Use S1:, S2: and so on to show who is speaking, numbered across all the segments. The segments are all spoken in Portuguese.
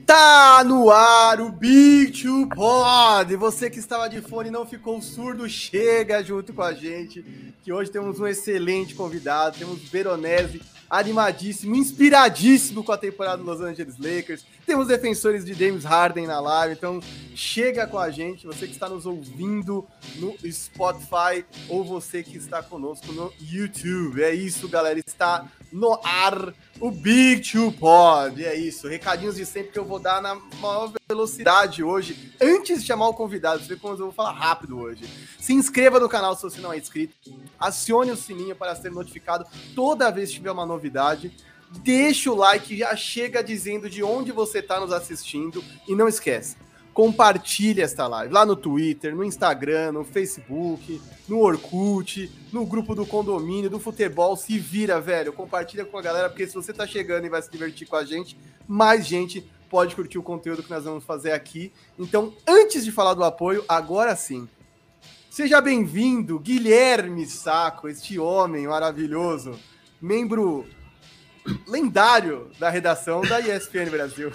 S1: Está no ar o Big Two Pod. Você que estava de fone e não ficou surdo, chega junto com a gente, que hoje temos um excelente convidado. Temos Veronese, animadíssimo, inspiradíssimo com a temporada do Los Angeles Lakers. Temos defensores de James Harden na live, então chega com a gente, você que está nos ouvindo no Spotify ou você que está conosco no YouTube. É isso, galera, está no ar o Big Two Pod. É isso, recadinhos de sempre que eu vou dar na maior velocidade hoje, antes de chamar o convidado. Você vê como eu vou falar rápido hoje. Se inscreva no canal se você não é inscrito, acione o sininho para ser notificado toda vez que tiver uma novidade. Deixa o like, já chega dizendo de onde você está nos assistindo e não esquece, compartilhe esta live lá no Twitter, no Instagram, no Facebook, no Orkut, no grupo do condomínio, do futebol. Se vira, velho, compartilha com a galera, porque se você tá chegando e vai se divertir com a gente, mais gente pode curtir o conteúdo que nós vamos fazer aqui. Então, antes de falar do apoio, agora sim, seja bem-vindo, Guilherme Sacco, este homem maravilhoso, membro lendário da redação da ESPN Brasil.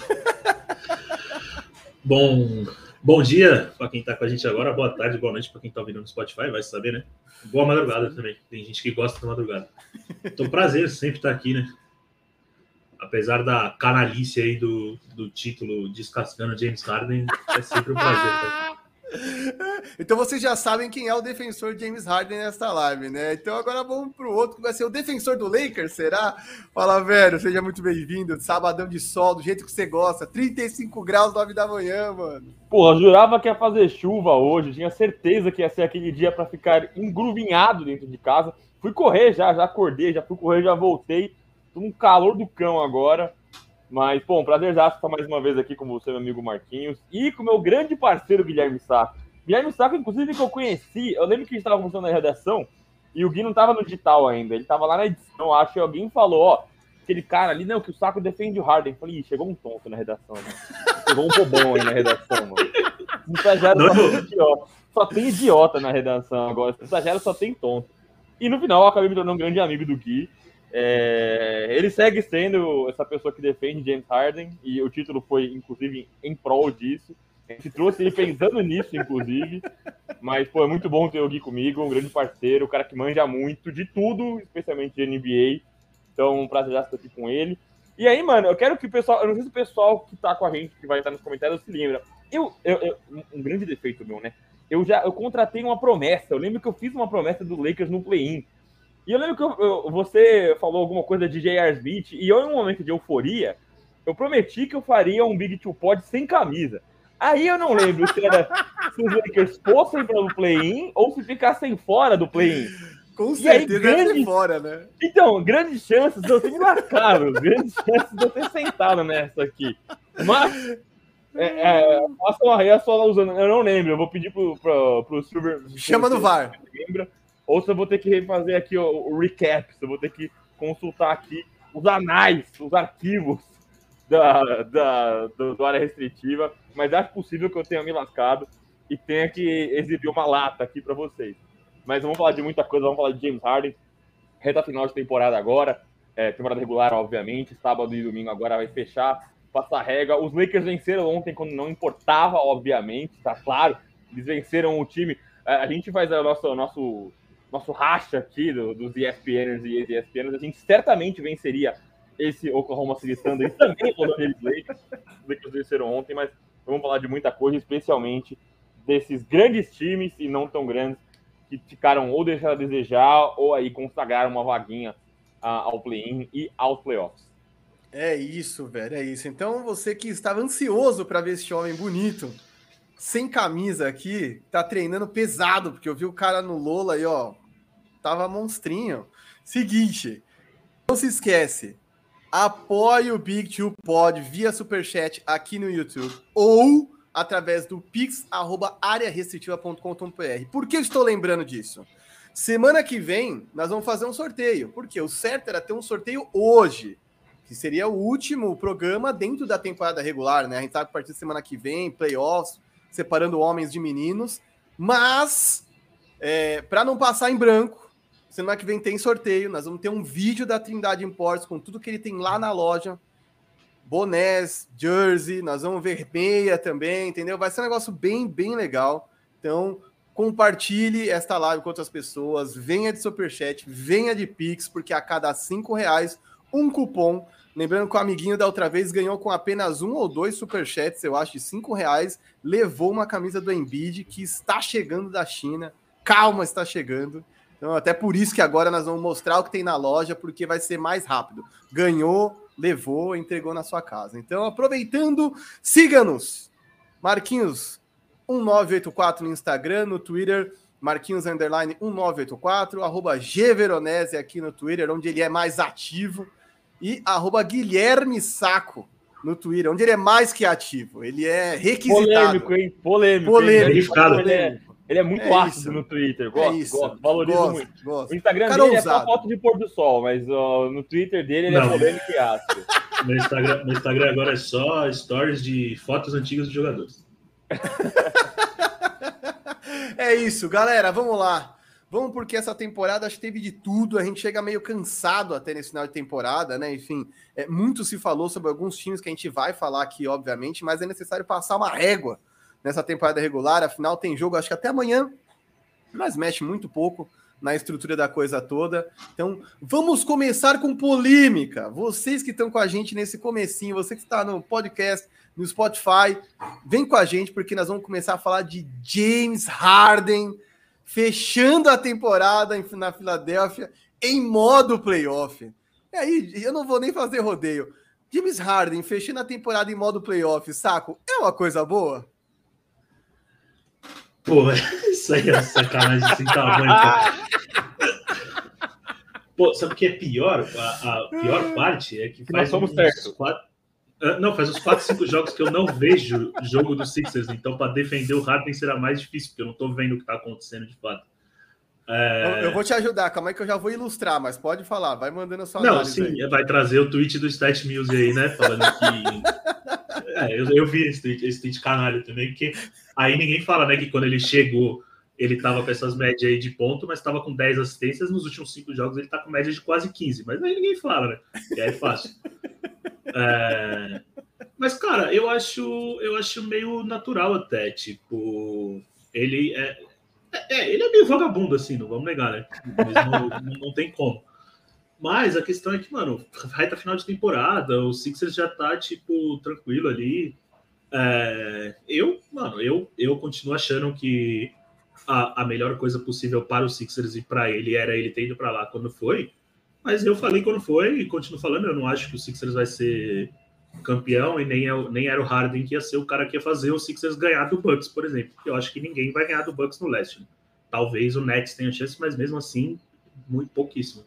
S2: Bom dia para quem está com a gente agora, boa tarde, boa noite para quem está ouvindo no Spotify, vai saber, né? Boa madrugada também, tem gente que gosta da madrugada. Então, prazer sempre estar aqui, né? Apesar da canalice aí do título descascando James Harden, é sempre um prazer, tá?
S1: Então vocês já sabem quem é o defensor James Harden nesta live, né? Então agora vamos pro outro, que vai ser o defensor do Lakers, será? Fala, velho, seja muito bem-vindo. Sabadão de sol, do jeito que você gosta. 35 graus, 9 da manhã, mano.
S3: Porra, jurava que ia fazer chuva hoje. Tinha certeza que ia ser aquele dia pra ficar engruvinhado dentro de casa. Fui correr já acordei, já fui correr, já voltei. Tô num calor do cão agora. Mas, pô, um prazerzaço estar mais uma vez aqui com você, meu amigo Marquinhos, e com o meu grande parceiro Guilherme Sacco. Guilherme Sacco, inclusive, que eu conheci, eu lembro que a gente estava conversando na redação, e o Gui não estava no digital ainda, ele estava lá na edição, acho que alguém falou, ó, aquele cara ali, não, que o Sacco defende o Harden. Eu falei, ih, chegou um tonto na redação, né? Chegou um bobão aí na redação, mano. O estagiário só tem idiota na redação agora, o estagiário só tem tonto. E no final eu acabei me tornando um grande amigo do Gui. Ele segue sendo essa pessoa que defende James Harden, e o título foi, inclusive, em prol disso. A gente trouxe ele pensando nisso, inclusive. Mas, pô, é muito bom ter o Gui comigo, um grande parceiro, um cara que manja muito de tudo, especialmente de NBA. Então, um prazer estar aqui com ele. E aí, mano, eu quero que o pessoal... Eu não sei se o pessoal que tá com a gente, que vai estar nos comentários, se lembra. Um grande defeito meu, né? Eu contratei uma promessa. Eu lembro que eu fiz uma promessa do Lakers no play-in. E eu lembro que você falou alguma coisa de J.R. Smith, e eu, em um momento de euforia, eu prometi que eu faria um Big Two Pod sem camisa. Aí eu não lembro se os Lakers fossem para o play-in ou se ficassem fora do play-in.
S1: Com certeza deve ser fora, né?
S3: Então, grandes chances de eu ter me lascado, grandes chances de eu ter sentado nessa aqui. Mas, faça uma reação usando, eu não lembro, eu vou pedir pro Silver...
S1: Chama no VAR.
S3: Lembra? Ou se eu vou ter que refazer aqui o recap, se eu vou ter que consultar aqui os anais, os arquivos do área restritiva, mas acho possível que eu tenha me lascado e tenha que exibir uma lata aqui para vocês. Mas vamos falar de muita coisa, vamos falar de James Harden, reta final de temporada agora, temporada regular, obviamente, sábado e domingo agora vai fechar, passar a régua. Os Lakers venceram ontem quando não importava, obviamente, tá claro, eles venceram o time. A gente faz o nosso racha aqui dos ESPNers e ex-ESPNers, a gente certamente venceria esse Oklahoma City Thunder e também o Los Angeles Lakers. Os Lakers venceram ontem, mas vamos falar de muita coisa, especialmente desses grandes times e não tão grandes que ficaram ou deixaram a desejar ou aí consagraram uma vaguinha ao play-in e aos playoffs.
S1: É isso, velho, é isso. Então você que estava ansioso para ver esse homem bonito, sem camisa aqui, tá treinando pesado, porque eu vi o cara no Lola aí, ó, tava monstrinho. Seguinte, não se esquece, apoie o Big Two Pod via Superchat aqui no YouTube ou através do pix@arearestritiva.com.br. Por que eu estou lembrando disso? Semana que vem nós vamos fazer um sorteio, porque o certo era ter um sorteio hoje, que seria o último programa dentro da temporada regular, né? A gente sabe que a partir da semana que vem, playoffs, separando homens de meninos, mas para não passar em branco, semana que vem tem sorteio, nós vamos ter um vídeo da Trindade Imports com tudo que ele tem lá na loja, bonés, jersey, nós vamos ver meia também, entendeu? Vai ser um negócio bem, bem legal. Então, compartilhe esta live com outras pessoas, venha de Superchat, venha de Pix, porque a cada R$5, um cupom. Lembrando que o amiguinho da outra vez ganhou com apenas 1 ou 2 Superchats, eu acho, de R$5, levou uma camisa do Embiid, que está chegando da China. Calma, está chegando. Então, até por isso que agora nós vamos mostrar o que tem na loja, porque vai ser mais rápido. Ganhou, levou, entregou na sua casa. Então, aproveitando, siga-nos. Marquinhos 1984 no Instagram, no Twitter, Marquinhos_1984, @gveronese aqui no Twitter, onde ele é mais ativo, e @Guilherme Saco no Twitter, onde ele é mais que ativo. Ele é requisitado.
S3: Polêmico, hein? Polêmico. Ele é muito ácido no Twitter. Gosto. Valorizo muito.
S1: Gosto.
S3: O Instagram dele é só foto de pôr do sol, mas no Twitter dele ele é polêmico e ácido.
S2: Meu Instagram agora é só stories de fotos antigas de jogadores.
S1: É isso, galera. Vamos lá. Vamos, porque essa temporada acho que teve de tudo. A gente chega meio cansado até nesse final de temporada, né? Enfim, muito se falou sobre alguns times que a gente vai falar aqui, obviamente, mas é necessário passar uma régua nessa temporada regular. Afinal, tem jogo, acho que até amanhã, mas mexe muito pouco na estrutura da coisa toda. Então, vamos começar com polêmica. Vocês que estão com a gente nesse comecinho, você que está no podcast, no Spotify, vem com a gente, porque nós vamos começar a falar de James Harden fechando a temporada na Filadélfia em modo playoff. E aí, eu não vou nem fazer rodeio. James Harden fechando a temporada em modo playoff, Saco, é uma coisa boa?
S2: Pô, isso aí é sacanagem sem tamanho, cara. Pô, sabe o que é pior? A pior parte é que faz
S3: uns
S2: 4, 5 jogos que eu não vejo jogo do Sixers, então para defender o Harden será mais difícil, porque eu não tô vendo o que tá acontecendo de fato.
S1: Eu vou te ajudar, calma aí que eu já vou ilustrar, mas pode falar, vai mandando a sua
S2: análise. Não, sim,
S1: aí.
S2: Vai trazer o tweet do Stat Muse aí, né, falando que... eu vi esse tweet canalha também, porque aí ninguém fala, né, que quando ele chegou, ele tava com essas médias aí de ponto, mas tava com 10 assistências, nos últimos 5 jogos ele tá com média de quase 15, mas aí ninguém fala, né, e aí é fácil. Mas, cara, eu acho meio natural até, tipo, ele é meio vagabundo, assim, não vamos negar, né? Não tem como. Mas a questão é que, mano, reta final de temporada, o Sixers já tá, tipo, tranquilo ali. Eu continuo achando que a melhor coisa possível para o Sixers e para ele era ele ter ido para lá quando foi. Mas eu falei quando foi e continuo falando, eu não acho que o Sixers vai ser campeão e nem era o Harden que ia ser o cara que ia fazer o Sixers ganhar do Bucks, por exemplo. Eu acho que ninguém vai ganhar do Bucks no leste. Né? Talvez o Nets tenha chance, mas mesmo assim, muito pouquíssimo.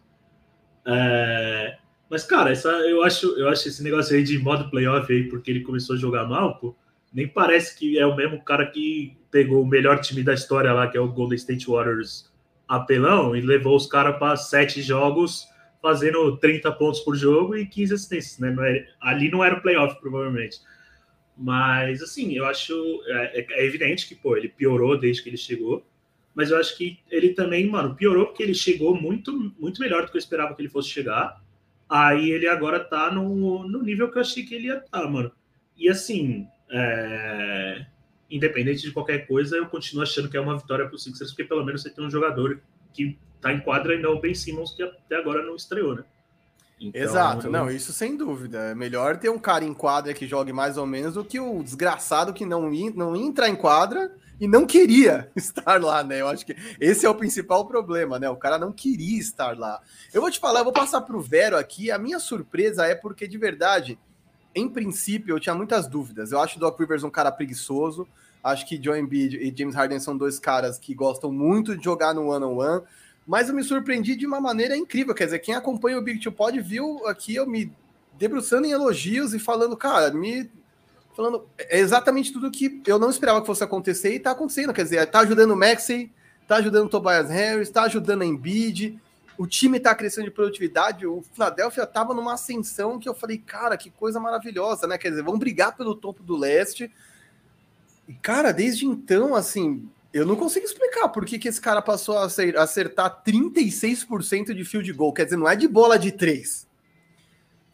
S2: Mas, cara, eu acho esse negócio aí de modo playoff aí, porque ele começou a jogar mal, pô, nem parece que é o mesmo cara que pegou o melhor time da história lá, que é o Golden State Warriors apelão, e levou os caras para 7 jogos fazendo 30 pontos por jogo e 15 assistências, né? Ali não era o playoff, provavelmente. Mas, assim, eu acho... É evidente que, pô, ele piorou desde que ele chegou, mas eu acho que ele também, mano, piorou porque ele chegou muito, muito melhor do que eu esperava que ele fosse chegar. Aí ele agora tá no nível que eu achei que ele ia estar, mano. E, assim, independente de qualquer coisa, eu continuo achando que é uma vitória pro Sixers, porque pelo menos você tem um jogador que tá em quadra e não o Ben Simmons, que até agora não estreou, né?
S1: Então, exato, não, isso sem dúvida. É melhor ter um cara em quadra que jogue mais ou menos do que o desgraçado que não entra em quadra e não queria estar lá, né? Eu acho que esse é o principal problema, né? O cara não queria estar lá. Eu vou te falar, eu vou passar pro Vero aqui. A minha surpresa é porque, de verdade, em princípio, eu tinha muitas dúvidas. Eu acho o Doc Rivers um cara preguiçoso. Acho que Joel Embiid e James Harden são dois caras que gostam muito de jogar no one-on-one. Mas eu me surpreendi de uma maneira incrível. Quer dizer, quem acompanha o Big Two Pod viu aqui eu me debruçando em elogios e falando, cara, falando exatamente tudo que eu não esperava que fosse acontecer e tá acontecendo. Quer dizer, tá ajudando o Maxey, tá ajudando o Tobias Harris, tá ajudando a Embiid, o time tá crescendo de produtividade. O Philadelphia tava numa ascensão que eu falei, cara, que coisa maravilhosa, né? Quer dizer, vão brigar pelo topo do leste. E, cara, desde então, assim... Eu não consigo explicar por que esse cara passou a acertar 36% de field goal. Quer dizer, não é de bola de 3.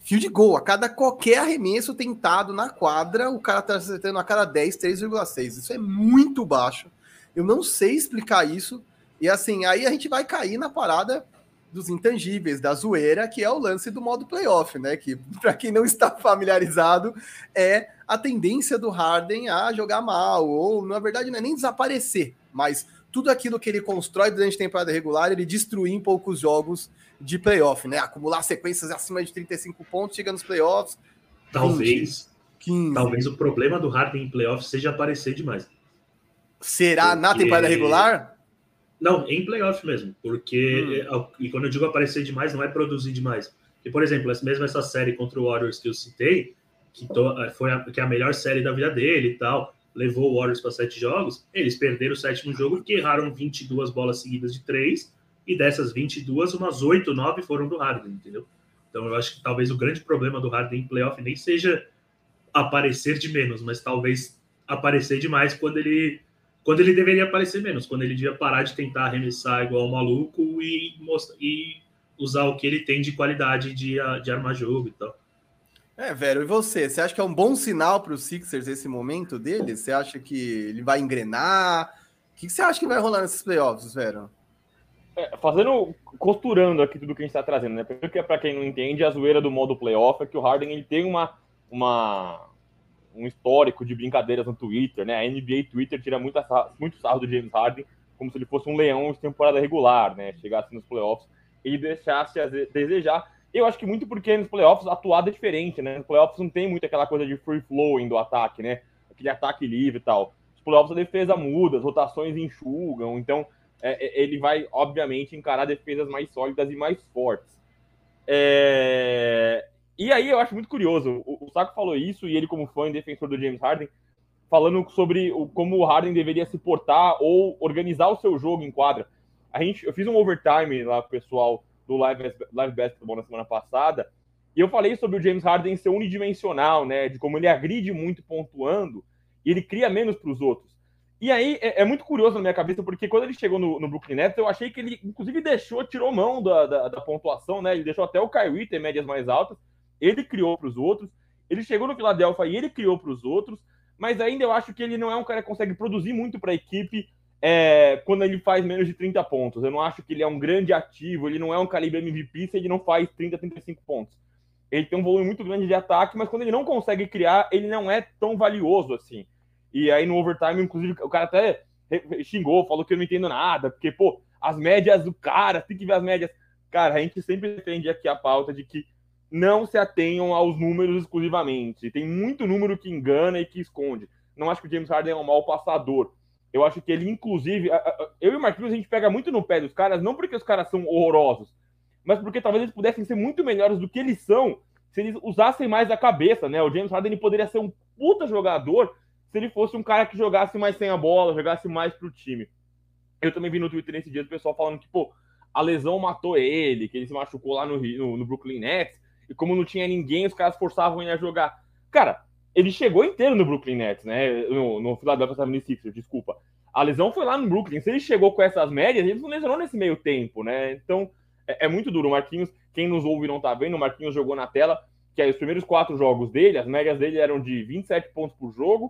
S1: field goal. A cada qualquer arremesso tentado na quadra, o cara tá acertando a cada 10, 3,6. Isso é muito baixo. Eu não sei explicar isso. E assim, aí a gente vai cair na parada dos intangíveis, da zoeira, que é o lance do modo playoff, né? Que, para quem não está familiarizado, é a tendência do Harden a jogar mal, ou na verdade não é nem desaparecer, mas tudo aquilo que ele constrói durante a temporada regular, ele destruir em poucos jogos de playoff, né? Acumular sequências acima de 35 pontos, chega nos playoffs.
S2: Talvez
S1: 15.
S2: Talvez o problema do Harden em playoff seja aparecer demais.
S1: Será
S2: porque...
S1: na temporada regular?
S2: Não, em playoff mesmo. Porque, e quando eu digo aparecer demais, não é produzir demais. Porque, por exemplo, mesmo essa série contra o Warriors que eu citei, que é a melhor série da vida dele e tal, levou o Warriors para 7 jogos, eles perderam o 7º jogo porque erraram 22 bolas seguidas de 3, e dessas 22, umas 8, 9 foram do Harden, entendeu? Então eu acho que talvez o grande problema do Harden em playoff nem seja aparecer de menos, mas talvez aparecer demais quando ele deveria aparecer menos, quando ele devia parar de tentar arremessar igual um maluco e usar o que ele tem de qualidade de armar jogo e tal.
S1: Vero, e você? Você acha que é um bom sinal para os Sixers esse momento dele? Você acha que ele vai engrenar? O que você acha que vai rolar nesses playoffs, Vero?
S3: Costurando aqui tudo que a gente está trazendo, né? Porque, para quem não entende, a zoeira do modo playoff é que o Harden ele tem um histórico de brincadeiras no Twitter, né? A NBA Twitter tira muito sarro do James Harden, como se ele fosse um leão de temporada regular, né? Chegasse nos playoffs e deixasse a desejar. Eu acho que muito porque nos playoffs a atuada é diferente, né? Nos playoffs não tem muito aquela coisa de free flowing do ataque, né? Aquele ataque livre e tal. Nos playoffs a defesa muda, as rotações enxugam, então ele vai, obviamente, encarar defesas mais sólidas e mais fortes. E aí eu acho muito curioso, o Saco falou isso, e ele como fã e defensor do James Harden, falando sobre como o Harden deveria se portar ou organizar o seu jogo em quadra. Eu fiz um overtime lá pro pessoal do Live Basketball na semana passada, e eu falei sobre o James Harden ser unidimensional, né, de como ele agride muito pontuando, e ele cria menos para os outros. E aí é muito curioso na minha cabeça, porque quando ele chegou no Brooklyn Nets, eu achei que ele, inclusive, tirou mão da pontuação, né, ele deixou até o Kyrie ter médias mais altas, ele criou para os outros, ele chegou no Philadelphia e ele criou para os outros, mas ainda eu acho que ele não é um cara que consegue produzir muito para a equipe quando ele faz menos de 30 pontos. Eu não acho que ele é um grande ativo, ele não é um calibre MVP se ele não faz 30, 35 pontos. Ele tem um volume muito grande de ataque, mas quando ele não consegue criar, ele não é tão valioso assim. E aí no overtime, inclusive, o cara até xingou, falou que eu não entendo nada, porque, pô, as médias do cara, tem que ver as médias. Cara, a gente sempre defende aqui a pauta de que não se atenham aos números exclusivamente. Tem muito número que engana e que esconde. Não acho que o James Harden é um mau passador. Eu acho que ele, inclusive... Eu e o Marquinhos, a gente pega muito no pé dos caras, não porque os caras são horrorosos, mas porque talvez eles pudessem ser muito melhores do que eles são se eles usassem mais a cabeça, né? O James Harden ele poderia ser um puta jogador se ele fosse um cara que jogasse mais sem a bola, jogasse mais pro time. Eu também vi no Twitter nesse dia o pessoal falando que, pô, a lesão matou ele, que ele se machucou lá no Brooklyn Nets, e como não tinha ninguém, os caras forçavam ele a jogar. Cara, ele chegou inteiro no Brooklyn Nets, né? No Philadelphia 76ers, desculpa. A lesão foi lá no Brooklyn. Se ele chegou com essas médias, ele não lesionou nesse meio tempo, né? Então, é muito duro. O Marquinhos, quem nos ouve e não tá vendo, o Marquinhos jogou na tela, que aí os primeiros 4 jogos dele, as médias dele eram de 27 pontos por jogo,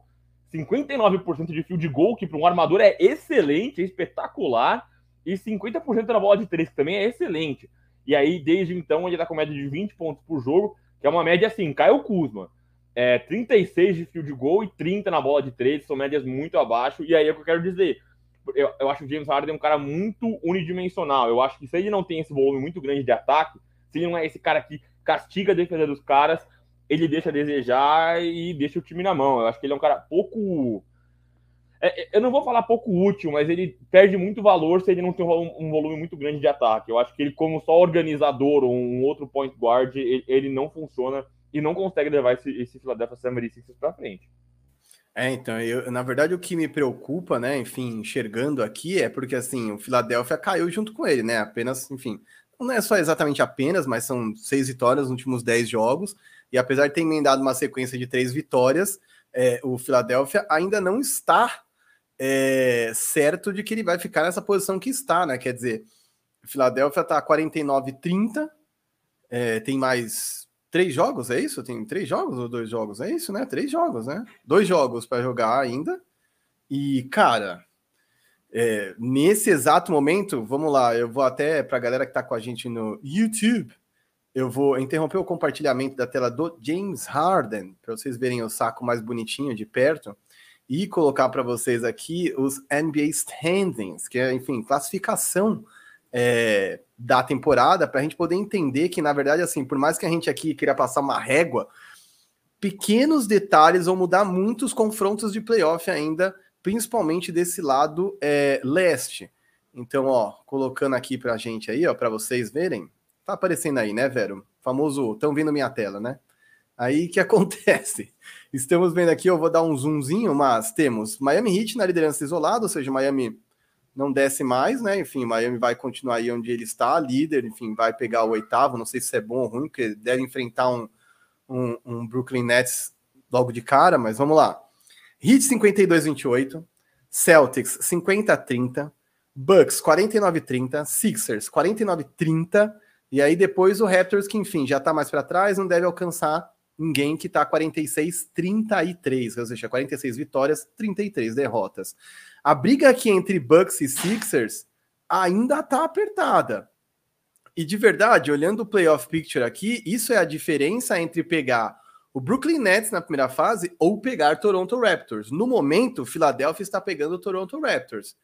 S3: 59% de field goal, que para um armador é excelente, é espetacular, e 50% na bola de 3, que também é excelente. E aí, desde então, ele tá com média de 20 pontos por jogo, que é uma média assim, Caio Kuzma. 36 de field goal e 30 na bola de 3, são médias muito abaixo. E aí é o que eu quero dizer. Eu acho que o James Harden é um cara muito unidimensional. Eu acho que se ele não tem esse volume muito grande de ataque, se ele não é esse cara que castiga a defesa dos caras, ele deixa a desejar e deixa o time na mão. Eu acho que ele é um cara pouco... eu não vou falar pouco útil, mas ele perde muito valor se ele não tem um volume muito grande de ataque. Eu acho que ele, como só organizador ou um outro point guard, ele não funciona e não consegue levar esse Philadelphia 76ers para frente.
S1: Então, na verdade, o que me preocupa, né, enfim, enxergando aqui, é porque, assim, o Philadelphia caiu junto com ele, né, apenas, enfim, não é só exatamente apenas, mas são 6 vitórias nos últimos 10 jogos, e apesar de ter emendado uma sequência de 3 vitórias, o Philadelphia ainda não está certo de que ele vai ficar nessa posição que está, né, quer dizer, o Philadelphia está 49-30, tem mais 3 jogos, é isso? Tem 3 jogos ou 2 jogos? É isso, né? 3 jogos, né? 2 jogos para jogar ainda. E, cara, nesse exato momento, vamos lá, eu vou até para a galera que está com a gente no YouTube, eu vou interromper o compartilhamento da tela do James Harden, para vocês verem o saco mais bonitinho de perto, e colocar para vocês aqui os NBA Standings, que é, enfim, classificação da temporada, para a gente poder entender que, na verdade, assim, por mais que a gente aqui queira passar uma régua, pequenos detalhes vão mudar muitos confrontos de playoff ainda, principalmente desse lado leste. Então, ó, colocando aqui pra gente aí, ó, para vocês verem, tá aparecendo aí, né, Vero? Famoso, estão vendo minha tela, né? Aí, o que acontece? Estamos vendo aqui, eu vou dar um zoomzinho, mas temos Miami Heat na liderança isolada, ou seja, Miami não desce mais, né? Enfim, Miami vai continuar aí onde ele está, líder, enfim, vai pegar o 8º, não sei se é bom ou ruim, porque deve enfrentar um Brooklyn Nets logo de cara, mas vamos lá. Heat 52-28, Celtics 50-30, Bucks 49-30, Sixers 49-30, e aí depois o Raptors, que enfim, já tá mais para trás, não deve alcançar ninguém, que tá 46-33, ou seja, 46 vitórias, 33 derrotas. A briga aqui entre Bucks e Sixers ainda tá apertada. E de verdade, olhando o playoff picture aqui, isso é a diferença entre pegar o Brooklyn Nets na primeira fase ou pegar Toronto Raptors. No momento, Philadelphia está pegando o Toronto Raptors.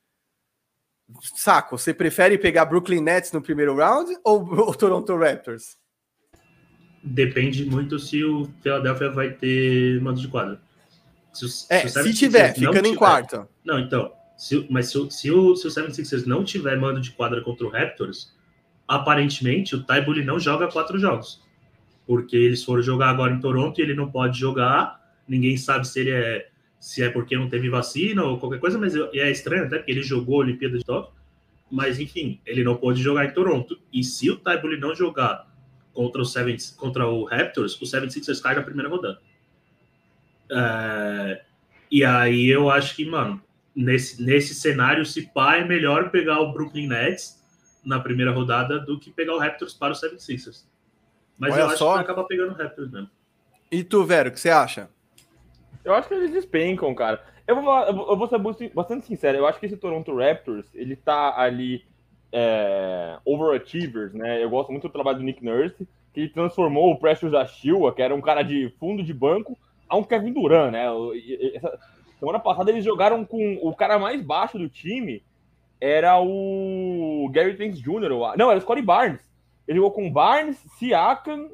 S1: Saco, você prefere pegar Brooklyn Nets no primeiro round ou o Toronto Raptors?
S2: Depende muito se o Philadelphia vai ter mando de quadra.
S1: Se tiver, ficando em quarto.
S2: Não, então. Se o 76ers não tiver mando de quadra contra o Raptors, aparentemente o Ty Bully não joga 4 jogos. Porque eles foram jogar agora em Toronto e ele não pode jogar. Ninguém sabe se é porque não teve vacina ou qualquer coisa, mas é estranho até porque ele jogou a Olimpíada de Tóquio. Mas enfim, ele não pôde jogar em Toronto. E se o Ty Bully não jogar contra o Raptors, o 76ers cai na primeira rodada. E aí eu acho que, mano, nesse cenário, se pá, é melhor pegar o Brooklyn Nets na primeira rodada do que pegar o Raptors para o 76ers. Mas olha, eu acho que vai acabar pegando o Raptors mesmo.
S1: E tu, Vero, o que você acha?
S3: Eu acho que eles despencam, cara. Eu vou ser bastante sincero. Eu acho que esse Toronto Raptors, ele tá ali overachievers, né? Eu gosto muito do trabalho do Nick Nurse, que ele transformou o Precious Achiuwa, que era um cara de fundo de banco, a um Kevin Durant, né? Semana passada eles jogaram com o cara mais baixo do time, era o Gary Trent Jr. Não, era o Scottie Barnes. Ele jogou com Barnes, Siakam,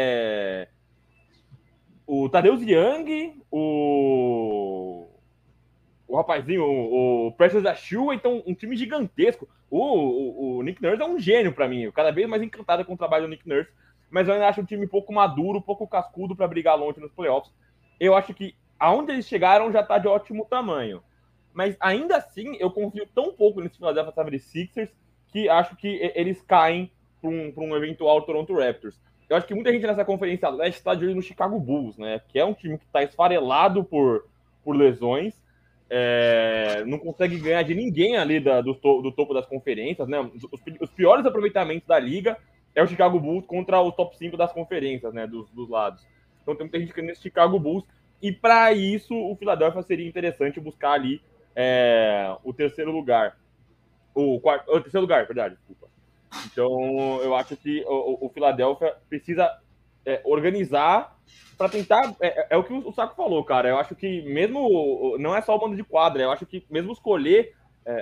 S3: o Tadeusz Young, o rapazinho, o Precious Achiuwa, então um time gigantesco. O Nick Nurse é um gênio para mim, eu cada vez mais encantado com o trabalho do Nick Nurse, mas eu ainda acho um time um pouco maduro, um pouco cascudo para brigar longe nos playoffs. Eu acho que aonde eles chegaram já tá de ótimo tamanho, mas ainda assim eu confio tão pouco nesse Philadelphia 76ers que acho que eles caem para um eventual Toronto Raptors. Eu acho que muita gente nessa conferência leste está de olho no Chicago Bulls, né? Que é um time que está esfarelado por lesões, não consegue ganhar de ninguém ali do topo das conferências, né? Os piores aproveitamentos da liga é o Chicago Bulls contra o top 5 das conferências, né? Dos lados. Então tem muita gente querendo esse Chicago Bulls, e para isso o Philadelphia seria interessante buscar ali o terceiro lugar. O terceiro lugar, verdade, desculpa. Então, eu acho que o Philadelphia precisa organizar para tentar... É o que o Saco falou, cara. Eu acho que mesmo... Não é só o mando de quadra. Eu acho que mesmo escolher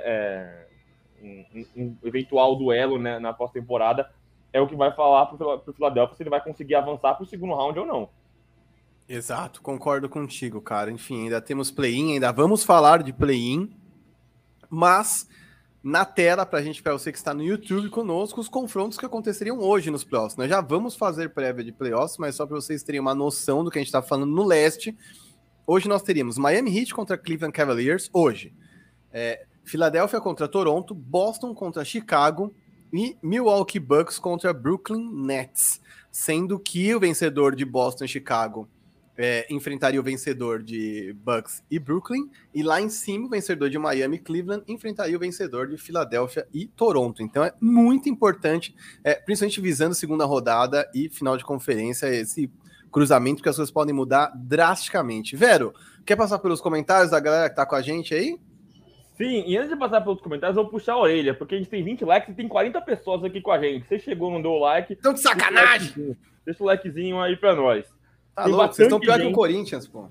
S3: um eventual duelo, né, na pós-temporada é o que vai falar para o Philadelphia se ele vai conseguir avançar para o segundo round ou não.
S1: Exato, concordo contigo, cara. Enfim, ainda temos play-in, ainda vamos falar de play-in, mas... na tela, para você que está no YouTube conosco, os confrontos que aconteceriam hoje nos playoffs. Nós já vamos fazer prévia de playoffs, mas só para vocês terem uma noção do que a gente está falando no leste. Hoje nós teríamos Miami Heat contra Cleveland Cavaliers, hoje. Philadelphia contra Toronto, Boston contra Chicago e Milwaukee Bucks contra Brooklyn Nets. Sendo que o vencedor de Boston e Chicago enfrentaria o vencedor de Bucks e Brooklyn, e lá em cima o vencedor de Miami e Cleveland enfrentaria o vencedor de Filadélfia e Toronto. Então é muito importante, principalmente visando segunda rodada e final de conferência, esse cruzamento, porque as coisas podem mudar drasticamente. Vero, quer passar pelos comentários da galera que tá com a gente aí?
S3: Sim, e antes de passar pelos comentários, eu vou puxar a orelha, porque a gente tem 20 likes e tem 40 pessoas aqui com a gente. Você chegou, não deu o like.
S1: Então de sacanagem!
S3: Deixa o likezinho aí pra nós.
S1: Tá louco, vocês estão pior que o Corinthians, pô.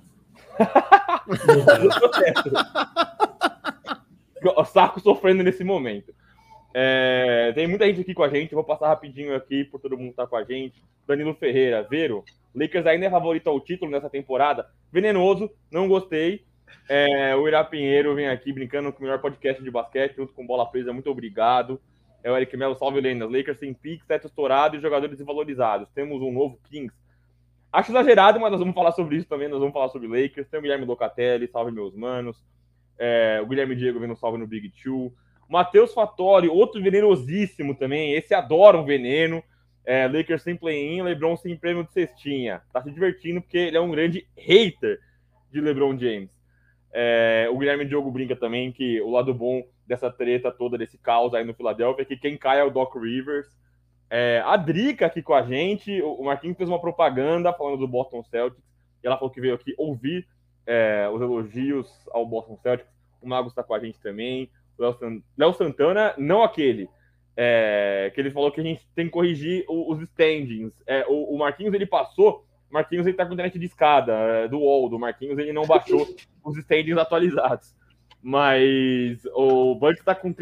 S3: O saco sofrendo nesse momento. Tem muita gente aqui com a gente, eu vou passar rapidinho aqui por todo mundo que tá com a gente. Danilo Ferreira, Vero, Lakers ainda é favorito ao título nessa temporada. Venenoso, não gostei. O Ira Pinheiro vem aqui brincando com o melhor podcast de basquete, junto com Bola Presa, muito obrigado. O Eric Melo, salve lendas. Lakers tem piques, teto estourado e jogadores desvalorizados. Temos um novo Kings. Acho exagerado, mas nós vamos falar sobre isso também. Nós vamos falar sobre Lakers. Tem o Guilherme Locatelli, salve meus manos. O Guilherme Diego vendo salve no Big Two. Matheus Fattori, outro venenosíssimo também. Esse adora um veneno. Lakers sem play-in, LeBron sem prêmio de cestinha. Tá se divertindo porque ele é um grande hater de LeBron James. O Guilherme Diogo brinca também que o lado bom dessa treta toda, desse caos aí no Philadelphia, é que quem cai é o Doc Rivers. A Drica aqui com a gente, o Marquinhos fez uma propaganda falando do Boston Celtics, e ela falou que veio aqui ouvir os elogios ao Boston Celtics. O Mago está com a gente também. O Léo Santana, não aquele, que ele falou que a gente tem que corrigir os standings. O Marquinhos, ele passou, o Marquinhos ele tá com internet de escada, do UOL, do Marquinhos ele não baixou os standings atualizados. Mas o Bucks tá com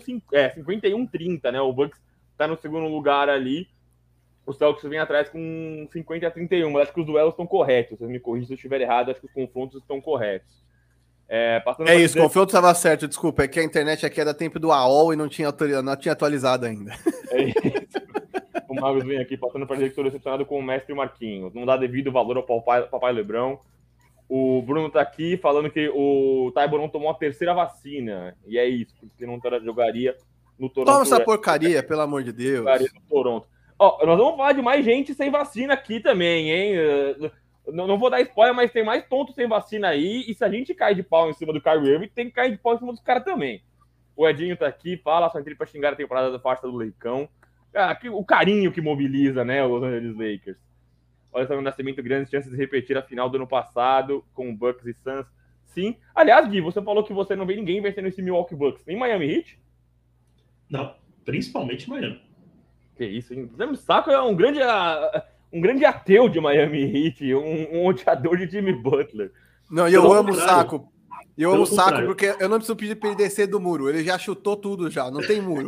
S3: 51-30, né? O Bucks tá no segundo lugar ali. O Celtics vem atrás com 50-31. Mas acho que os duelos estão corretos. Vocês me corrigem se eu estiver errado. Acho que os confrontos estão corretos.
S1: O confronto estava certo. Desculpa, é que a internet aqui é da tempo do AOL e não tinha atualizado ainda.
S3: É isso. O Magos vem aqui passando para dizer que estou decepcionado com o mestre Marquinhos. Não dá devido valor ao papai Lebrão. O Bruno tá aqui falando que o Taibo não tomou a terceira vacina. E é isso, porque não jogaria no Toronto.
S1: Toma essa porcaria, pelo amor de Deus.
S3: Jogaria no Toronto. Nós vamos falar de mais gente sem vacina aqui também, hein? Não vou dar spoiler, mas tem mais tonto sem vacina aí. E se a gente cair de pau em cima do Kyrie Irving, tem que cair de pau em cima dos caras também. O Edinho tá aqui, fala, só entrei pra xingar a temporada da farsa do Leicão. O carinho que mobiliza, né, os Angeles Lakers. Olha só, o Nascimento, grandes chances de repetir a final do ano passado com Bucks e Suns. Sim. Aliás, Gui, você falou que você não vê ninguém vencendo esse Milwaukee Bucks. Nem Miami Heat?
S2: Não, principalmente Miami.
S3: Que isso, hein? O Saco é um grande ateu de Miami Heat, um odiador de Jimmy Butler.
S1: Não, e eu amo o Saco. Eu amo o Saco porque eu não preciso pedir para ele descer do muro. Ele já chutou tudo já, não tem muro.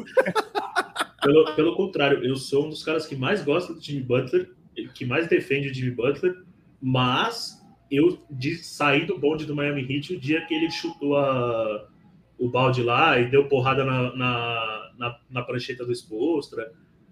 S2: Pelo contrário, eu sou um dos caras que mais gosta do Jimmy Butler, que mais defende o Jimmy Butler, mas eu saí do bonde do Miami Heat o dia que ele chutou o balde lá e deu porrada na prancheta do Spoelstra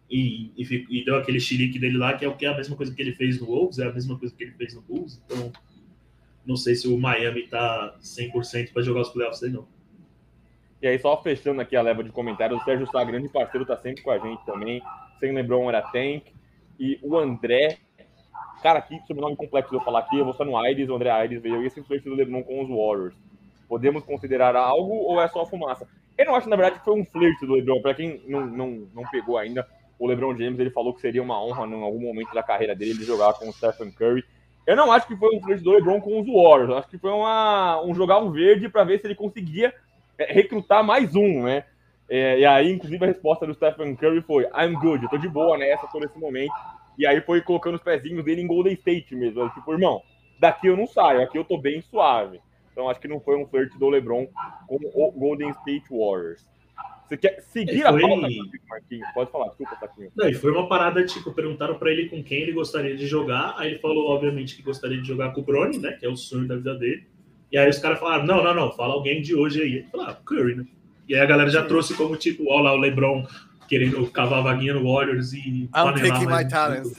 S2: e deu aquele chilique dele lá, que é a mesma coisa que ele fez no Wolves, é a mesma coisa que ele fez no Bulls. Então, não sei se o Miami tá 100% para jogar os playoffs aí, não.
S3: E aí, só fechando aqui a leva de comentários, o Sérgio Sá, grande parceiro, tá sempre com a gente também. Sem LeBron era Tank. E o André, cara, aqui, sobrenome complexo de eu falar aqui, eu vou só no Aires, o André Aires veio esse influência do LeBron com os Warriors. Podemos considerar algo ou é só fumaça? Eu não acho, na verdade, que foi um flerte do LeBron. Para quem não pegou ainda, o LeBron James, ele falou que seria uma honra em algum momento da carreira dele de jogar com o Stephen Curry. Eu não acho que foi um flerte do LeBron com os Warriors. Eu acho que foi jogar um verde para ver se ele conseguia recrutar mais um, né? E aí, inclusive, a resposta do Stephen Curry foi I'm good, eu tô de boa nessa, tô nesse momento. E aí foi colocando os pezinhos dele em Golden State mesmo. Tipo, irmão, daqui eu não saio, aqui eu tô bem suave. Então acho que não foi um flerte do LeBron com o Golden State Warriors. Você quer seguir a pauta, Marquinhos? Pode falar, desculpa, Taquinho.
S2: Não, e foi uma parada, tipo, perguntaram pra ele com quem ele gostaria de jogar, aí ele falou, obviamente, que gostaria de jogar com o Bronny, né, que é o sonho da vida dele. E aí os caras falaram, não, fala alguém de hoje aí. Ele falou, Curry, né? E aí a galera já trouxe como, tipo, ó lá, o LeBron querendo cavar a vaguinha no Warriors e...
S1: I'm taking my talents.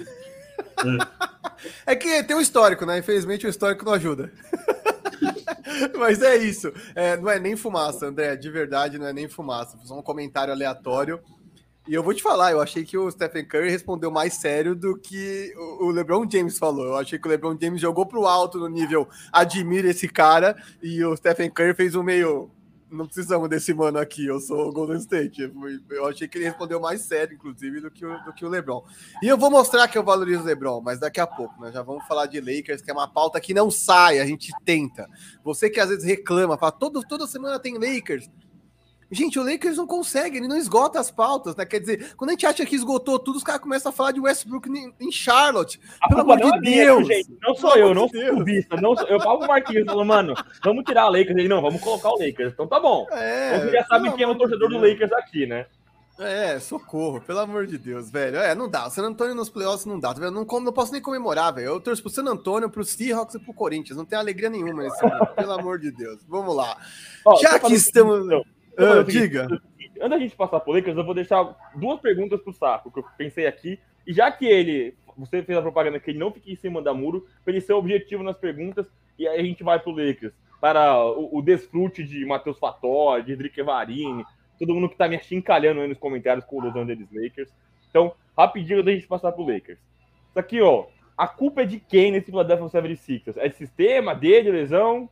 S1: É que tem um histórico, né? Infelizmente o histórico não ajuda. Mas é isso. Não é nem fumaça, André. De verdade, não é nem fumaça. Foi só um comentário aleatório. E eu vou te falar, eu achei que o Stephen Curry respondeu mais sério do que o LeBron James falou. Eu achei que o LeBron James jogou pro alto no nível admira esse cara, e o Stephen Curry fez um meio... Não precisamos desse mano aqui, eu sou o Golden State. Eu achei que ele respondeu mais sério, inclusive, do que o LeBron. E eu vou mostrar que eu valorizo o LeBron, mas daqui a pouco, nós já vamos falar de Lakers, que é uma pauta que não sai, a gente tenta. Você que às vezes reclama, fala, toda semana tem Lakers. Gente, o Lakers não consegue, ele não esgota as pautas, né? Quer dizer, quando a gente acha que esgotou tudo, os caras começam a falar de Westbrook em Charlotte.
S3: Pelo amor de Deus, gente. Não sou eu, não sou clubista. Eu falo pro Marquinhos, falou, mano, vamos tirar o Lakers. Ele, não, vamos colocar o Lakers. Então tá bom. Você já sabe quem é o torcedor do Lakers aqui, né?
S1: Socorro, pelo amor de Deus, velho. Não dá. O San Antonio nos playoffs não dá, tá vendo? Não posso nem comemorar, velho. Eu torço pro San Antonio, pro Seahawks e pro Corinthians. Não tem alegria nenhuma nesse momento, pelo amor de Deus. Vamos lá. Já que estamos... diga.
S3: Antes da gente passar pro Lakers, eu vou deixar 2 perguntas pro Saco, que eu pensei aqui. E já que você fez a propaganda que ele não fique em cima da muro, para ele ser objetivo nas perguntas, e aí a gente vai pro Lakers. Para o desfrute de Matheus Fattori, de Drique Varini, todo mundo que tá me achincalhando aí nos comentários com o Los Angeles Lakers. Então, rapidinho da gente passar pro Lakers. Isso aqui, ó. A culpa é de quem nesse Philadelphia 76ers? É de sistema, de lesão?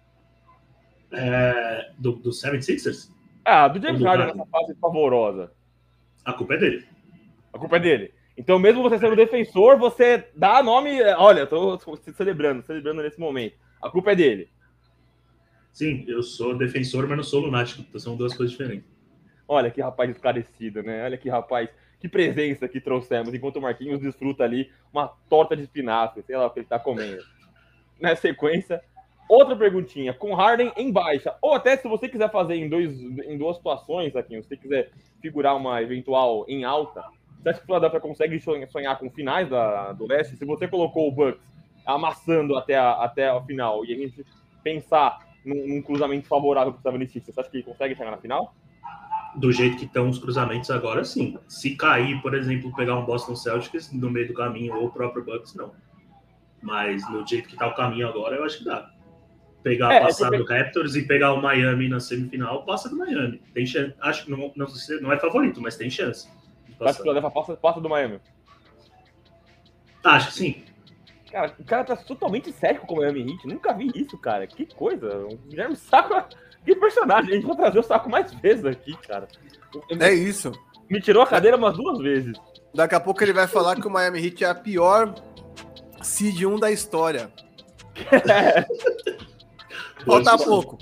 S2: Do 76ers?
S3: Do James Harden nessa fase favorosa.
S2: A culpa é dele.
S3: A culpa é dele. Então, mesmo você sendo defensor, você dá nome... Olha, tô celebrando nesse momento. A culpa é dele.
S2: Sim, eu sou defensor, mas não sou lunático. Então são 2 coisas diferentes.
S3: Olha que rapaz esclarecido, né? Olha que rapaz... Que presença que trouxemos. Enquanto o Marquinhos desfruta ali uma torta de espinafre. Sei lá o que ele tá comendo. Na sequência... Outra perguntinha, com Harden em baixa, ou até se você quiser fazer em 2 situações, aqui, se você quiser figurar uma eventual em alta, você acha que o Philadelphia consegue sonhar com finais do leste? Se você colocou o Bucks amassando até o final e a gente pensar num cruzamento favorável para o 76ers, você acha que ele consegue chegar na final?
S2: Do jeito que estão os cruzamentos agora, sim. Se cair, por exemplo, pegar um Boston Celtics no meio do caminho ou o próprio Bucks, não. Mas no jeito que está o caminho agora, eu acho que dá. Passar do Raptors e pegar o Miami na semifinal, passa do Miami. Tem chance. Acho que não é favorito, mas tem chance.
S3: Acho que o Philadelphia passa do Miami.
S2: Acho que sim.
S3: Cara, o cara tá totalmente cético com o Miami Heat. Nunca vi isso, cara. Que coisa. O Guilherme Saco... Que personagem. A gente vai trazer o Saco mais vezes aqui, cara.
S1: É isso.
S3: Me tirou a cadeira umas 2 vezes.
S1: Daqui a pouco ele vai falar que o Miami Heat é a pior seed 1 da história. Falta pouco.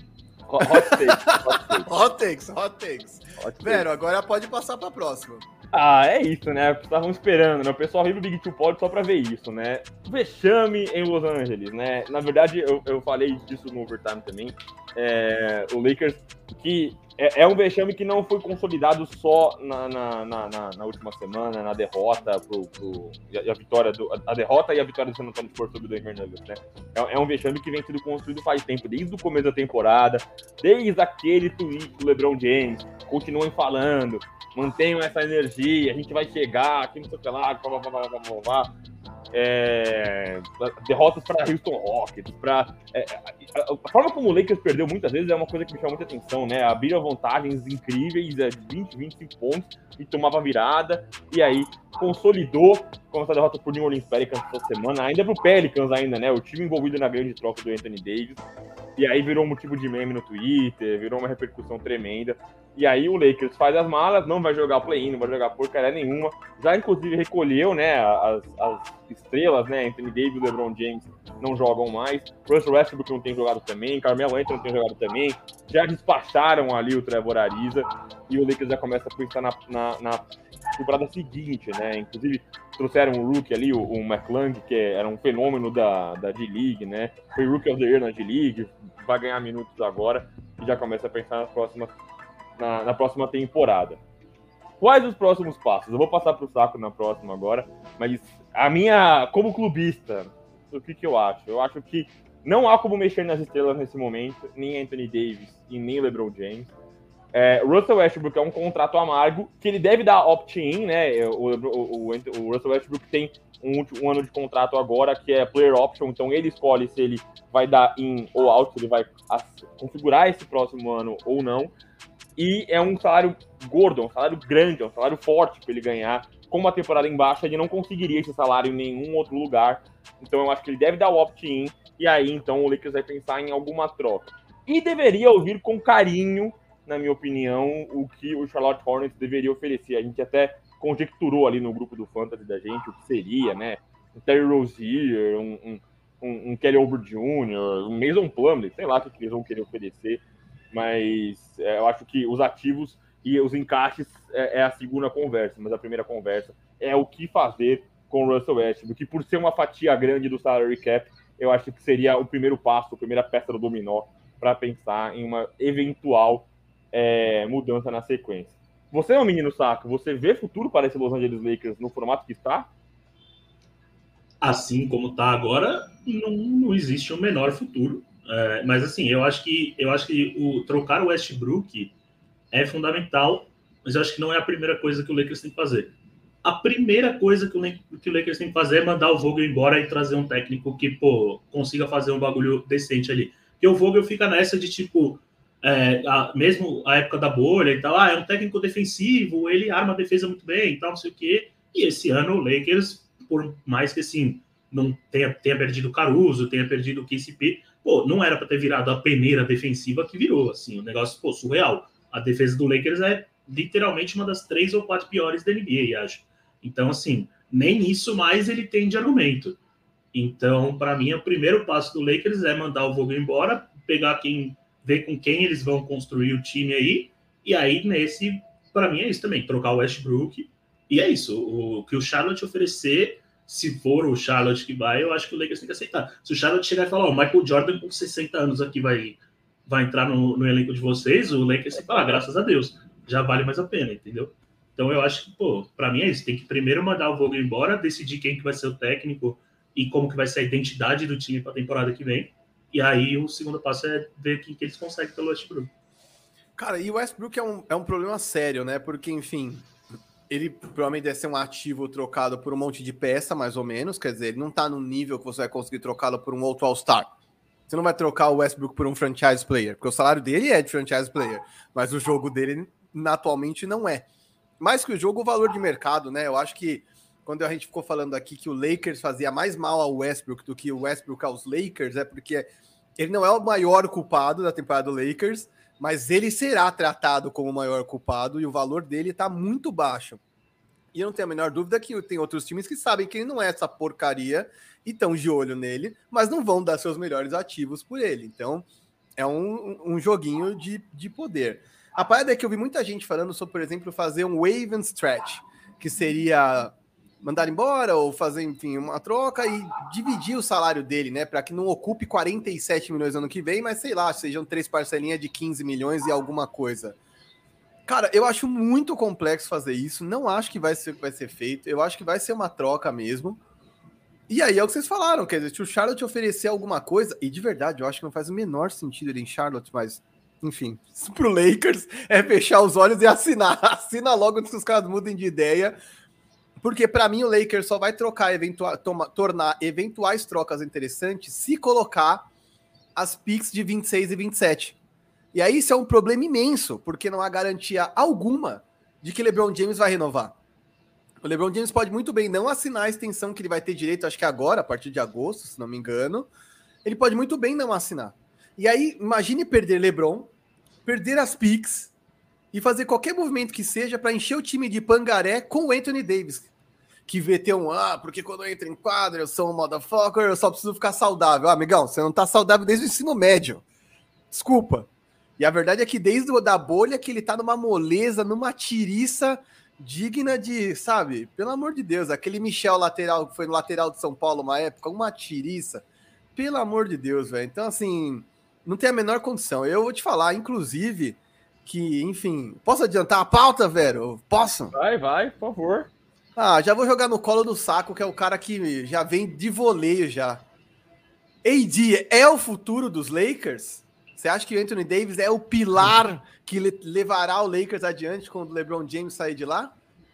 S1: Hot takes. Vero, agora pode passar para a próxima.
S3: É isso, né? Estavam esperando, né? O pessoal veio do Big Two Pod só para ver isso, né? Vexame em Los Angeles, né? Na verdade, eu falei disso no Overtime também. O Lakers, que é um vexame que não foi consolidado só na última semana, na derrota a derrota e a vitória do San Antonio Spurs sobre o Denver Nuggets, né? É um vexame que vem sendo construído faz tempo, desde o começo da temporada, desde aquele tweet do LeBron James, continuam falando, mantenham essa energia, a gente vai chegar, aqui não sei o que lá, derrotas para Houston Rockets, a forma como o Lakers perdeu muitas vezes é uma coisa que me chama muita atenção, né? Abriram vantagens incríveis de 20, 25 pontos e tomava virada, e aí consolidou com essa derrota por New Orleans Pelicans essa semana, ainda pro Pelicans ainda, né? O time envolvido na grande troca do Anthony Davis, e aí virou um motivo de meme no Twitter, virou uma repercussão tremenda. E aí o Lakers faz as malas, não vai jogar play-in, não vai jogar porcaria nenhuma. Já, inclusive, recolheu, né, as estrelas, né, Anthony Davis e LeBron James não jogam mais. Russell Westbrook não tem jogado também, Carmelo Anthony não tem jogado também. Já despacharam ali o Trevor Ariza e o Lakers já começa a pensar na temporada seguinte, né. Inclusive, trouxeram um rookie ali, o McClung, que era um fenômeno da D-League, né. Foi Rookie of the Year na D-League, vai ganhar minutos agora e já começa a pensar na próxima temporada. Quais os próximos passos? Eu vou passar para o Saco na próxima agora, mas como clubista, o que eu acho? Eu acho que não há como mexer nas estrelas nesse momento, nem Anthony Davis e nem LeBron James. Russell Westbrook é um contrato amargo, que ele deve dar opt-in, né? O Russell Westbrook tem um ano de contrato agora, que é player option, então ele escolhe se ele vai dar in ou out, se ele vai configurar esse próximo ano ou não. E é um salário gordo, um salário grande, um salário forte para ele ganhar. Com uma temporada em baixa, ele não conseguiria esse salário em nenhum outro lugar. Então eu acho que ele deve dar o opt-in, e aí então o Lakers vai pensar em alguma troca. E deveria ouvir com carinho, na minha opinião, o que o Charlotte Hornets deveria oferecer. A gente até conjecturou ali no grupo do Fantasy da gente o que seria, né? Um Terry Rozier, um Kelly Oubre Jr., um Mason Plumlee, sei lá o que eles vão querer oferecer, mas eu acho que os ativos e os encaixes é a segunda conversa, mas a primeira conversa é o que fazer com o Russell Westbrook, que por ser uma fatia grande do salary cap, eu acho que seria o primeiro passo, a primeira peça do dominó para pensar em uma eventual mudança na sequência. Você é um menino saco, você vê futuro para esse Los Angeles Lakers no formato que está?
S2: Assim como está agora, não existe um menor futuro. Mas assim, eu acho que trocar o Westbrook é fundamental, mas eu acho que não é a primeira coisa que o Lakers tem que fazer. A primeira coisa que o Lakers tem que fazer é mandar o Vogel embora e trazer um técnico que, consiga fazer um bagulho decente ali. Porque o Vogel fica nessa de, tipo, mesmo a época da bolha e tal, é um técnico defensivo, ele arma a defesa muito bem e tal, não sei o quê. E esse ano o Lakers, por mais que, assim, não tenha perdido o Caruso, tenha perdido o KCP, não era para ter virado a peneira defensiva que virou, assim, um negócio, surreal. A defesa do Lakers é literalmente uma das 3 ou 4 piores da NBA, acho. Então, assim, nem isso mais ele tem de argumento. Então, para mim, o primeiro passo do Lakers é mandar o Vogel embora, ver com quem eles vão construir o time aí, e aí para mim é isso também, trocar o Westbrook, e é isso. O que o Charlotte oferecer, se for o Charlotte que vai, eu acho que o Lakers tem que aceitar. Se o Charlotte chegar e falar, o Michael Jordan com 60 anos aqui vai entrar no elenco de vocês, o Lakers tem que falar, graças a Deus, já vale mais a pena, entendeu? Então eu acho que, para mim é isso, tem que primeiro mandar o Vogel embora, decidir quem que vai ser o técnico e como que vai ser a identidade do time para a temporada que vem, e aí o segundo passo é ver quem que eles conseguem pelo Westbrook.
S1: Cara, e o Westbrook é um problema sério, né? Porque, enfim, ele provavelmente deve ser um ativo trocado por um monte de peça, mais ou menos, quer dizer, ele não tá no nível que você vai conseguir trocá-lo por um outro All-Star. Você não vai trocar o Westbrook por um franchise player, porque o salário dele é de franchise player, mas o jogo dele atualmente não é. Mais que o jogo, o valor de mercado, né? Eu acho que quando a gente ficou falando aqui que o Lakers fazia mais mal ao Westbrook do que o Westbrook aos Lakers, é porque ele não é o maior culpado da temporada do Lakers, mas ele será tratado como o maior culpado e o valor dele tá muito baixo. E eu não tenho a menor dúvida que tem outros times que sabem que ele não é essa porcaria e estão de olho nele, mas não vão dar seus melhores ativos por ele. Então, é um joguinho de poder. A parada é que eu vi muita gente falando sobre, por exemplo, fazer um wave and stretch, que seria mandar embora ou fazer, enfim, uma troca e dividir o salário dele, né, para que não ocupe 47 milhões ano que vem, mas sei lá, sejam 3 parcelinhas de 15 milhões e alguma coisa. Cara, eu acho muito complexo fazer isso, não acho que vai ser feito, eu acho que vai ser uma troca mesmo. E aí é o que vocês falaram, quer dizer, se o Charlotte oferecer alguma coisa, e de verdade, eu acho que não faz o menor sentido ele em Charlotte, mas, enfim, pro Lakers é fechar os olhos e assinar. Assina logo antes que os caras mudem de ideia, porque para mim o Lakers só vai tornar eventuais trocas interessantes se colocar as picks de 26 e 27. E aí isso é um problema imenso, porque não há garantia alguma de que LeBron James vai renovar. O LeBron James pode muito bem não assinar a extensão que ele vai ter direito, acho que agora, a partir de agosto, se não me engano. Ele pode muito bem não assinar. E aí, imagine perder LeBron, perder as picks e fazer qualquer movimento que seja para encher o time de pangaré com o Anthony Davis. Que vê ter porque quando eu entro em quadra eu sou um motherfucker, eu só preciso ficar saudável. Amigão, você não tá saudável desde o ensino médio. Desculpa. E a verdade é que desde a bolha que ele tá numa moleza, numa tiriça digna de, sabe, pelo amor de Deus, aquele Michel lateral que foi no lateral de São Paulo uma época, uma tiriça, pelo amor de Deus, velho. Então, assim, não tem a menor condição. Eu vou te falar, inclusive, que, enfim, posso adiantar a pauta, velho? Posso?
S3: Vai, por favor.
S1: Já vou jogar no colo do Saco, que é o cara que já vem de voleio já. AD é o futuro dos Lakers? Você acha que o Anthony Davis é o pilar que levará o Lakers adiante quando o LeBron James sair de lá?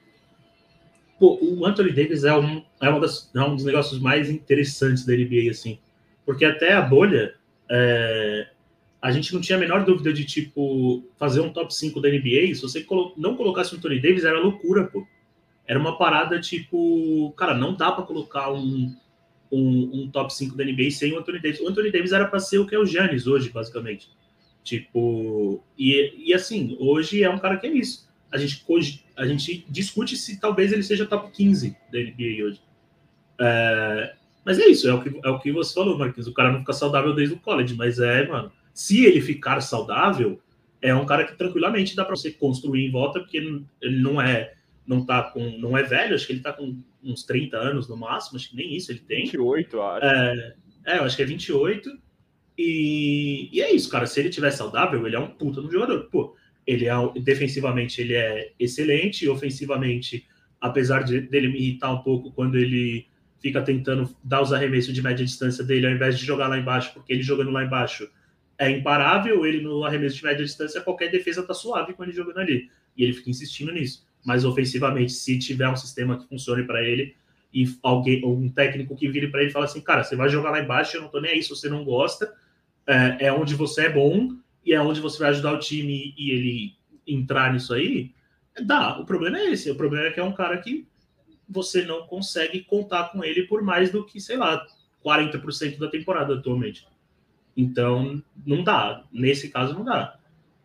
S2: O Anthony Davis é um dos negócios mais interessantes da NBA, assim. Porque até a bolha, a gente não tinha a menor dúvida de, tipo, fazer um top 5 da NBA. Se você não colocasse o Anthony Davis, era loucura, pô. Era uma parada, tipo, cara, não dá pra colocar um top 5 da NBA sem o Anthony Davis. O Anthony Davis era pra ser o que é o Giannis hoje, basicamente. Tipo, e assim, hoje é um cara que é isso. A gente discute se talvez ele seja top 15 da NBA hoje. Mas é isso, é o que você falou, Marquinhos. O cara não fica saudável desde o college, mas mano, se ele ficar saudável, é um cara que tranquilamente dá para você construir em volta, porque ele não é velho, acho que ele tá com uns 30 anos no máximo, acho que nem isso ele tem.
S3: 28, acho.
S2: Eu acho que é 28. E é isso, cara. Se ele tiver saudável, ele é um puta no jogador. Pô, defensivamente ele é excelente, ofensivamente, apesar dele me irritar um pouco quando ele fica tentando dar os arremessos de média distância dele ao invés de jogar lá embaixo, porque ele jogando lá embaixo é imparável, ele no arremesso de média distância, qualquer defesa tá suave com ele jogando ali. E ele fica insistindo nisso. Mas ofensivamente, se tiver um sistema que funcione para ele e um técnico que vire para ele e fala assim, cara, você vai jogar lá embaixo, eu não tô nem aí se você não gosta, é onde você é bom e é onde você vai ajudar o time e ele entrar nisso aí, dá. O problema é esse. O problema é que é um cara que você não consegue contar com ele por mais do que, sei lá, 40% da temporada atualmente. Então, não dá. Nesse caso, não dá.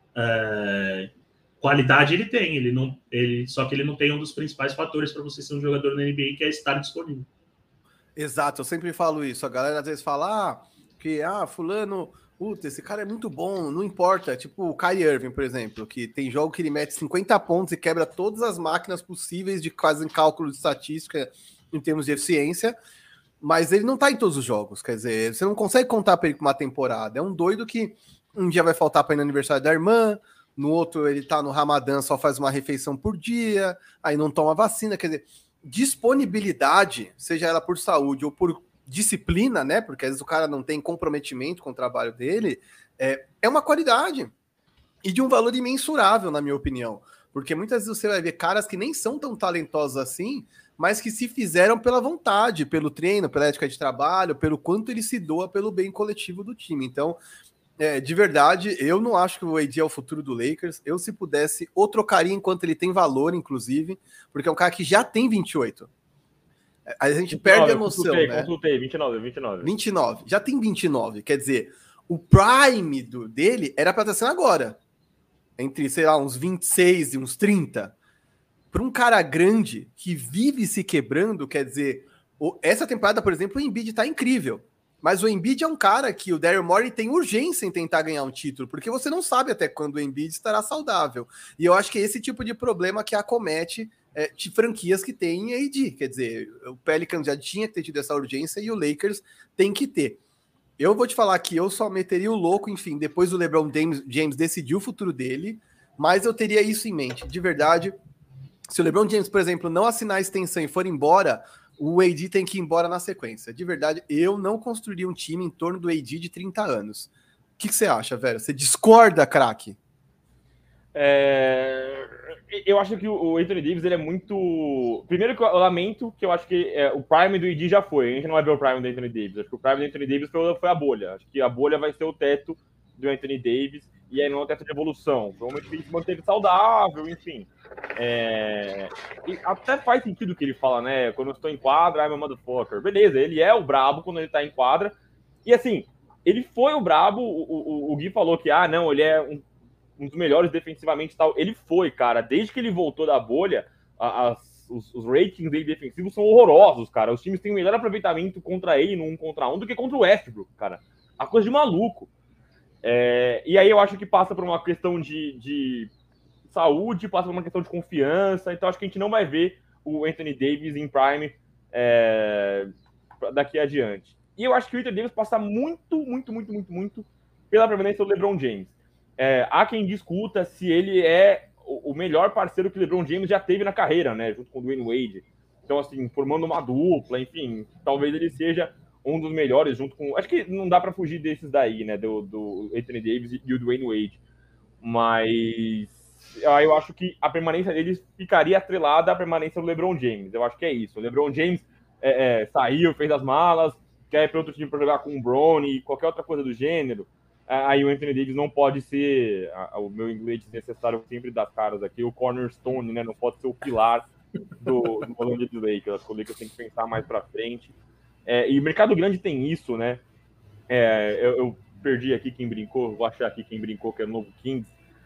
S2: Qualidade ele tem, só que ele não tem um dos principais fatores para você ser um jogador na NBA, que é estar disponível.
S1: Exato, eu sempre falo isso. A galera às vezes fala que fulano, esse cara é muito bom, não importa. Tipo o Kyrie Irving, por exemplo, que tem jogo que ele mete 50 pontos e quebra todas as máquinas possíveis de quase em cálculo de estatística em termos de eficiência, mas ele não tá em todos os jogos. Quer dizer, você não consegue contar para ele com uma temporada. É um doido que um dia vai faltar para ir no aniversário da irmã, no outro ele tá no Ramadã, só faz uma refeição por dia, aí não toma vacina. Quer dizer, disponibilidade, seja ela por saúde ou por disciplina, né? Porque às vezes o cara não tem comprometimento com o trabalho dele, é uma qualidade e de um valor imensurável, na minha opinião. Porque muitas vezes você vai ver caras que nem são tão talentosos assim, mas que se fizeram pela vontade, pelo treino, pela ética de trabalho, pelo quanto ele se doa pelo bem coletivo do time. Então, de verdade, eu não acho que o AD é o futuro do Lakers. Eu, se pudesse, o trocaria enquanto ele tem valor, inclusive, porque é um cara que já tem 28. A gente 29, perde a noção, né?
S3: Consultei, 29.
S1: Já tem 29. Quer dizer, o prime dele era para estar sendo agora. Entre, sei lá, uns 26 e uns 30. Para um cara grande que vive se quebrando, quer dizer, essa temporada, por exemplo, o Embiid tá incrível. Mas o Embiid é um cara que o Daryl Morey tem urgência em tentar ganhar um título, porque você não sabe até quando o Embiid estará saudável. E eu acho que é esse tipo de problema que acomete de franquias que tem em AD. Quer dizer, o Pelicans já tinha que ter tido essa urgência e o Lakers tem que ter. Eu vou te falar que eu só meteria o louco, enfim, depois o LeBron James decidiu o futuro dele, mas eu teria isso em mente. De verdade, se o LeBron James, por exemplo, não assinar a extensão e for embora, o AD tem que ir embora na sequência. De verdade, eu não construiria um time em torno do AD de 30 anos. O que você acha, velho? Você discorda, craque?
S3: Eu acho que o Anthony Davis ele é muito... Primeiro que eu lamento que eu acho que o prime do AD já foi. A gente não vai ver o prime do Anthony Davis. Acho que o prime do Anthony Davis foi a bolha. Acho que a bolha vai ser o teto do Anthony Davis e aí não é o teto de evolução. Provavelmente ele se manteve saudável, enfim. E até faz sentido o que ele fala, né? Quando eu estou em quadra, I'm a motherfucker. Beleza, ele é o brabo quando ele tá em quadra. E assim, ele foi o brabo. O Gui falou que, não, ele é um dos melhores defensivamente e tal. Ele foi, cara. Desde que ele voltou da bolha, os ratings dele defensivos são horrorosos, cara. Os times têm o melhor aproveitamento contra ele no 1 contra 1 do que contra o Westbrook, cara. A coisa de maluco. E aí eu acho que passa por uma questão de saúde, passa por uma questão de confiança. Então acho que a gente não vai ver o Anthony Davis em prime daqui adiante. E eu acho que o Anthony Davis passa muito pela permanência do LeBron James. Há quem discuta se ele é o melhor parceiro que o LeBron James já teve na carreira, né, junto com o Dwayne Wade. Então, assim, formando uma dupla, enfim, talvez ele seja um dos melhores junto com... Acho que não dá para fugir desses daí, né, do Anthony Davis e o Dwayne Wade. Mas eu acho que a permanência deles ficaria atrelada à permanência do LeBron James. Eu acho que é isso. O LeBron James saiu, fez as malas, quer ir para outro time para jogar com o Bronny, qualquer outra coisa do gênero. aí o Anthony Davis não pode ser, o meu inglês necessário sempre das caras aqui, o cornerstone, né? Não pode ser o pilar do Los Angeles Lakers. Acho que o Lakers tem que pensar mais para frente. E o mercado grande tem isso, né? Eu perdi aqui quem brincou, vou achar aqui quem brincou, que é o novo Kings.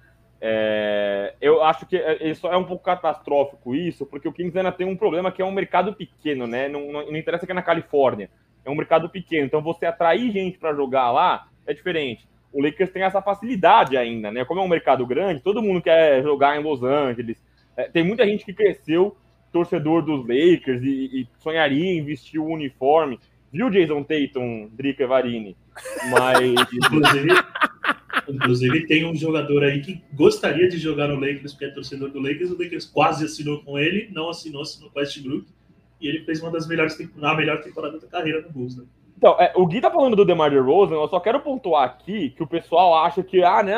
S3: Eu acho que isso é um pouco catastrófico isso, porque o Kings ainda tem um problema que é um mercado pequeno, né? Não interessa que é na Califórnia, é um mercado pequeno, então você atrair gente para jogar lá é diferente. O Lakers tem essa facilidade ainda, né? Como é um mercado grande, todo mundo quer jogar em Los Angeles. Tem muita gente que cresceu torcedor dos Lakers e sonharia em vestir o uniforme. Viu, Jason Tatum, Drica Varini? Mas...
S2: Inclusive, tem um jogador aí que gostaria de jogar no Lakers, porque é torcedor do Lakers. O Lakers quase assinou com ele, não assinou com o Westbrook. E ele fez uma das melhores temporada da carreira no Bulls, né?
S3: Então, o Gui tá falando do DeMar DeRozan, eu só quero pontuar aqui que o pessoal acha que,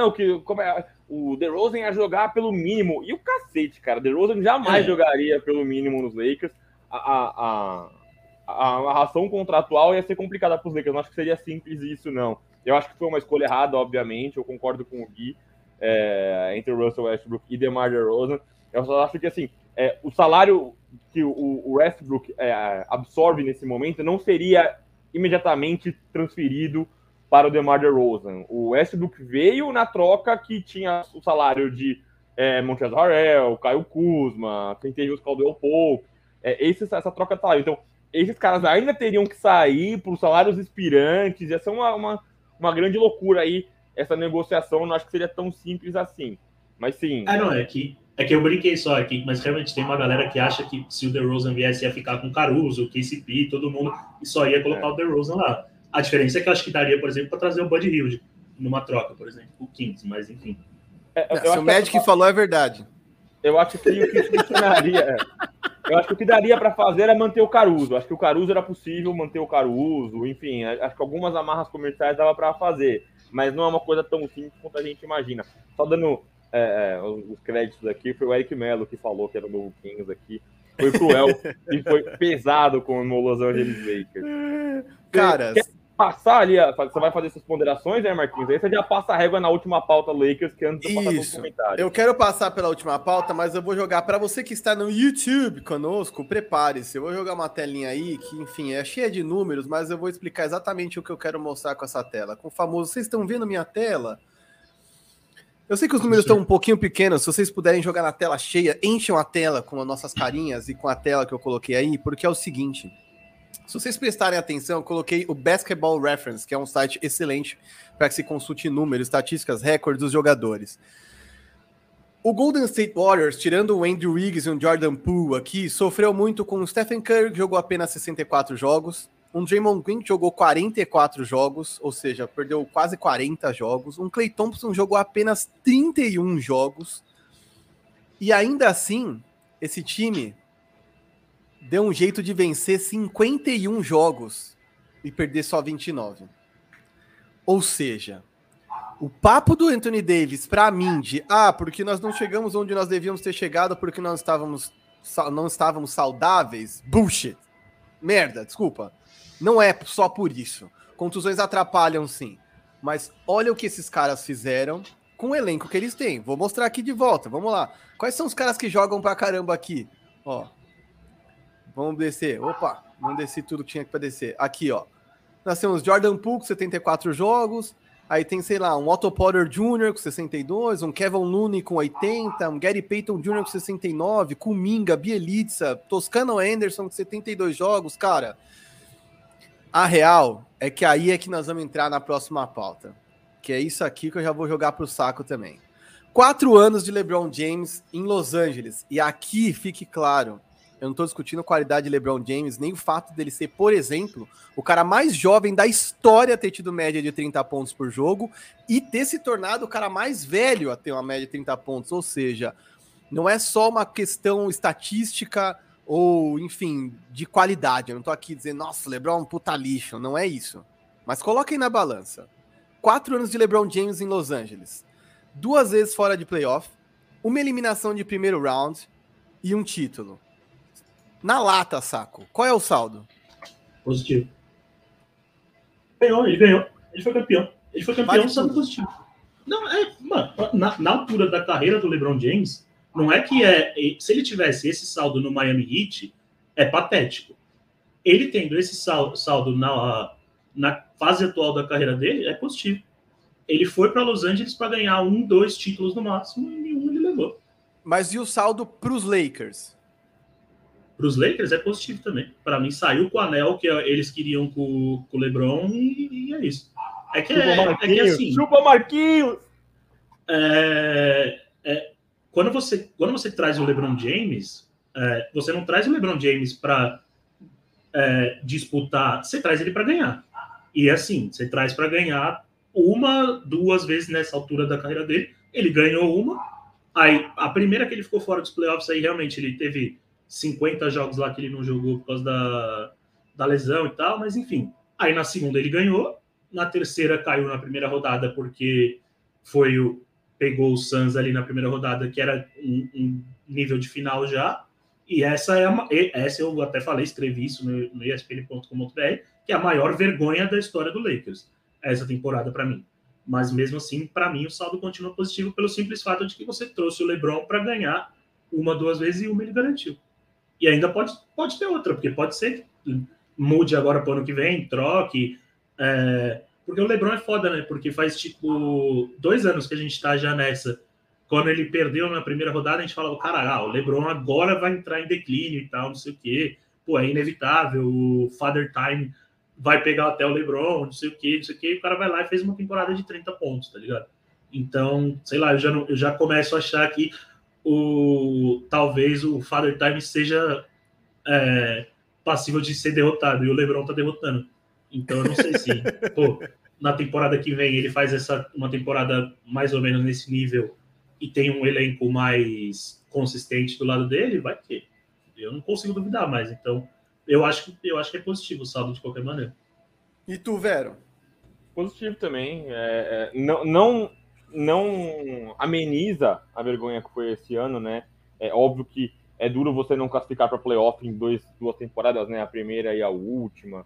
S3: o DeRozan ia jogar pelo mínimo. E o cacete, cara, DeRozan jamais jogaria pelo mínimo nos Lakers. A amarração contratual ia ser complicada pros Lakers, não acho que seria simples isso, não. Eu acho que foi uma escolha errada, obviamente, eu concordo com o Gui, entre o Russell Westbrook e DeMar DeRozan. Eu só acho que, assim, o salário que o Westbrook absorve nesse momento não seria imediatamente transferido para o DeMar DeRozan. O Westbrook veio na troca que tinha o salário de Montrezl Harrell, Kyle Kuzma, quem teve os Caldwell Pope, essa troca tá lá. Então, esses caras ainda teriam que sair por salários expirantes, ia ser uma grande loucura aí, essa negociação, não acho que seria tão simples assim. Mas sim.
S2: Não, é que eu brinquei só aqui, mas realmente tem uma galera que acha que se o DeRozan viesse ia ficar com o Caruso, o KCP, todo mundo, e só ia colocar o DeRozan lá. A diferença é que eu acho que daria, por exemplo, para trazer o Buddy Hield numa troca, por exemplo, o Kings, mas enfim.
S1: Se o Magic falou, é verdade.
S3: Eu acho que o que funcionaria... Eu acho que o que daria para fazer era manter o Caruso. Acho que o Caruso era possível manter o Caruso. Enfim, acho que algumas amarras comerciais dava para fazer. Mas não é uma coisa tão simples quanto a gente imagina. Só dando os créditos aqui, foi o Eric Mello que falou que era o novo Kings aqui. Foi cruel e foi pesado com o Los Angeles Lakers.
S1: Cara...
S3: Passar ali, você vai fazer essas ponderações, né, Marquinhos? Aí você já passa a régua na última pauta Lakers, que antes de eu passar nos comentários.
S1: Eu quero passar pela última pauta, mas eu vou jogar para você que está no YouTube conosco, prepare-se. Eu vou jogar uma telinha aí que, enfim, é cheia de números, mas eu vou explicar exatamente o que eu quero mostrar com essa tela. Com o famoso, vocês estão vendo minha tela? Eu sei que os números estão um pouquinho pequenos, se vocês puderem jogar na tela cheia, encham a tela com as nossas carinhas e com a tela que eu coloquei aí, porque é o seguinte... Se vocês prestarem atenção, eu coloquei o Basketball Reference, que é um site excelente para que se consulte números, estatísticas, recordes dos jogadores. O Golden State Warriors, tirando o Andrew Wiggins e o Jordan Poole aqui, sofreu muito com o Stephen Curry, que jogou apenas 64 jogos, um Draymond Green que jogou 44 jogos, ou seja, perdeu quase 40 jogos, um Klay Thompson jogou apenas 31 jogos, e ainda assim, esse time... deu um jeito de vencer 51 jogos e perder só 29. Ou seja, o papo do Anthony Davis para mim de porque nós não chegamos onde nós devíamos ter chegado porque nós não estávamos saudáveis, bullshit. Merda, desculpa. Não é só por isso. Contusões atrapalham sim. Mas olha o que esses caras fizeram com o elenco que eles têm. Vou mostrar aqui de volta, vamos lá. Quais são os caras que jogam pra caramba aqui? Ó. Vamos descer. Opa, não desci tudo que tinha para descer. Aqui, ó. Nós temos Jordan Poole com 74 jogos. Aí tem, sei lá, um Otto Porter Jr. com 62, um Kevin Looney com 80, um Gary Payton Jr. com 69, Kuminga, Bielitsa, Toscano Anderson com 72 jogos. Cara, a real é que aí é que nós vamos entrar na próxima pauta. Que é isso aqui que eu já vou jogar pro saco também. 4 anos de LeBron James em Los Angeles. E aqui fique claro... Eu não estou discutindo a qualidade de LeBron James, nem o fato dele ser, por exemplo, o cara mais jovem da história a ter tido média de 30 pontos por jogo e ter se tornado o cara mais velho a ter uma média de 30 pontos. Ou seja, não é só uma questão estatística ou, enfim, de qualidade. Eu não estou aqui dizendo, nossa, LeBron é um puta lixo. Não é isso. Mas coloquem na balança. 4 anos de LeBron James em Los Angeles. 2 vezes fora de playoff, uma eliminação de primeiro round e um título. Na lata, saco. Qual é o saldo?
S2: Positivo. Ganhou, ele ganhou. Ele foi campeão. Ele foi campeão saldo positivo. Não, mano, na altura da carreira do LeBron James, não é que se ele tivesse esse saldo no Miami Heat, é patético. Ele tendo esse saldo na fase atual da carreira dele, é positivo. Ele foi para Los Angeles para ganhar 2 títulos no máximo, e nenhum ele levou.
S1: Mas e o saldo para os Lakers?
S2: Para os Lakers é positivo também. Para mim, saiu com o anel que eles queriam com o LeBron e é isso. É que assim...
S3: Chupa Marquinhos!
S2: Quando você traz o LeBron James, você não traz o LeBron James para disputar, você traz ele para ganhar. E assim, você traz para ganhar 1, 2 vezes nessa altura da carreira dele. Ele ganhou uma. Aí, a primeira que ele ficou fora dos playoffs, aí realmente ele teve 50 jogos lá que ele não jogou por causa da lesão e tal, mas enfim. Aí na segunda ele ganhou. Na terceira caiu na primeira rodada porque pegou o Suns ali na primeira rodada, que era um nível de final já. E essa eu até falei, escrevi isso no ESPN.com.br, que é a maior vergonha da história do Lakers, essa temporada para mim. Mas mesmo assim, para mim, o saldo continua positivo pelo simples fato de que você trouxe o LeBron para ganhar 1, 2 vezes e uma ele garantiu. E ainda pode ter outra, porque pode ser que mude agora para o ano que vem, troque. Porque o LeBron é foda, né? Porque faz, 2 anos que a gente tá já nessa. Quando ele perdeu na primeira rodada, a gente falava, cara, o LeBron agora vai entrar em declínio e tal, não sei o quê. Pô, é inevitável, o Father Time vai pegar até o LeBron, não sei o quê. E o cara vai lá e fez uma temporada de 30 pontos, tá ligado? Então, sei lá, eu já começo a achar que talvez o Father Time seja passível de ser derrotado, e o LeBron tá derrotando. Então, eu não sei se, na temporada que vem ele faz uma temporada mais ou menos nesse nível e tem um elenco mais consistente do lado dele, vai que eu não consigo duvidar mais. Então, eu acho que é positivo o saldo de qualquer maneira.
S1: E tu, Vero?
S3: Positivo também. Não ameniza a vergonha que foi esse ano, né? É óbvio que é duro você não classificar para playoff em 2 temporadas, né? A primeira e a última.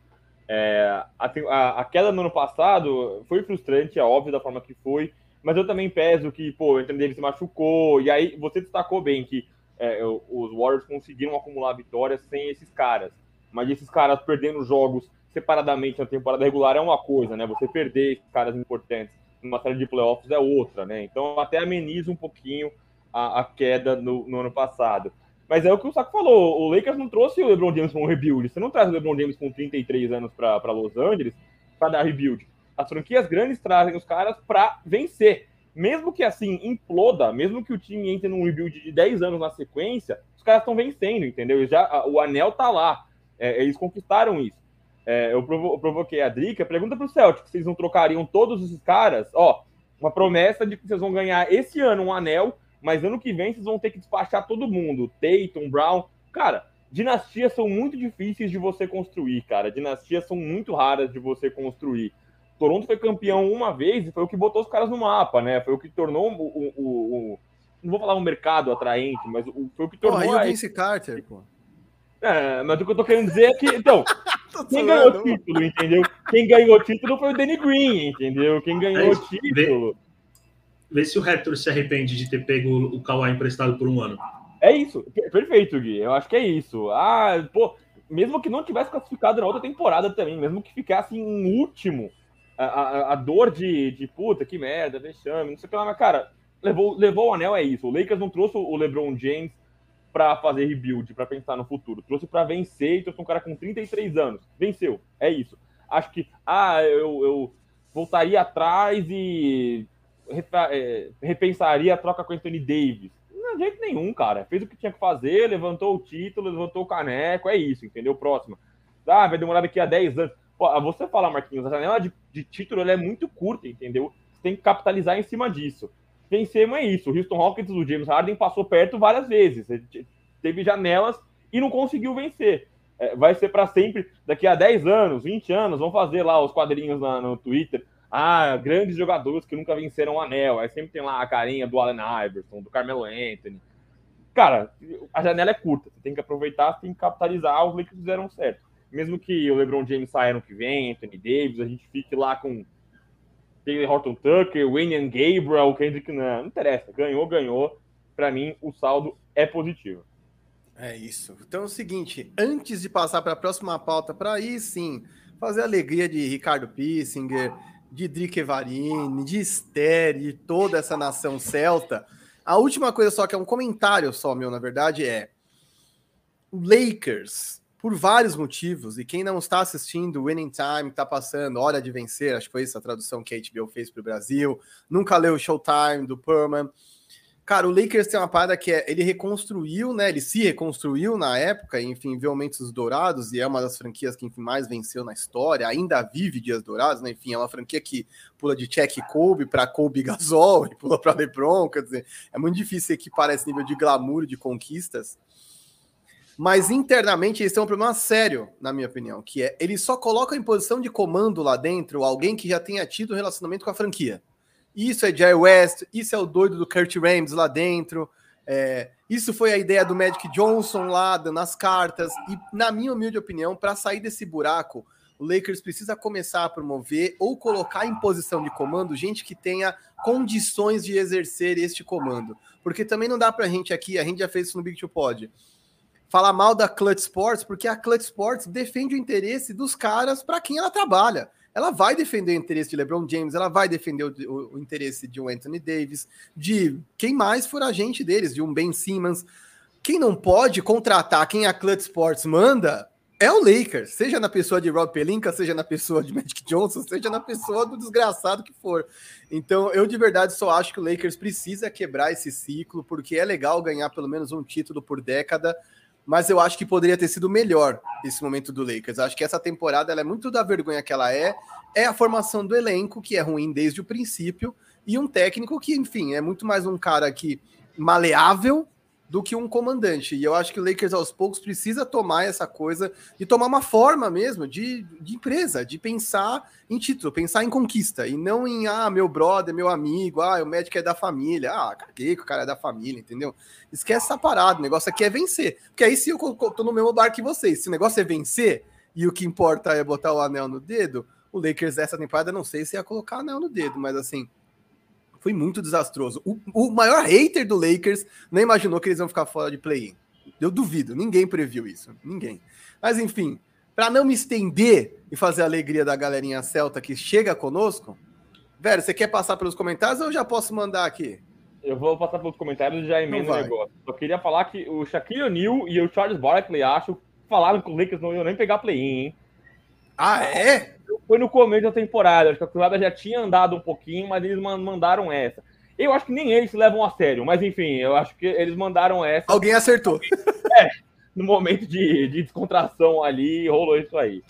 S3: A queda no ano passado foi frustrante, é óbvio da forma que foi, mas eu também peso que, o Anthony Davis se machucou, e aí você destacou bem que os Warriors conseguiram acumular vitórias sem esses caras, mas esses caras perdendo jogos separadamente na temporada regular é uma coisa, né? Você perder esses caras importantes numa série de playoffs é outra, né? Então até ameniza um pouquinho a queda no ano passado. Mas é o que o Saco falou, o Lakers não trouxe o LeBron James para um rebuild. Você não traz o LeBron James com 33 anos para Los Angeles para dar rebuild. As franquias grandes trazem os caras para vencer. Mesmo que assim imploda, mesmo que o time entre num rebuild de 10 anos na sequência, os caras estão vencendo, entendeu? O anel tá lá. Eles conquistaram isso. Eu provoquei a Drica, pergunta pro Celtic se vocês não trocariam todos esses caras. Uma promessa de que vocês vão ganhar esse ano um anel, mas ano que vem vocês vão ter que despachar todo mundo. Tatum, Brown. Cara, dinastias são muito difíceis de você construir, cara. Dinastias são muito raras de você construir. Toronto foi campeão uma vez e foi o que botou os caras no mapa, né? Foi o que tornou não vou falar um mercado atraente, mas foi o que tornou...
S1: Aí o Vince Carter, pô.
S3: Mas o que eu tô querendo dizer é que, então, quem ganhou o título, entendeu? Quem ganhou o título foi o Danny Green, entendeu? Quem ganhou o título...
S2: Vê se o Raptors se arrepende de ter pego o Kawhi emprestado por um ano.
S3: É isso. Perfeito, Gui. Eu acho que é isso. Mesmo que não tivesse classificado na outra temporada também, mesmo que ficasse em último, a dor de puta, que merda, vexame, não sei o que lá, mas, cara, levou o anel, é isso. O Lakers não trouxe o LeBron James pra fazer rebuild, pra pensar no futuro. Trouxe pra vencer e trouxe um cara com 33 anos. Venceu. É isso. Acho que, eu voltaria atrás e repensaria a troca com Anthony Davis. Não, de jeito nenhum, cara. Fez o que tinha que fazer, levantou o título, levantou o caneco, é isso, entendeu? Próxima. Vai demorar daqui a 10 anos. Você fala, Marquinhos, a janela de título ela é muito curta, entendeu? Você tem que capitalizar em cima disso. Vencemos é isso. O Houston Rockets, o James Harden passou perto várias vezes. Teve janelas e não conseguiu vencer. Vai ser para sempre. Daqui a 10 anos, 20 anos, vão fazer lá os quadrinhos no Twitter. Grandes jogadores que nunca venceram o anel. Aí sempre tem lá a carinha do Allen Iverson, do Carmelo Anthony. Cara, a janela é curta. Você tem que aproveitar, você tem que capitalizar. Os Lakers fizeram certo. Mesmo que o LeBron James saia ano que vem, Anthony Davis, a gente fique lá com Taylor Horton Tucker, Wayne Gabriel, Kendrick Nunn. Não interessa. Ganhou. Para mim, o saldo é positivo.
S1: É isso. Então é o seguinte, antes de passar para a próxima pauta, para aí sim fazer a alegria de Ricardo Pissinger, de Drique Evarini, de Esther, de toda essa nação celta, a última coisa só, que é um comentário só meu, na verdade, é o Lakers, por vários motivos, e quem não está assistindo Winning Time, está passando Hora de Vencer, acho que foi essa a tradução que a HBO fez para o Brasil, nunca leu Showtime, do Perman. Cara, o Lakers tem uma parada que ele reconstruiu, né? Ele se reconstruiu na época, enfim, viu aumentos dourados, e é uma das franquias que, enfim, mais venceu na história, ainda vive dias dourados, né? Enfim, é uma franquia que pula de Shaq Kobe para Kobe Gasol e pula para LeBron, quer dizer, é muito difícil equiparar esse nível de glamour, de conquistas. Mas internamente eles têm um problema sério, na minha opinião, que é eles só colocam em posição de comando lá dentro alguém que já tenha tido relacionamento com a franquia. Isso é Jerry West, isso é o doido do Kurt Rambis lá dentro, isso foi a ideia do Magic Johnson lá, nas cartas, e na minha humilde opinião, para sair desse buraco, o Lakers precisa começar a promover ou colocar em posição de comando gente que tenha condições de exercer este comando. Porque também não dá pra gente aqui, a gente já fez isso no Big Two Pod, falar mal da Clutch Sports, porque a Clutch Sports defende o interesse dos caras para quem ela trabalha. Ela vai defender o interesse de LeBron James, ela vai defender o interesse de um Anthony Davis, de quem mais for agente deles, de um Ben Simmons. Quem não pode contratar quem a Clutch Sports manda é o Lakers, seja na pessoa de Rob Pelinka, seja na pessoa de Magic Johnson, seja na pessoa do desgraçado que for. Então, eu de verdade só acho que o Lakers precisa quebrar esse ciclo, porque é legal ganhar pelo menos um título por década, mas eu acho que poderia ter sido melhor esse momento do Lakers. Eu acho que essa temporada ela é muito da vergonha que ela é a formação do elenco, que é ruim desde o princípio, e um técnico que, enfim, é muito mais um cara que maleável do que um comandante. E eu acho que o Lakers, aos poucos, precisa tomar essa coisa de tomar uma forma mesmo de empresa, de pensar em título, pensar em conquista, e não em, meu brother, meu amigo, o Magic é da família, caguei que o cara é da família, entendeu? Esquece essa parada, o negócio aqui é vencer. Porque aí se eu tô no mesmo bar que vocês, se o negócio é vencer, e o que importa é botar o anel no dedo, o Lakers essa temporada, não sei se ia colocar o anel no dedo, mas assim, foi muito desastroso. O maior hater do Lakers não imaginou que eles iam ficar fora de play-in. Eu duvido, ninguém previu isso. Ninguém. Mas enfim, para não me estender e fazer a alegria da galerinha celta que chega conosco, velho, você quer passar pelos comentários ou eu já posso mandar aqui?
S3: Eu vou passar pelos comentários e já emendo o negócio. Só queria falar que o Shaquille O'Neal e o Charles Barkley, falaram que os Lakers não iam nem pegar play-in, hein?
S1: É?
S3: Foi no começo da temporada. Acho que a temporada já tinha andado um pouquinho, mas eles mandaram essa. Eu acho que nem eles se levam a sério, mas enfim, eu acho que eles mandaram essa.
S1: Alguém acertou.
S3: No momento de descontração ali, rolou isso aí.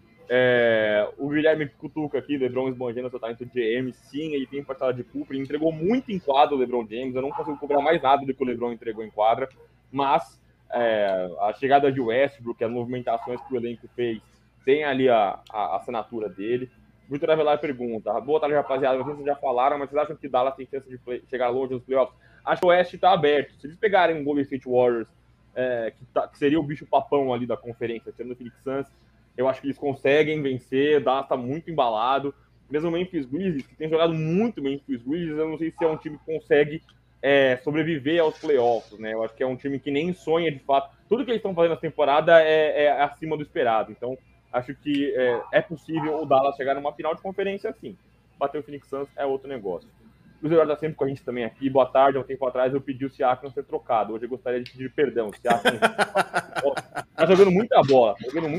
S3: O Guilherme Cutuca aqui, LeBron esbanjando seu talento de GM, sim, ele tem parcela de culpa, ele entregou muito em quadra o LeBron James, eu não consigo cobrar mais nada do que o LeBron entregou em quadra, mas a chegada de Westbrook, as movimentações que o elenco fez, tem ali a assinatura dele. Vitor Avelar pergunta: boa tarde, rapaziada. Não sei se vocês já falaram, mas vocês acham que Dallas tem chance de chegar longe nos playoffs? Acho que o Oeste está aberto. Se eles pegarem um Golden State Warriors, que seria o bicho-papão ali da conferência, sendo o Phoenix Suns, eu acho que eles conseguem vencer. Dallas está muito embalado. Mesmo o Memphis Grizzlies, que tem jogado muito bem Memphis Grizzlies, eu não sei se é um time que consegue sobreviver aos playoffs, né? Eu acho que é um time que nem sonha de fato. Tudo que eles estão fazendo na temporada é acima do esperado. Então, acho que é possível o Dallas chegar numa final de conferência assim. Bater o Phoenix Suns é outro negócio. O Zé está sempre com a gente também aqui. Boa tarde. Há um tempo atrás eu pedi o Siakam ser trocado. Hoje eu gostaria de pedir perdão. O Siakam tá jogando muita bola.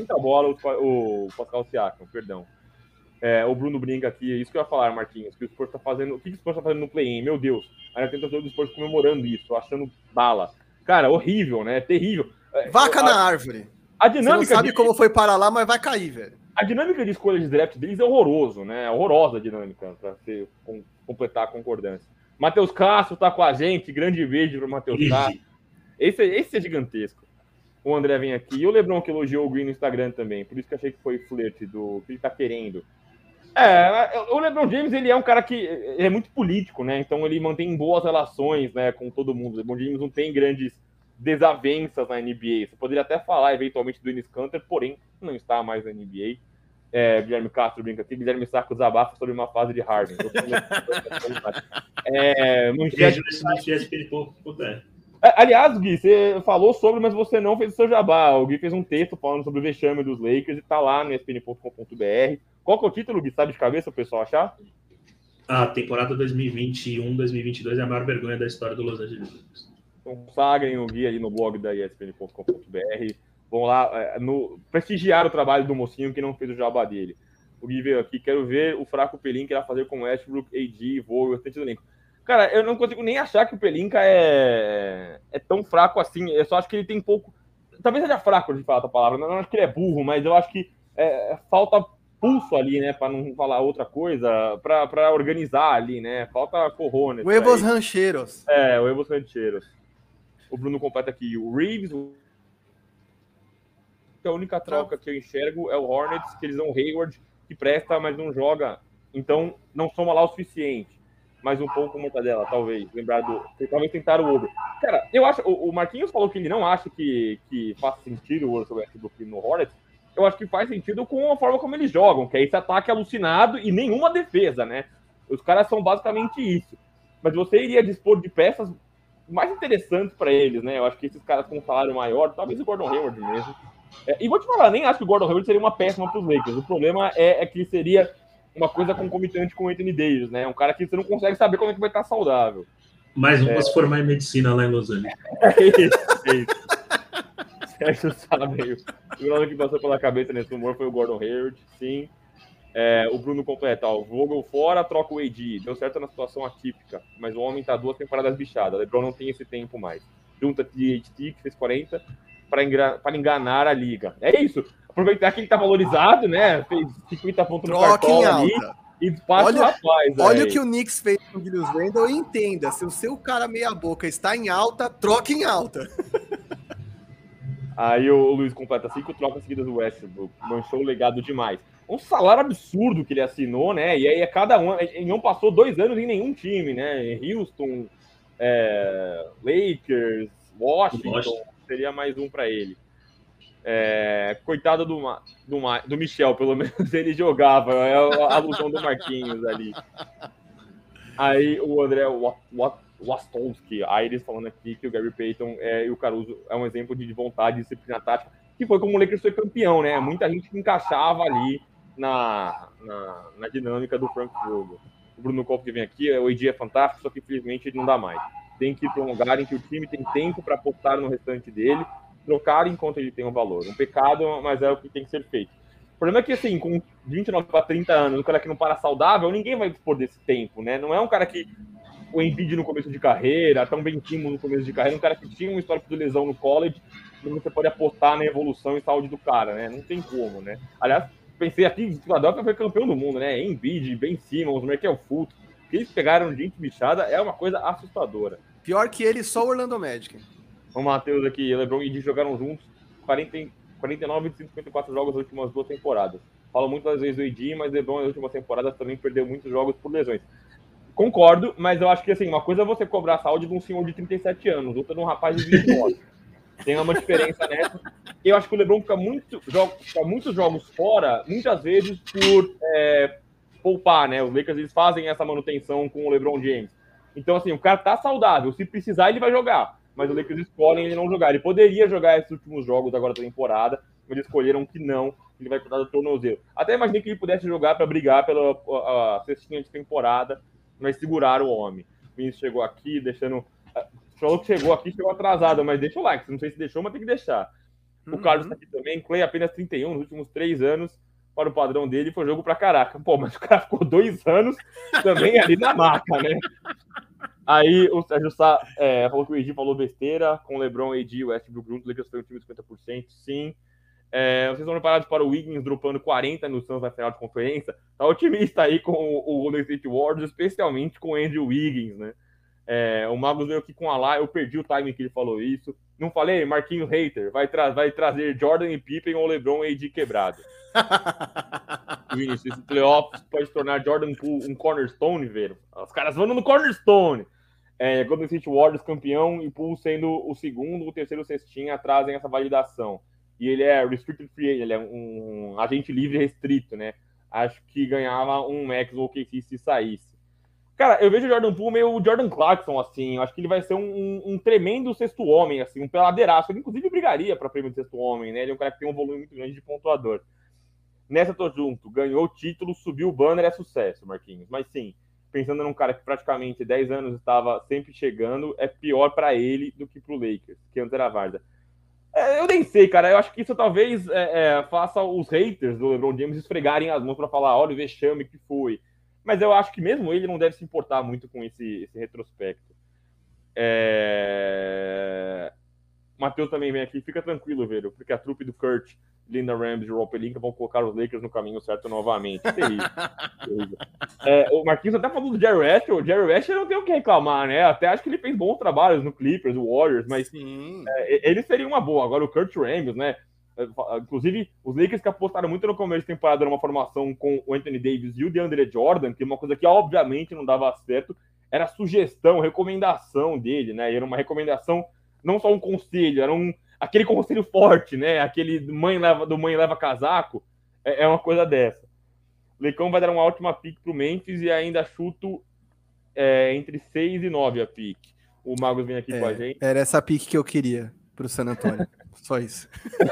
S3: O Pascal Siakam, perdão. O Bruno brinca aqui. Isso que eu ia falar, Marquinhos. Que o Spurs tá fazendo. O que o Spurs tá fazendo no play-in? Meu Deus. Ainda tem torcedor do Spurs comemorando isso, achando bala. Cara, horrível, né? Terrível.
S1: Vaca na árvore.
S3: A dinâmica
S1: você não sabe como foi parar lá, mas vai cair, velho.
S3: A dinâmica de escolha de draft deles é horroroso, né? Horrorosa a dinâmica, para completar a concordância. Matheus Castro tá com a gente, grande beijo pro Matheus Castro. Esse é gigantesco. O André vem aqui. E o LeBron que elogiou o Green no Instagram também, por isso que achei que foi flerte do que ele tá querendo. O LeBron James, ele é um cara que é muito político, né? Então ele mantém boas relações, né, com todo mundo. O LeBron James não tem grandes desavenças na NBA. Você poderia até falar, eventualmente, do Enes Kanter, porém, não está mais na NBA. Guilherme Castro brinca aqui, Guilherme Saco desabafa sobre uma fase de Harden.
S2: Beijo nesse manchete.com.br.
S3: Aliás, Gui, você falou sobre, mas você não fez o seu jabá. O Gui fez um texto falando sobre o vexame dos Lakers e tá lá no espn.com.br. Qual que é o título, Gui? Sabe de cabeça o pessoal achar?
S2: A temporada 2021-2022 é a maior vergonha da história do Los Angeles Lakers.
S3: Então, sagrem o Gui ali no blog da espn.com.br. Vão lá prestigiar o trabalho do mocinho que não fez o jabá dele. O Gui veio aqui, quero ver o fraco Pelinka irá fazer com Westbrook, AD, Vogel, restante do elenco. Cara, eu não consigo nem achar que o Pelinka é tão fraco assim. Eu só acho que ele tem pouco... Talvez seja fraco de falar a palavra. Não acho que ele é burro, mas eu acho que falta pulso ali, né? Para não falar outra coisa, para organizar ali, né? Falta corrones.
S1: Huevos rancheiros.
S3: Huevos rancheiros. O Bruno completa aqui. O Reeves... A única troca que eu enxergo é o Hornets, que eles dão o Hayward, que presta, mas não joga. Então, não soma lá o suficiente. Mais um pouco mortadela, talvez. Talvez tentar o over. Cara, eu acho... O Marquinhos falou que ele não acha que faz sentido o Westbrook no Hornets. Eu acho que faz sentido com a forma como eles jogam, que é esse ataque alucinado e nenhuma defesa, né? Os caras são basicamente isso. Mas você iria dispor de peças mais interessantes para eles, né? Eu acho que esses caras com um salário maior, talvez o Gordon Hayward mesmo. E vou te falar, nem acho que o Gordon Hayward seria uma péssima para os Lakers. O problema é que seria uma coisa concomitante com o Anthony Davis, né? Um cara que você não consegue saber quando é que vai estar saudável.
S2: Mais um para se formar em medicina lá em Los Angeles.
S3: É isso. Sérgio sabe. O nome que passou pela cabeça nesse humor foi o Gordon Hayward, sim. O Bruno completa, o Vogel fora, troca o AD. Deu certo na situação atípica, mas o homem tá 2 temporadas bichadas. LeBron não tem esse tempo mais. Junta de HT, que fez 40, para enganar a liga. É isso. Aproveitar que ele tá valorizado, né? Fez 50 pontos no cartão ali. E despacha o rapaz.
S1: Olha o que o Knicks fez com o Julius Randle e entenda, se o seu cara meia boca está em alta, troca em alta.
S3: Aí o Luiz completa 5 trocas seguidas do Westbrook. Manchou o legado demais. Um salário absurdo que ele assinou, né? E aí cada um... Ele não passou 2 anos em nenhum time, né? Houston, Lakers, Washington. Seria mais um para ele. Coitado do Michel, pelo menos ele jogava. É a alusão do Marquinhos ali. Aí o André Wastowski, aí eles falando aqui que o Gary Payton e o Caruso é um exemplo de vontade e disciplina tática, que foi como o Lakers foi campeão, né? Muita gente que encaixava ali na dinâmica do Frank Vogel. O Bruno Copo que vem aqui, o AD é fantástico, só que infelizmente ele não dá mais. Tem que ir para um lugar em que o time tem tempo para apostar no restante dele, trocar enquanto ele tem um valor. Um pecado, mas é o que tem que ser feito. O problema é que, assim, com 29 para 30 anos, um cara que não para saudável, ninguém vai dispor desse tempo, né? Não é um cara que o Embiid no começo de carreira, tão bem Timo no começo de carreira, um cara que tinha uma história de lesão no college, você pode apostar na evolução e saúde do cara, né? Não tem como, né? Aliás, pensei aqui, o Philadelphia foi campeão do mundo, né? Embiid, Ben Simmons, Markel Fultz, que eles pegaram gente bichada, é uma coisa assustadora.
S1: Pior que ele, só o Orlando Magic.
S3: O Matheus aqui, LeBron e AD jogaram juntos 49 de 54 jogos nas últimas 2 temporadas. Falo muitas vezes do AD, mas LeBron nas últimas temporadas também perdeu muitos jogos por lesões. Concordo, mas eu acho que assim, uma coisa é você cobrar a saúde de um senhor de 37 anos, outra de um rapaz de 29. Tem uma diferença nessa. Eu acho que o LeBron fica muitos jogos fora, muitas vezes por poupar, né? Os Lakers eles fazem essa manutenção com o LeBron James. Então, assim, o cara tá saudável. Se precisar, ele vai jogar. Mas os Lakers escolhem ele não jogar. Ele poderia jogar esses últimos jogos agora da temporada, mas eles escolheram que não. Ele vai cuidar do tornozelo. Até imaginei que ele pudesse jogar para brigar pela cestinha de temporada, mas seguraram o homem. O Vinícius chegou aqui, deixando... Falou que chegou aqui, chegou atrasado, mas deixa o like. Não sei se deixou, mas tem que deixar. O Carlos tá aqui também. Clay apenas 31 nos últimos 3 anos. Para o padrão dele, foi jogo pra caraca. Pô, mas o cara ficou 2 anos também ali na maca, né? Aí o Sérgio Sá falou que o AD falou besteira. Com o LeBron, AD e o Westbrook juntos, o Lakers foi um time de 50%, sim. Vocês estão preparados para o Wiggins dropando 40 no Suns na final de conferência? Tá otimista aí com o Golden State Warriors, especialmente com o Andrew Wiggins, né? O Magus veio aqui com a lá, eu perdi o timing que ele falou isso. Não falei, Marquinhos hater, vai trazer Jordan e Pippen ou LeBron e AD quebrado. Vinícius, esse playoffs pode tornar Jordan Poole um cornerstone, velho. Os caras vão no cornerstone. Golden State Warriors campeão e Poole sendo o segundo, o terceiro cestinha, trazem essa validação. e ele é restricted free agent, ele é um agente livre restrito, né? Acho que ganhava um max ou OKC se saísse. Cara, eu vejo o Jordan Poole meio o Jordan Clarkson, assim. Eu acho que ele vai ser um tremendo sexto homem, assim, um peladeiraço. Ele, inclusive, brigaria para prêmio de sexto homem, né? Ele é um cara que tem um volume muito grande de pontuador. Nessa tô junto. Ganhou o título, subiu o banner, é sucesso, Marquinhos. Mas sim, pensando num cara que praticamente 10 anos estava sempre chegando, é pior para ele do que pro Lakers, que antes era Varda. Eu nem sei, cara. Eu acho que isso talvez faça os haters do LeBron James esfregarem as mãos para falar, olha o vexame que foi. Mas eu acho que mesmo ele não deve se importar muito com esse retrospecto. Matheus também vem aqui. Fica tranquilo, velho, porque a trupe do Kurt, Linda Rams e Rob Pelinka vão colocar os Lakers no caminho certo novamente. Terrível. O Marquinhos até falou do Jerry West. O Jerry West não tem o que reclamar, né? Até acho que ele fez bons trabalhos no Clippers, no Warriors, mas ele seria uma boa. Agora o Kurt Rambis, né? Inclusive, os Lakers que apostaram muito no começo de temporada numa formação com o Anthony Davis e o DeAndre Jordan, que é uma coisa que obviamente não dava certo, era sugestão, recomendação dele, né? Era uma recomendação, não só um conselho, era aquele conselho forte, né? Aquele do mãe leva casaco, é uma coisa dessa. O Lecão vai dar uma ótima pick pro Memphis e ainda chuto entre 6 e 9 a pick. O Magos vem aqui com a gente.
S1: Era essa pick que eu queria pro San Antonio. Só isso.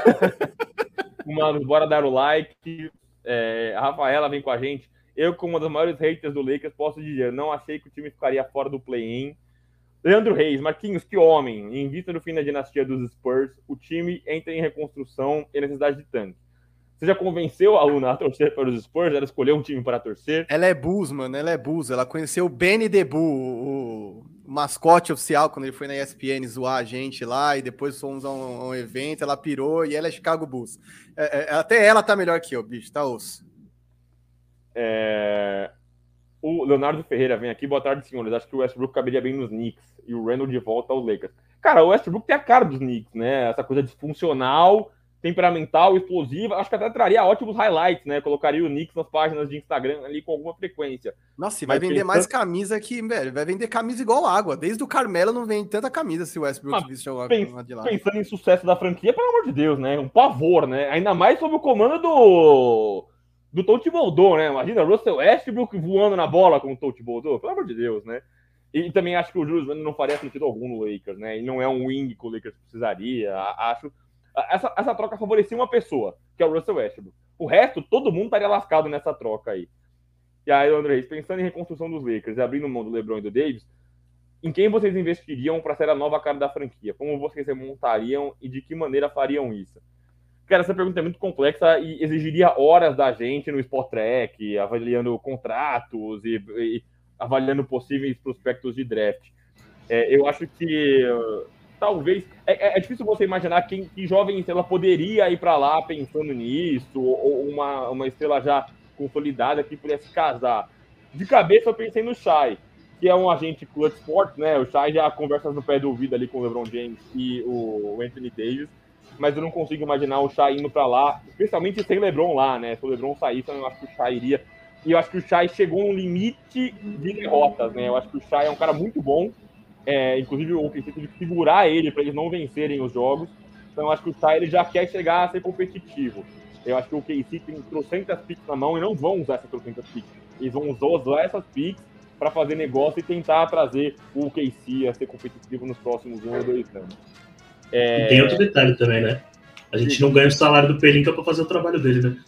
S3: Mano, bora dar o like. A Rafaela vem com a gente. Eu, como uma das maiores haters do Lakers, posso dizer, não achei que o time ficaria fora do play-in. Leandro Reis, Marquinhos, que homem. Em vista do fim da dinastia dos Spurs, o time entra em reconstrução e necessidade de tanque. Você já convenceu a Luna a torcer para os Spurs? Ela escolheu um time para torcer?
S1: Ela é Bulls, mano. Ela é Bulls. Ela conheceu o Benny the Bull, o mascote oficial, quando ele foi na ESPN zoar a gente lá, e depois fomos a um evento, ela pirou, e ela é Chicago Bulls. Até ela tá melhor que eu, bicho. Tá osso.
S3: O Leonardo Ferreira vem aqui. Boa tarde, senhores. Acho que o Westbrook caberia bem nos Knicks e o Randle de volta aos Lakers. Cara, o Westbrook tem a cara dos Knicks, né? Essa coisa disfuncional, temperamental, explosiva. Acho que até traria ótimos highlights, né? Colocaria o Knicks nas páginas de Instagram ali com alguma frequência.
S1: Nossa, e vai vender mais camisa que, velho, vai vender camisa igual água. Desde o Carmelo não vende tanta camisa se o Westbrook visse jogar de lá.
S3: Pensando em sucesso da franquia, pelo amor de Deus, né? Um pavor, né? Ainda mais sob o comando do Tom Thibodeau, né? Imagina, Russell Westbrook voando na bola com o Tom Thibodeau, pelo amor de Deus, né? E também acho que o Julius Randle não faria sentido algum no Lakers, né? Ele não é um wing que o Lakers precisaria. Acho essa troca favorecia uma pessoa, que é o Russell Westbrook. O resto, todo mundo estaria lascado nessa troca aí. E aí, André Reis, pensando em reconstrução dos Lakers e abrindo mão do LeBron e do Davis, em quem vocês investiriam para ser a nova cara da franquia? Como vocês remontariam e de que maneira fariam isso? Cara, essa pergunta é muito complexa e exigiria horas da gente no Sport Track, avaliando contratos e avaliando possíveis prospectos de draft. Eu acho que talvez... É difícil você imaginar que jovem estrela poderia ir para lá pensando nisso, ou uma estrela já consolidada que pudesse casar. De cabeça eu pensei no Shai, que é um agente clutch sports, né? O Shai já conversa no pé do ouvido ali com o LeBron James e o Anthony Davis, mas eu não consigo imaginar o Shai indo para lá, especialmente sem LeBron lá, né? Se o LeBron saísse, eu não acho que o Shai iria. E eu acho que o Shai chegou num limite de derrotas, né? Eu acho que o Shai é um cara muito bom, inclusive o OKC teve que segurar ele para eles não vencerem os jogos. Então eu acho que o Shai ele já quer chegar a ser competitivo. Eu acho que o OKC tem 300 picks na mão e não vão usar essas 300 picks. Eles vão usar essas picks para fazer negócio e tentar trazer o OKC a ser competitivo nos próximos 1 ou 2 anos.
S2: E tem outro detalhe também, né? A gente não ganha o salário do Pelinka para fazer o trabalho dele, né?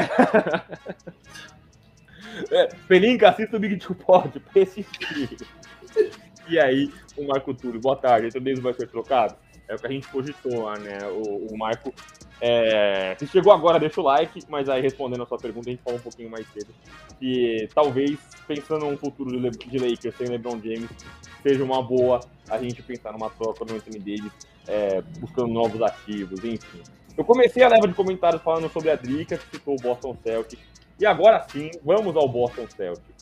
S3: Pelinka, assista o Big Two Pod pra assistir. E aí, o Marco Túlio, boa tarde. Então, desde vai ser trocado? É o que a gente cogitou, né? O Marco. Se chegou agora, deixa o like, mas aí respondendo a sua pergunta, a gente fala um pouquinho mais cedo. Que talvez, pensando num futuro de Lakers sem LeBron James, seja uma boa a gente pensar numa troca no Anthony Davis, buscando novos ativos, enfim. Eu comecei a leva de comentários falando sobre a Drica, que citou o Boston Celtics, e agora sim, vamos ao Boston Celtics.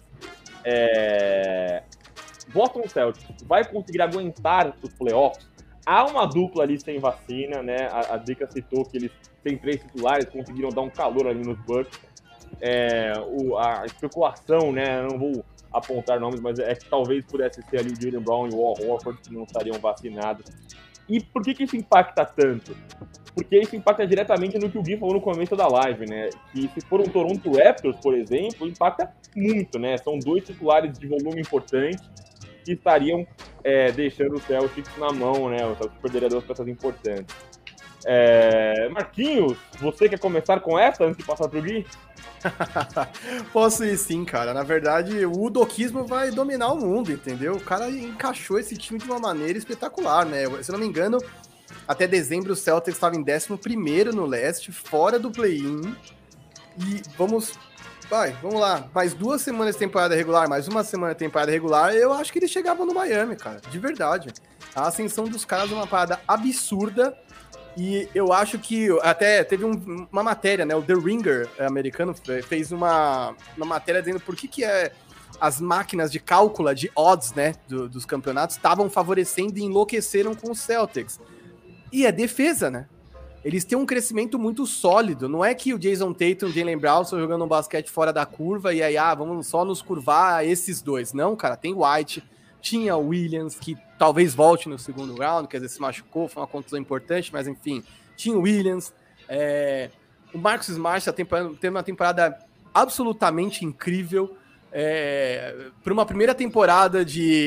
S3: Boston Celtics vai conseguir aguentar os playoffs? Há uma dupla ali sem vacina, né? A Drica citou que eles têm 3 titulares, conseguiram dar um calor ali nos Bucks. A especulação, né? Eu não vou apontar nomes, mas é que talvez pudesse ser ali o Jaylen Brown e o Al Horford, que não estariam vacinados. E por que isso impacta tanto? Porque isso impacta diretamente no que o Gui falou no começo da live, né? Que se for um Toronto Raptors, por exemplo, impacta muito, né? São 2 titulares de volume importante que estariam deixando o Celtics na mão, né? O Celtics perderia 2 peças importantes. Marquinhos, você quer começar com essa antes de passar pro Gui?
S1: Posso ir sim, cara. Na verdade, o udoquismo vai dominar o mundo, entendeu? O cara encaixou esse time de uma maneira espetacular, né? Se eu não me engano, até dezembro o Celtics estava em 11º no leste, fora do play-in. E vamos lá. Mais 2 semanas de temporada regular, mais 1 semana de temporada regular, eu acho que eles chegavam no Miami, cara. De verdade. A ascensão dos caras é uma parada absurda. E eu acho que até teve uma matéria, né? O The Ringer americano fez uma matéria dizendo por que as máquinas de cálculo de odds, né, dos campeonatos estavam favorecendo e enlouqueceram com os Celtics. E é defesa, né? Eles têm um crescimento muito sólido. Não é que o Jason Tatum e o Jaylen Brown estão jogando um basquete fora da curva e aí, vamos só nos curvar a esses dois. Não, cara, tem White, tinha o Williams, que talvez volte no segundo round, quer dizer, se machucou, foi uma contusão importante, mas enfim, tinha o Williams. O Marcus Smart está tendo uma temporada absolutamente incrível. Para uma primeira temporada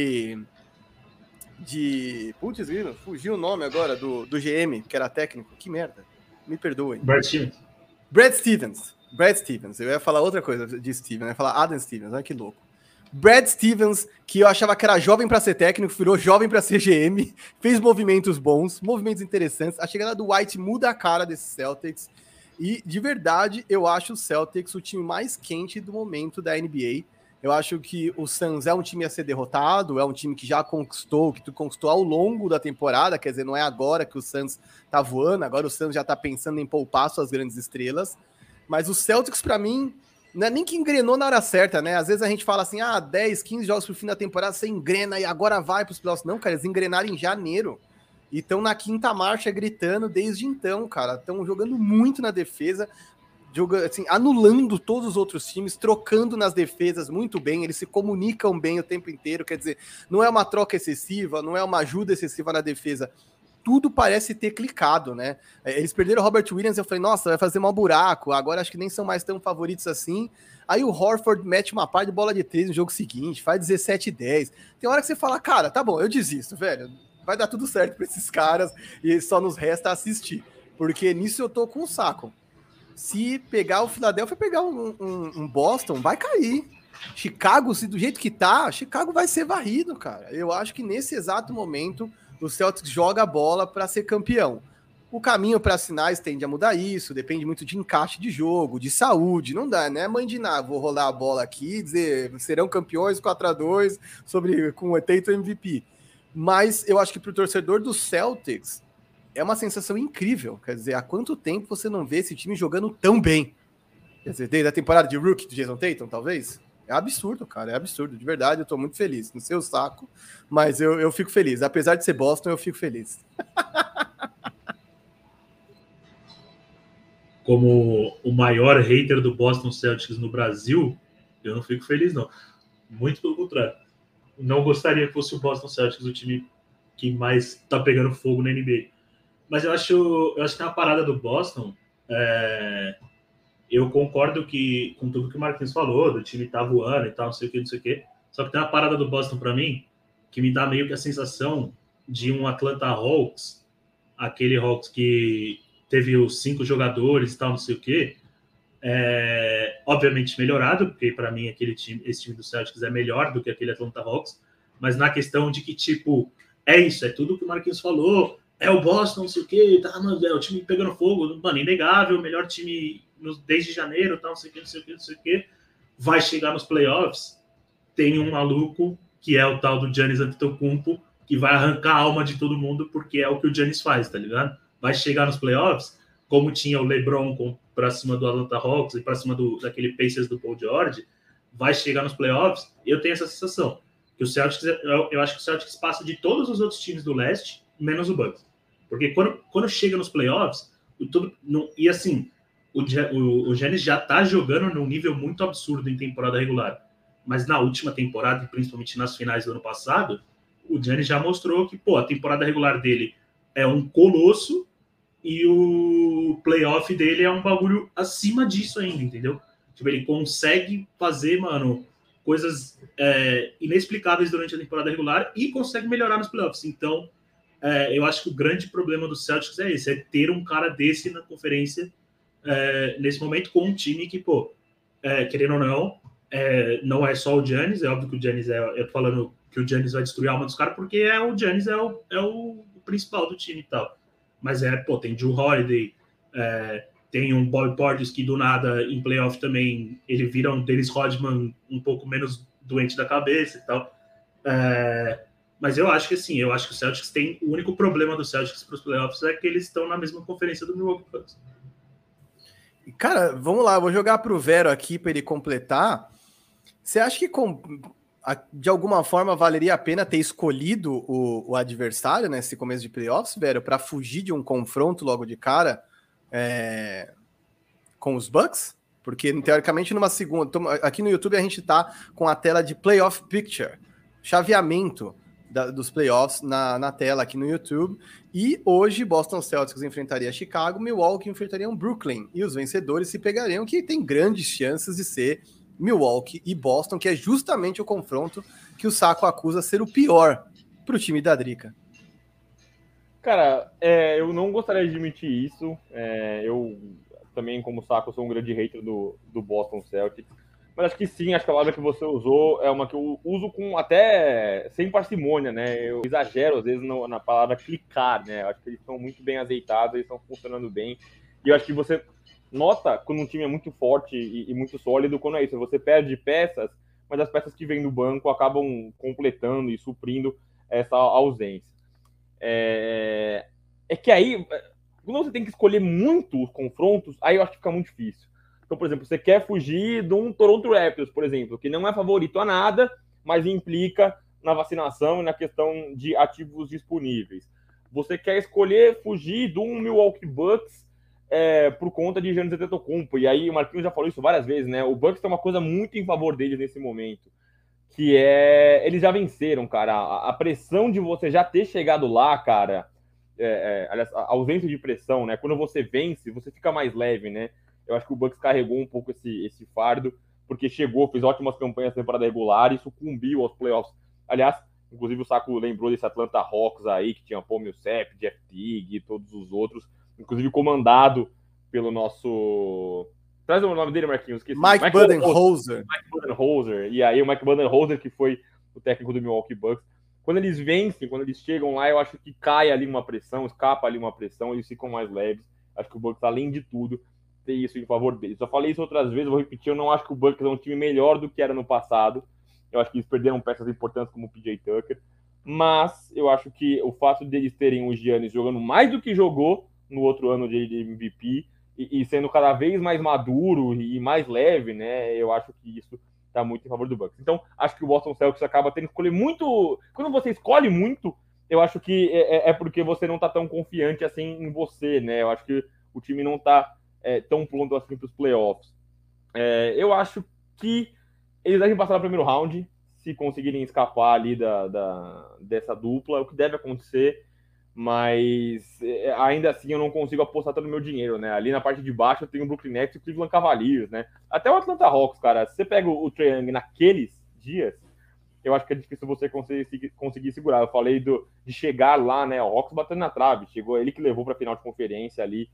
S1: putz, fugiu o nome agora do GM, que era técnico. Que merda. Me perdoem. Brad Stevens. Eu ia falar outra coisa de Stevens, eu ia falar Adam Stevens, olha que louco. Brad Stevens, que eu achava que era jovem para ser técnico, virou jovem para ser GM, fez movimentos bons, movimentos interessantes. A chegada do White muda a cara desses Celtics. E, de verdade, eu acho o Celtics o time mais quente do momento da NBA. Eu acho que o Suns é um time a ser derrotado, é um time que já conquistou, que tu conquistou ao longo da temporada, quer dizer, não é agora que o Suns tá voando, agora o Suns já tá pensando em poupar suas grandes estrelas. Mas o Celtics, para mim, não é nem que engrenou na hora certa, né? Às vezes a gente fala assim, 10, 15 jogos pro fim da temporada, você engrena e agora vai pros playoffs. Não, cara, eles engrenaram em janeiro. E estão na 5ª marcha gritando desde então, cara. Estão jogando muito na defesa, assim, anulando todos os outros times, trocando nas defesas muito bem, eles se comunicam bem o tempo inteiro, quer dizer, não é uma troca excessiva, não é uma ajuda excessiva na defesa. Tudo parece ter clicado, né? Eles perderam o Robert Williams, eu falei, nossa, vai fazer mau buraco, agora acho que nem são mais tão favoritos assim. Aí o Horford mete uma par de bola de 3 no jogo seguinte, faz 17-10. Tem hora que você fala, cara, tá bom, eu desisto, velho. Vai dar tudo certo pra esses caras e só nos resta assistir. Porque nisso eu tô com o saco. Se pegar o Philadelphia, pegar um Boston, vai cair. Chicago, se do jeito que tá, Chicago vai ser varrido, cara. Eu acho que nesse exato momento o Celtics joga a bola para ser campeão. O caminho para as finais tende a mudar isso, depende muito de encaixe de jogo, de saúde, não dá, né? Mãe de nada, vou rolar a bola aqui e dizer, serão campeões 4-2 com o Tatum MVP. Mas eu acho que para o torcedor do Celtics é uma sensação incrível. Quer dizer, há quanto tempo você não vê esse time jogando tão bem? Quer dizer, desde a temporada de rookie do Jason Tatum, talvez? É absurdo, cara, é absurdo. De verdade, eu tô muito feliz. No seu saco, mas eu fico feliz. Apesar de ser Boston, eu fico feliz.
S2: Como o maior hater do Boston Celtics no Brasil, eu não fico feliz, não. Muito pelo contrário. Não gostaria que fosse o Boston Celtics o time que mais tá pegando fogo na NBA. Mas eu acho que tem uma parada do Boston. Eu concordo com tudo que o Marquinhos falou, do time tá voando e tal, não sei o que. Só que tem uma parada do Boston para mim que me dá meio que a sensação de um Atlanta Hawks, aquele Hawks que teve os 5 jogadores e tal, não sei o que. Obviamente melhorado, porque para mim esse time do Celtics é melhor do que aquele Atlanta Hawks, mas na questão de que, tipo, isso, é tudo que o Marquinhos falou, é o Boston, não sei o que, tá, mano, é o time pegando fogo, mano, inegável, o melhor time desde janeiro, tal, não sei o que, vai chegar nos playoffs, tem um maluco que é o tal do Giannis Antetokounmpo, que vai arrancar a alma de todo mundo, porque é o que o Giannis faz, tá ligado? Vai chegar nos playoffs, como tinha o LeBron pra cima do Atlanta Hawks e pra cima daquele Pacers do Paul George, vai chegar nos playoffs, eu tenho essa sensação, que o Celtics, eu acho que o Celtics passa de todos os outros times do leste, menos o Bucks. Porque quando chega nos playoffs, e assim, o Giannis já tá jogando num nível muito absurdo em temporada regular. Mas na última temporada, e principalmente nas finais do ano passado, o Giannis já mostrou que, a temporada regular dele é um colosso e o playoff dele é um bagulho acima disso ainda, entendeu? Tipo, ele consegue fazer, mano, coisas inexplicáveis durante a temporada regular e consegue melhorar nos playoffs. Então, eu acho que o grande problema do Celtics é esse, é ter um cara desse na conferência nesse momento com um time que, pô, querendo ou não é só o Giannis, é óbvio que o Giannis eu tô falando que o Giannis vai destruir a alma dos caras porque o Giannis é o principal do time e tal. Mas tem Drew Holiday, tem um Bobby Portis que do nada em playoff também ele vira um Dennis Rodman um pouco menos doente da cabeça e tal. Mas eu acho que assim, o Celtics tem o único problema do Celtics para os playoffs é que eles estão na mesma conferência do Milwaukee Bucks.
S1: Cara, vamos lá, eu vou jogar pro Vero aqui para ele completar. Você acha que de alguma forma valeria a pena ter escolhido o adversário nesse começo de playoffs, Vero, para fugir de um confronto logo de cara com os Bucks? Porque, teoricamente, numa segunda... Aqui no YouTube a gente tá com a tela de Playoff Picture, chaveamento dos playoffs na tela aqui no YouTube. E hoje Boston Celtics enfrentaria Chicago, Milwaukee enfrentariam Brooklyn. E os vencedores se pegariam, que tem grandes chances de ser Milwaukee e Boston, que é justamente o confronto que o Saco acusa ser o pior para o time da Drica.
S3: Cara, eu não gostaria de admitir isso. Eu também, como Saco, sou um grande hater do Boston Celtics. Mas acho que sim, acho que a palavra que você usou é uma que eu uso até sem parcimônia, né? Eu exagero, às vezes, na palavra clicar, né? Eu acho que eles estão muito bem azeitados, eles estão funcionando bem. E eu acho que você nota quando um time é muito forte e muito sólido, quando é isso. Você perde peças, mas as peças que vêm do banco acabam completando e suprindo essa ausência. É que aí, quando você tem que escolher muito os confrontos, aí eu acho que fica muito difícil. Então, por exemplo, você quer fugir de um Toronto Raptors, por exemplo, que não é favorito a nada, mas implica na vacinação e na questão de ativos disponíveis. Você quer fugir de um Milwaukee Bucks por conta de Giannis Antetokounmpo. E aí o Marquinhos já falou isso várias vezes, né? O Bucks tem uma coisa muito em favor deles nesse momento, que eles já venceram, cara. A pressão de você já ter chegado lá, cara, aliás, a ausência de pressão, né? Quando você vence, você fica mais leve, né? Eu acho que o Bucks carregou um pouco esse fardo, porque fez ótimas campanhas na temporada regular e sucumbiu aos playoffs. Aliás, inclusive o Saco lembrou desse Atlanta Hawks aí, que tinha Paul Millsap, Jeff Teague e todos os outros, inclusive comandado pelo nosso... Traz o nome dele, Marquinhos. Esqueci.
S1: Mike Budenholzer.
S3: Mike Budenholzer. E aí o Mike Budenholzer, que foi o técnico do Milwaukee Bucks. Quando eles vencem, quando eles chegam lá, eu acho que cai ali uma pressão, escapa ali uma pressão, eles ficam mais leves. Acho que o Bucks, além de tudo, tem isso em favor deles. Já falei isso outras vezes, vou repetir, eu não acho que o Bucks é um time melhor do que era no passado. Eu acho que eles perderam peças importantes como o PJ Tucker. Mas eu acho que o fato deles terem o Giannis jogando mais do que jogou no outro ano de MVP e sendo cada vez mais maduro e mais leve, né? Eu acho que isso está muito em favor do Bucks. Então, acho que o Boston Celtics acaba tendo que escolher muito... Quando você escolhe muito, eu acho que é porque você não está tão confiante assim em você, né? Eu acho que o time não está tão pronto assim para os playoffs. Eu acho que eles devem passar no primeiro round, se conseguirem escapar ali dessa dupla, o que deve acontecer, mas ainda assim eu não consigo apostar todo o meu dinheiro, né? Ali na parte de baixo eu tenho o Brooklyn Nets e o Cleveland Cavaliers, né? Até o Atlanta Hawks, cara. Se você pega o Trae Young naqueles dias, eu acho que é difícil você conseguir segurar. Eu falei de chegar lá, né? O Hawks batendo na trave, chegou ele que levou para a final de conferência ali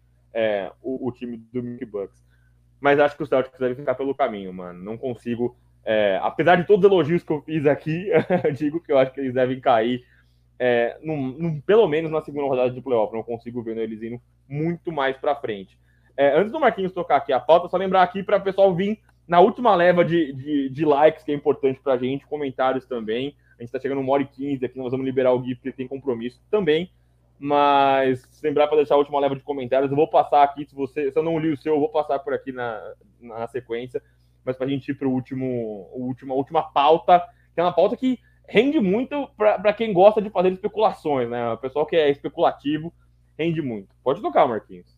S3: o time do Milwaukee Bucks. Mas acho que os Celtics devem ficar pelo caminho, mano. Não consigo... apesar de todos os elogios que eu fiz aqui, eu digo que eu acho que eles devem cair pelo menos na segunda rodada de playoff. Não consigo ver eles indo muito mais pra frente. Antes do Marquinhos tocar aqui a pauta, só lembrar aqui para o pessoal vir na última leva de likes, que é importante pra gente, comentários também. A gente tá chegando 1h15 aqui, nós vamos liberar o Gui porque ele tem compromisso também. Mas lembrar para deixar a última leva de comentários, eu vou passar aqui, se eu não li o seu, eu vou passar por aqui na sequência, mas para a gente ir para a última pauta, que é uma pauta que rende muito para quem gosta de fazer especulações, né? O pessoal que é especulativo rende muito. Pode tocar, Marquinhos.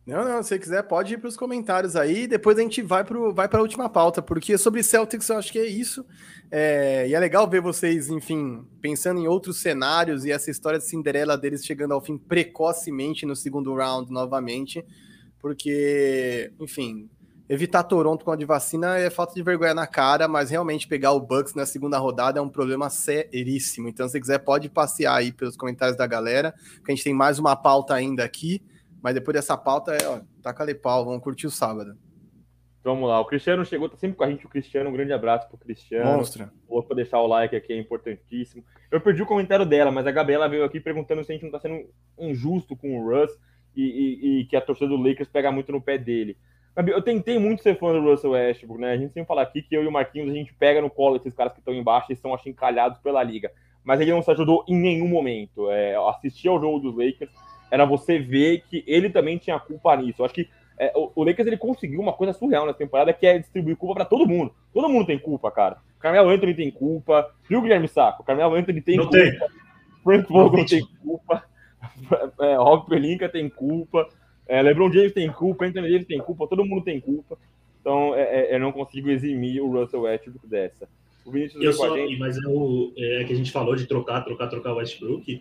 S1: Não, se você quiser, pode ir para os comentários aí, depois a gente vai para a última pauta, porque sobre Celtics eu acho que é isso, e é legal ver vocês, enfim, pensando em outros cenários e essa história de Cinderela deles chegando ao fim precocemente no segundo round novamente, porque, enfim, evitar Toronto com a de vacina é falta de vergonha na cara, mas realmente pegar o Bucks na segunda rodada é um problema seríssimo, então se você quiser pode passear aí pelos comentários da galera, que a gente tem mais uma pauta ainda aqui. Mas depois dessa pauta, taca-lhe pau, vamos curtir o sábado.
S3: Vamos lá, o Cristiano chegou, tá sempre com a gente, o Cristiano, um grande abraço pro Cristiano.
S1: Monstro.
S3: Vou deixar o like aqui, é importantíssimo. Eu perdi o comentário dela, mas a Gabriela veio aqui perguntando se a gente não tá sendo injusto com o Russ e que a torcida do Lakers pega muito no pé dele. Gabi, eu tentei muito ser fã do Russell Westbrook, né? A gente sempre fala aqui que eu e o Marquinhos, a gente pega no colo esses caras que estão embaixo e estão achincalhados pela liga. Mas ele não se ajudou em nenhum momento. Assistir ao jogo dos Lakers era você ver que ele também tinha culpa nisso. Eu acho que o Lakers ele conseguiu uma coisa surreal nessa temporada, que é distribuir culpa para todo mundo. Todo mundo tem culpa, cara. Carmelo Anthony tem culpa, viu, Guilherme Sacco? Carmelo Anthony tem culpa. Tem. Frank Vogel tem culpa. Rob Pelinka tem culpa. LeBron James tem culpa, Anthony Davis tem culpa, todo mundo tem culpa. Então, eu não consigo eximir o Russell Westbrook dessa. O Vinícius
S2: mas que a gente falou de trocar o Westbrook.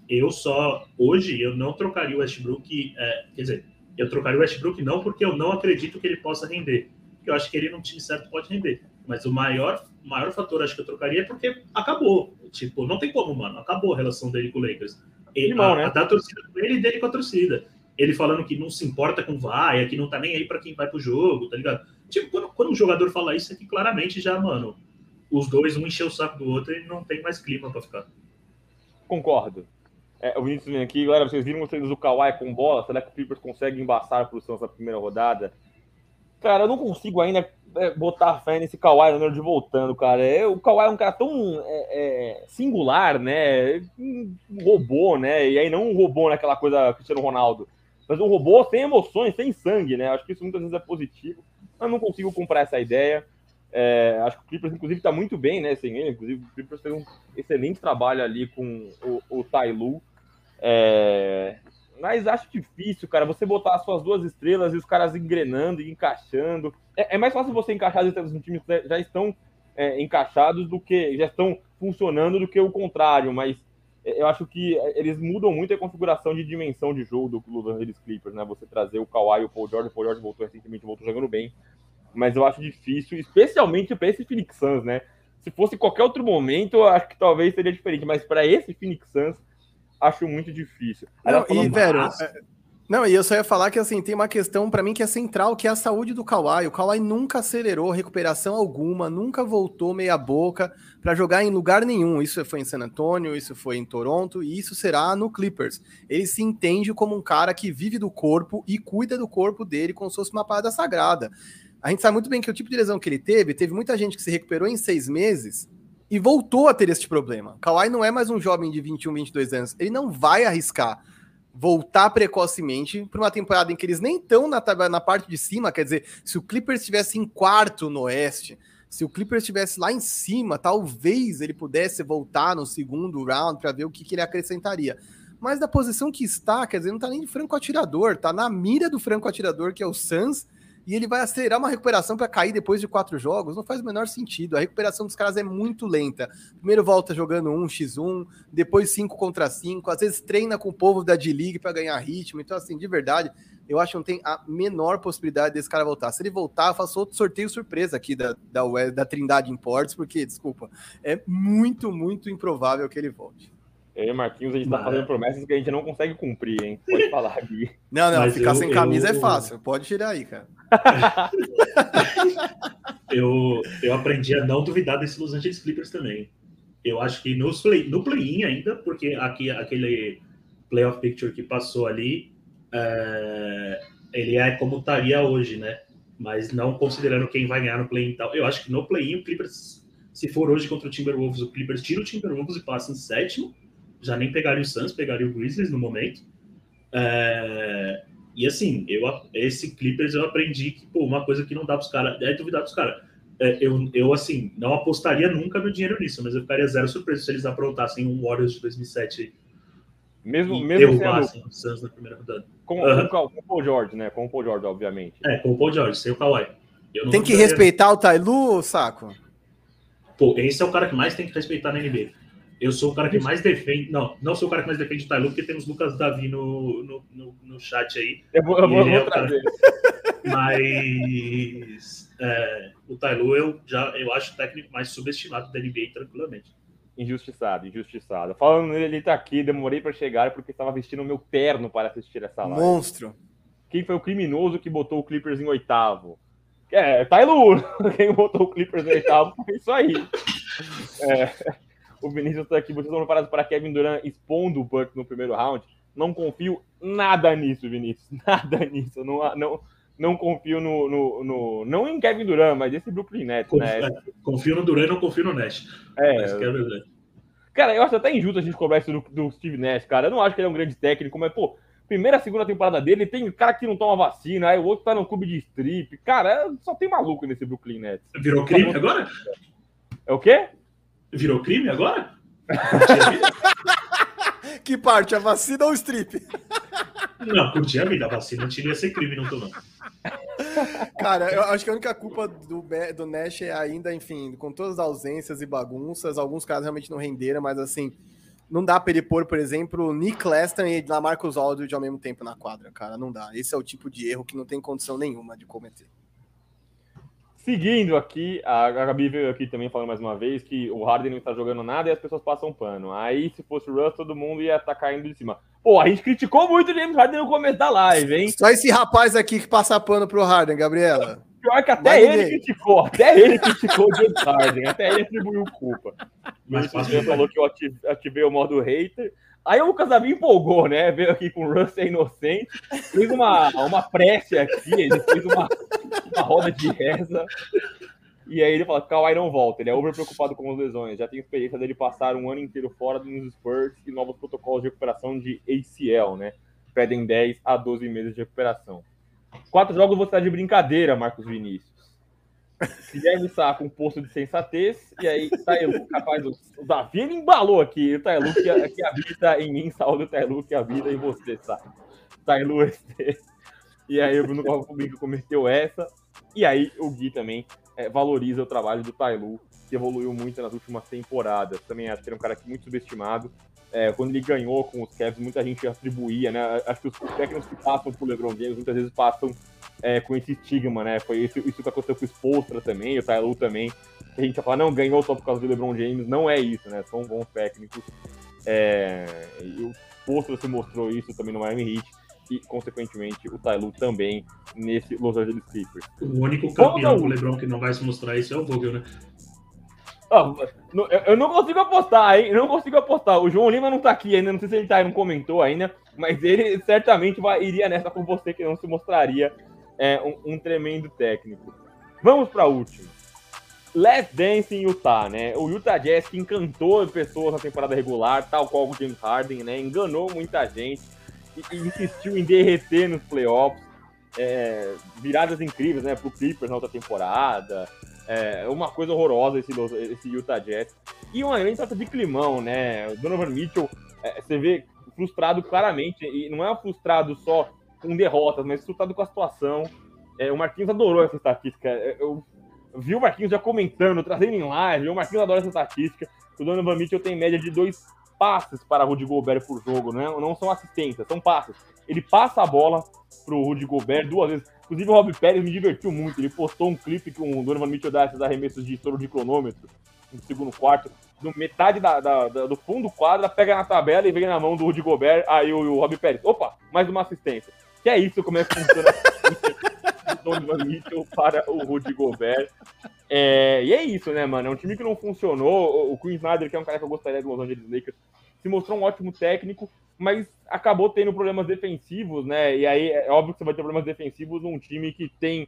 S2: Hoje, eu não trocaria o Westbrook, quer dizer, eu trocaria o Westbrook não porque eu não acredito que ele possa render, porque eu acho que ele num time certo pode render, mas o maior fator, acho que eu trocaria é porque acabou, tipo, não tem como, mano, acabou a relação dele com o Lakers, da torcida com ele e dele com a torcida, ele falando que não se importa com vaia, que não tá nem aí pra quem vai pro jogo, tá ligado? Tipo, quando um jogador fala isso, é que claramente já, mano, os dois, um encheu o saco do outro e não tem mais clima pra ficar.
S3: Concordo. O Vinícius vem aqui, galera, vocês viram vocês do Kawhi com bola? Será que o Clippers consegue embaçar pro Suns na primeira rodada? Cara, eu não consigo ainda botar fé nesse Kawhi Leonard voltando, cara. O Kawhi é um cara tão singular, né? Um robô, né? E aí não um robô naquela coisa Cristiano Ronaldo, mas um robô sem emoções, sem sangue, né? Acho que isso muitas vezes é positivo. Mas não consigo comprar essa ideia. Acho que o Clippers, inclusive, tá muito bem, né? Sem ele. Inclusive, o Clippers fez um excelente trabalho ali com o Ty Lue. Mas acho difícil, cara, você botar as suas duas estrelas e os caras engrenando e encaixando. É mais fácil você encaixar as estrelas no time que já estão encaixados do que já estão funcionando do que o contrário, mas eu acho que eles mudam muito a configuração de dimensão de jogo do Los Angeles Clippers, né? Você trazer o Kawhi e o Paul George voltou recentemente, voltou jogando bem, mas eu acho difícil, especialmente para esse Phoenix Suns, né? Se fosse qualquer outro momento, eu acho que talvez seria diferente, mas para esse Phoenix Suns acho muito difícil.
S1: E eu só ia falar que assim, tem uma questão pra mim que é central, que é a saúde do Kawhi. O Kawhi nunca acelerou recuperação alguma, nunca voltou meia boca pra jogar em lugar nenhum. Isso foi em San Antonio, isso foi em Toronto e isso será no Clippers. Ele se entende como um cara que vive do corpo e cuida do corpo dele como se fosse uma parada sagrada. A gente sabe muito bem que o tipo de lesão que ele teve muita gente que se recuperou em 6 meses e voltou a ter esse problema. Kawhi não é mais um jovem de 21, 22 anos. Ele não vai arriscar voltar precocemente para uma temporada em que eles nem estão na parte de cima. Quer dizer, se o Clippers estivesse em quarto no Oeste, se o Clippers estivesse lá em cima, talvez ele pudesse voltar no segundo round para ver o que ele acrescentaria. Mas da posição que está, quer dizer, não está nem de franco atirador, está na mira do franco atirador, que é o Suns, e ele vai acelerar uma recuperação para cair depois de 4 jogos, não faz o menor sentido. A recuperação dos caras é muito lenta. Primeiro volta jogando 1x1, depois 5 contra 5, às vezes treina com o povo da D-League para ganhar ritmo. Então, assim, de verdade, eu acho que não tem a menor possibilidade desse cara voltar. Se ele voltar, eu faço outro sorteio surpresa aqui da Trindade Imports, porque, desculpa, é muito, muito improvável que ele volte.
S3: Marquinhos, a gente tá fazendo promessas que a gente não consegue cumprir, hein? Pode falar aqui.
S1: Não, mas ficar sem camisa é fácil. Pode tirar aí, cara.
S2: eu aprendi a não duvidar desse Los Angeles Clippers também. Eu acho que no play-in ainda, porque aquele playoff picture que passou ali, ele é como estaria hoje, né? Mas não considerando quem vai ganhar no play-in e tal. Eu acho que no play-in o Clippers, se for hoje contra o Timberwolves, o Clippers tira o Timberwolves e passa em 7º. Já nem pegaria o Suns, pegaria o Grizzlies no momento. E assim, esse Clippers eu aprendi que, uma coisa que não dá para os caras, é duvidar dos caras. Eu, assim, não apostaria nunca meu dinheiro nisso, mas eu ficaria zero surpreso se eles aprontassem um Warriors de 2007.
S3: Mesmo sem a
S2: derrubar
S3: Luka.
S2: assim, o Suns na primeira rodada.
S3: Com o Paul George, né? Com o Paul George, obviamente.
S2: Com o Paul George, sem o Kawhi.
S1: Tem que respeitar o Ty Lue, Saco?
S2: Pô, esse é o cara que mais tem que respeitar na NBA. Eu sou o cara que mais defende... Não sou o cara que mais defende o Ty Lue, porque temos Lucas Davi no chat aí.
S3: Eu vou trazer.
S2: Mas o Ty Lue eu acho o técnico mais subestimado da NBA tranquilamente.
S3: Injustiçado. Falando nele, ele tá aqui, demorei pra chegar porque estava vestindo o meu terno para assistir essa live.
S1: Monstro.
S3: Quem foi o criminoso que botou o Clippers em 8º? Ty Lue. Quem botou o Clippers em 8º foi isso aí. O Vinícius tá aqui, vocês estão preparados para Kevin Durant expondo o Bucks no primeiro round? Não confio nada nisso, Vinícius. Nada nisso. Não confio não em Kevin Durant, mas esse Brooklyn Nets, né?
S2: Confio no Durant e não confio no Nash. Essa que é a verdade.
S3: Cara, eu acho até injusto a gente cobrar isso do Steve Nash, cara. Eu não acho que ele é um grande técnico, mas, pô, primeira, segunda temporada dele, tem cara que não toma vacina, aí o outro tá no clube de strip. Cara, só tem maluco nesse Brooklyn Nets.
S2: Virou crime agora?
S3: É o quê?
S2: Virou crime agora?
S1: Que parte? A vacina ou o strip?
S2: Não, curti a vida. A vacina não tinha ser crime, não tô não.
S1: Cara, eu acho que a única culpa do Nash é ainda, enfim, com todas as ausências e bagunças, alguns casos realmente não renderam, mas assim, não dá pra ele pôr, por exemplo, Nick Claxton e LaMarcus Aldridge ao mesmo tempo na quadra, cara, não dá. Esse é o tipo de erro que não tem condição nenhuma de cometer.
S3: Seguindo aqui, a Gabi veio aqui também falando mais uma vez que o Harden não está jogando nada e as pessoas passam pano. Aí, se fosse o Russ, todo mundo ia estar caindo de cima. Pô, a gente criticou muito o James Harden no começo da live, hein?
S1: Só esse rapaz aqui que passa pano pro Harden, Gabriela.
S3: Pior que até ele criticou o James Harden, até ele atribuiu culpa. Mas você falou que eu ativei o modo hater. Aí o Lucas Davi empolgou, né? Veio aqui com o Russ é inocente, fez uma prece aqui, ele fez uma roda de reza. E aí ele fala que o Kawhi não volta, ele é over preocupado com as lesões. Já tem experiência dele passar um ano inteiro fora nos Spurs e novos protocolos de recuperação de ACL, né? Pedem 10 a 12 meses de recuperação. 4 jogos você tá de brincadeira, Marcos Vinícius. Guilherme Sá com um posto de sensatez, e aí Tailu, capaz, o Davi ele embalou aqui, o Tailu que habita em mim, saúde o Tailu que habita em você, tá? Tailu e aí o Bruno Galvão cometeu essa, e aí o Gui também valoriza o trabalho do Tailu, que evoluiu muito nas últimas temporadas, também acho que ele é um cara muito subestimado. Quando ele ganhou com os Cavs, muita gente atribuía, né? Acho que os técnicos que passam por LeBron James muitas vezes passam com esse estigma, né? Foi isso que aconteceu com o Spoelstra também, o Ty Lue também. A gente ia falar, não, ganhou só por causa do LeBron James. Não é isso, né? São bons técnicos. E o Spoelstra se mostrou isso também no Miami Heat. E, consequentemente, o Ty Lue também nesse Los Angeles Clippers.
S2: O único campeão do LeBron que não vai se mostrar isso é o Vogel, né?
S3: Eu não consigo apostar, hein? Eu não consigo apostar. O João Lima não tá aqui ainda, não sei se ele não comentou ainda, mas ele certamente iria nessa com você, que não se mostraria um tremendo técnico. Vamos para a última. Last Dance em Utah, né? O Utah Jazz que encantou pessoas na temporada regular, tal qual o James Harden, né? Enganou muita gente e insistiu em derreter nos playoffs. Viradas incríveis, né? Pro Clippers na outra temporada. Uma coisa horrorosa esse Utah Jazz. E uma grande trata de climão, né? O Donovan Mitchell, você vê frustrado claramente, e não é frustrado só com derrotas, mas frustrado com a situação. O Marquinhos adorou essa estatística. Eu vi o Marquinhos já comentando, trazendo em live. O Marquinhos adora essa estatística. O Donovan Mitchell tem média de 2 passes para Rudy Gobert por jogo, né? Não são assistências, são passes. Ele passa a bola pro Rudy Gobert 2 vezes. Inclusive o Rob Pérez me divertiu muito. Ele postou um clipe com o Donovan Mitchell dá esses arremessos de estouro de cronômetro no segundo quarto. No metade do fundo do quadra, pega na tabela e vem na mão do Rudy Gobert. Aí o Rob Pérez, opa, mais uma assistência. Que é isso, como é que funciona o Donovan Mitchell para o Rudy Gobert. E é isso, né, mano? É um time que não funcionou. O Quinn Snyder, que é um cara que eu gostaria do Los Angeles Lakers, se mostrou um ótimo técnico, mas acabou tendo problemas defensivos, né? E aí é óbvio que você vai ter problemas defensivos num time que tem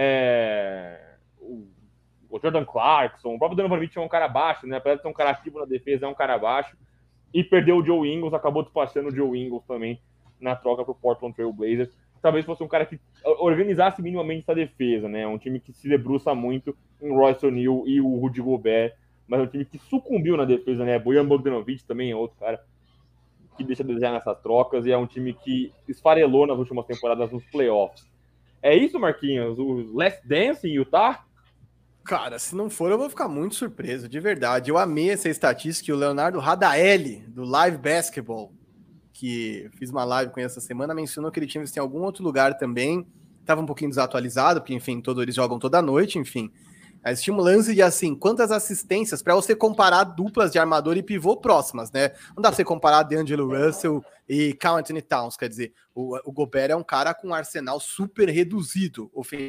S3: o Jordan Clarkson, o próprio Donovan Mitchell é um cara baixo, né? Apesar de ser um cara ativo na defesa, é um cara baixo. E perdeu o Joe Ingles, acabou despachando o Joe Ingles também na troca pro Portland Trail Blazers. Talvez fosse um cara que organizasse minimamente essa defesa, né? Um time que se debruça muito em Royce O'Neal e o Rudy Gobert, mas é um time que sucumbiu na defesa, né? Bojan Bogdanovic também é outro cara que deixa a desejar nessas trocas e é um time que esfarelou nas últimas temporadas nos playoffs. É isso, Marquinhos? O Last Dance em Utah?
S1: Cara, se não for, eu vou ficar muito surpreso, de verdade. Eu amei essa estatística que o Leonardo Radaeli, do Live Basketball, que fiz uma live com ele essa semana, mencionou que ele tinha visto em algum outro lugar também. Estava um pouquinho desatualizado, porque, enfim, eles jogam toda noite, enfim. Mas tinha um lance de, assim, quantas assistências para você comparar duplas de armador e pivô próximas, né? Não dá pra você comparar D'Angelo Russell e Karl Anthony Towns, quer dizer, o Gobert é um cara com um arsenal super reduzido,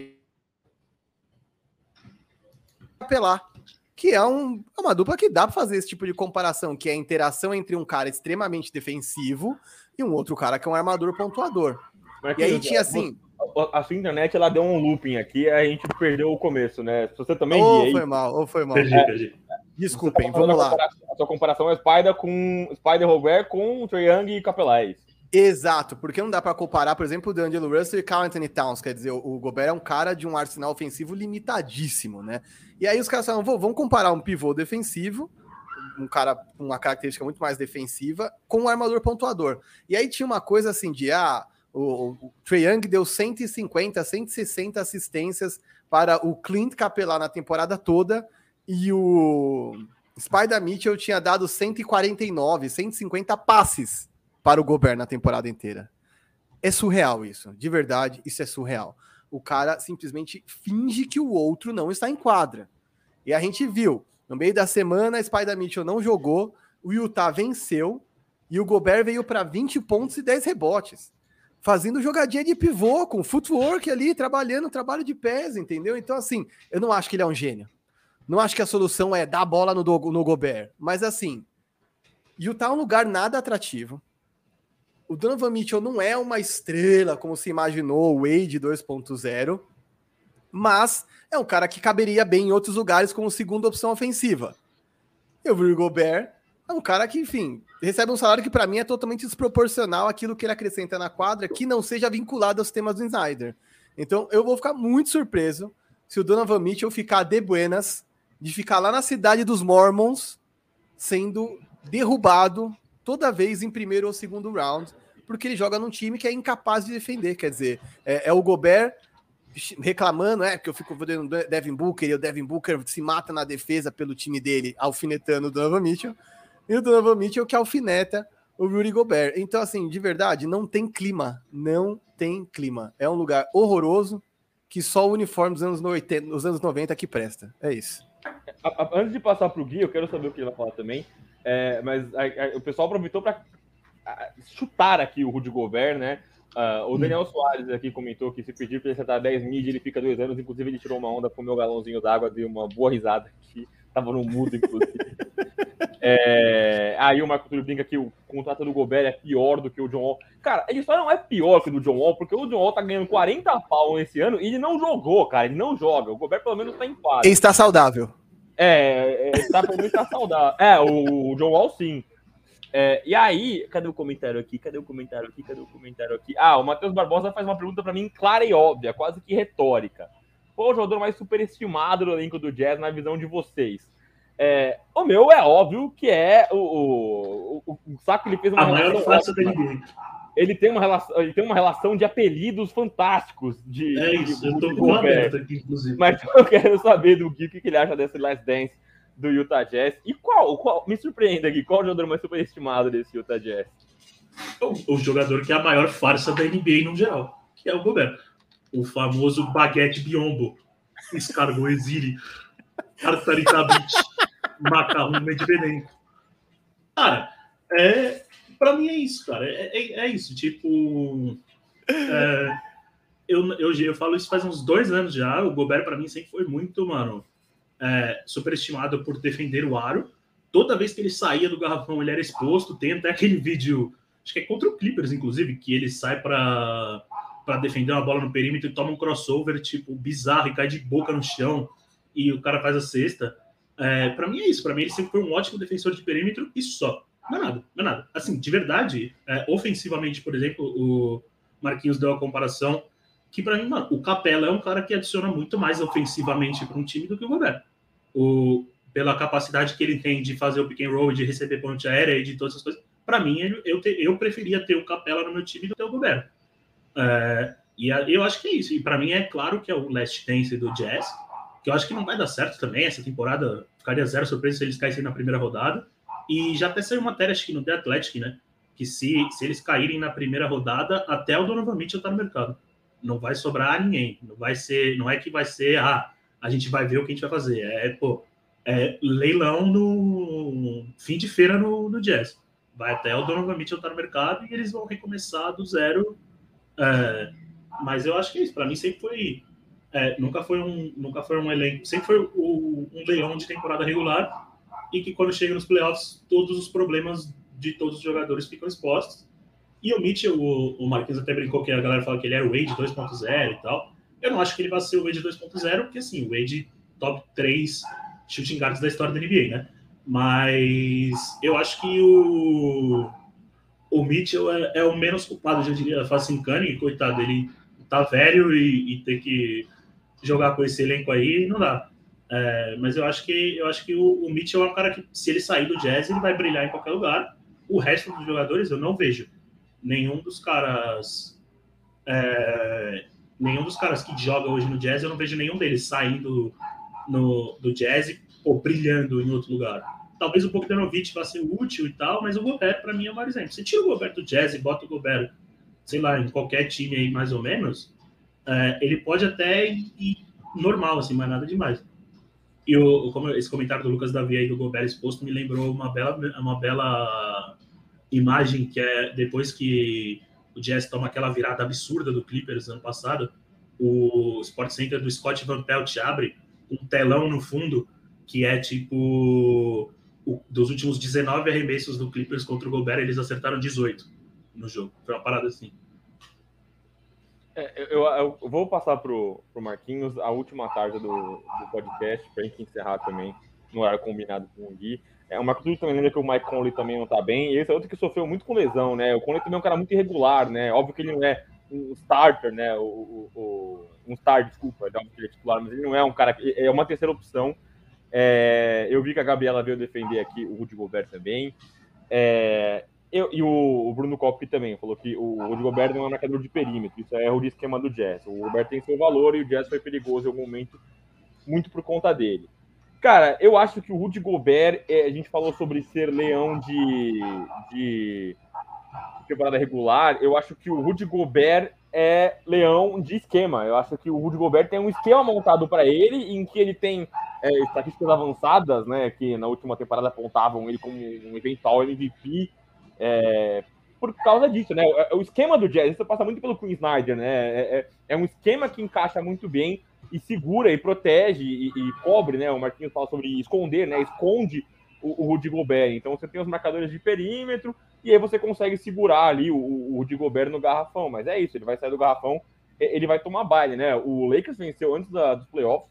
S1: apelar, que é uma dupla que dá para fazer esse tipo de comparação, que é a interação entre um cara extremamente defensivo e um outro cara que é um armador pontuador. E aí tinha assim...
S3: A sua internet, ela deu um looping aqui, a gente perdeu o começo, né? Se você também
S1: foi mal.
S2: Perdi.
S1: Desculpem, vamos lá.
S3: A sua comparação é Spider Robert com Trae Young e Capelais.
S1: Exato, porque não dá para comparar, por exemplo, o D'Angelo Russell e Karl Anthony Towns, quer dizer, o Gobert é um cara de um arsenal ofensivo limitadíssimo, né? E aí os caras falam, vamos comparar um pivô defensivo, um cara com uma característica muito mais defensiva, com um armador pontuador. E aí tinha uma coisa assim de, o Trae Young deu 150, 160 assistências para o Clint Capela na temporada toda, e o Spider Mitchell tinha dado 149, 150 passes para o Gobert na temporada inteira. É surreal isso, de verdade, isso é surreal. O cara simplesmente finge que o outro não está em quadra. E a gente viu, no meio da semana, Spider Mitchell não jogou, o Utah venceu, e o Gobert veio para 20 pontos e 10 rebotes. Fazendo jogadinha de pivô, com footwork ali, trabalhando, trabalho de pés, entendeu? Então, assim, eu não acho que ele é um gênio. Não acho que a solução é dar a bola no Gobert. Mas, assim, Utah é um lugar nada atrativo. O Donovan Mitchell não é uma estrela, como se imaginou, o Wade 2.0, mas é um cara que caberia bem em outros lugares como segunda opção ofensiva. E o Rudy Gobert é um cara que, enfim, recebe um salário que para mim é totalmente desproporcional àquilo que ele acrescenta na quadra, que não seja vinculado aos temas do Snyder. Então eu vou ficar muito surpreso se o Donovan Mitchell ficar de buenas, de ficar lá na cidade dos Mormons, sendo derrubado toda vez em primeiro ou segundo round, porque ele joga num time que é incapaz de defender, quer dizer, é o Gobert reclamando, porque eu fico vendo o Devin Booker, e o Devin Booker se mata na defesa pelo time dele, alfinetando o Donovan Mitchell, e o Donovan Mitchell que alfineta o Rudy Gobert. Então, assim, de verdade, não tem clima. É um lugar horroroso que só o uniforme dos anos 90 que presta. É isso.
S3: Antes de passar para o Gui, eu quero saber o que ele vai falar também, mas o pessoal aproveitou para chutar aqui o Rudy Gobert, né? O Daniel Soares aqui comentou que se pedir para ele acertar 10 mid, ele fica 2 anos. Inclusive, ele tirou uma onda com o meu galãozinho d'água, deu uma boa risada aqui. Tava no mudo, inclusive. Aí o Marco Túlio brinca que o contrato do Gobert é pior do que o John Wall. Cara, ele só não é pior que o do John Wall, porque o John Wall tá ganhando 40 pau nesse ano e ele não jogou, cara. Ele não joga. O Gobert pelo menos tá em quadra.
S1: Ele está saudável.
S3: Pelo menos tá saudável. O John Wall sim. E aí, cadê o comentário aqui? O Matheus Barbosa faz uma pergunta pra mim clara e óbvia, quase que retórica. Qual o jogador mais superestimado do elenco do Jazz na visão de vocês? O meu é óbvio que é o Saco. Ele fez uma
S2: maior força da NBA.
S3: Ele tem uma relação de apelidos fantásticos.
S2: Eu tô com aberto aqui, inclusive.
S3: Mas eu quero saber do Gui o que ele acha desse Last Dance do Utah Jazz. E qual me surpreenda aqui, qual o jogador mais superestimado desse Utah Jazz?
S2: O jogador que é a maior farsa da NBA no geral, que é o Gobert. O famoso Baguete Biombo, Escargot Exiri, Artaritabit, Macarrão Medvedenko. Cara, pra mim é isso, cara. É isso, tipo... Eu falo isso faz uns 2 anos já. O Gobert, pra mim, sempre foi muito, superestimado por defender o aro. Toda vez que ele saía do garrafão, ele era exposto. Tem até aquele vídeo, acho que é contra o Clippers, inclusive, que ele sai pra defender uma bola no perímetro e toma um crossover, tipo, bizarro, e cai de boca no chão, e o cara faz a cesta. Pra mim é isso. Pra mim ele sempre foi um ótimo defensor de perímetro e só. Não é nada. Assim, de verdade, ofensivamente, por exemplo, o Marquinhos deu a comparação que, pra mim, o Capela é um cara que adiciona muito mais ofensivamente para um time do que o Gobert. Pela capacidade que ele tem de fazer o pick and roll, de receber ponte aérea e de todas essas coisas, para mim, eu preferia ter o Capela no meu time do que o Gobert. Eu acho que é isso. E para mim é claro que é o Last Dance do Jazz, que eu acho que não vai dar certo também. Essa temporada ficaria zero surpresa se eles caíssem na primeira rodada. E já até saiu matéria, acho que no The Athletic, né? Que se eles caírem na primeira rodada, até o Donovan Mitchell tá no mercado. Não vai sobrar ninguém. Não é que vai ser, a gente vai ver o que a gente vai fazer. Leilão no fim de feira no Jazz. Vai até o Donovan Mitchell estar no mercado e eles vão recomeçar do zero. Mas eu acho que é isso. Para mim sempre foi... nunca foi um elenco... Sempre foi um leilão de temporada regular e que quando chega nos playoffs, todos os problemas de todos os jogadores ficam expostos. E o Mitchell, o Marquinhos até brincou que a galera fala que ele era o Wade 2.0 e tal. Eu não acho que ele vai ser o Wade 2.0, porque assim, o Wade top 3 shooting guards da história da NBA, né? Mas eu acho que o Mitchell é o menos culpado, eu diria, assim, Cunningham, coitado, ele tá velho e ter que jogar com esse elenco aí, não dá. Mas eu acho que o Mitchell é um cara que, se ele sair do Jazz, ele vai brilhar em qualquer lugar. O resto dos jogadores eu não vejo nenhum dos caras que joga hoje no Jazz, eu não vejo nenhum deles saindo do Jazz ou brilhando em outro lugar. Talvez o Bogdanovic vá ser útil e tal, mas o Gobert, para mim, é o maior exemplo. Você tira o Gobert do Jazz e bota o Gobert, sei lá, em qualquer time aí, mais ou menos, ele pode até ir normal, assim, mas nada demais. E esse comentário do Lucas Davi aí do Gobert exposto me lembrou uma bela imagem, que é depois que o Jazz toma aquela virada absurda do Clippers ano passado, o Sport Center do Scott Van Pelt abre um telão no fundo que é tipo dos últimos 19 arremessos do Clippers contra o Gobert, eles acertaram 18 no jogo. Foi uma parada assim.
S3: Eu vou passar pro Marquinhos a última tarde do podcast, para a gente encerrar também no horário combinado com o Gui. O Marcos também lembra que o Mike Conley também não tá bem, e esse é outro que sofreu muito com lesão, né? O Conley também é um cara muito irregular, né? Óbvio que ele não é um starter, né? Um star, desculpa, ele é titular, mas ele não é um cara, é uma terceira opção. Eu vi que a Gabriela veio defender aqui o Rudy Gobert também. E o Bruno Kopp também falou que o Rudy Gobert não é um marcador de perímetro, isso é erro de esquema do Jazz. O Gobert tem seu valor e o Jazz foi perigoso em algum momento, muito por conta dele. Cara, eu acho que o Rudy Gobert, a gente falou sobre ser leão de temporada regular, eu acho que o Rudy Gobert é leão de esquema. Eu acho que o Rudy Gobert tem um esquema montado para ele, em que ele tem estatísticas avançadas, né, que na última temporada apontavam ele como um eventual MVP, por causa disso, né? O esquema do Jazz, isso passa muito pelo Quinn Snyder, né? É um esquema que encaixa muito bem e segura e protege e cobre, né? O Marquinhos fala sobre esconder, né? Esconde o Rudy Gobert. Então você tem os marcadores de perímetro e aí você consegue segurar ali o Rudy Gobert no garrafão. Mas é isso, ele vai sair do garrafão, ele vai tomar baile, né? O Lakers venceu antes dos playoffs,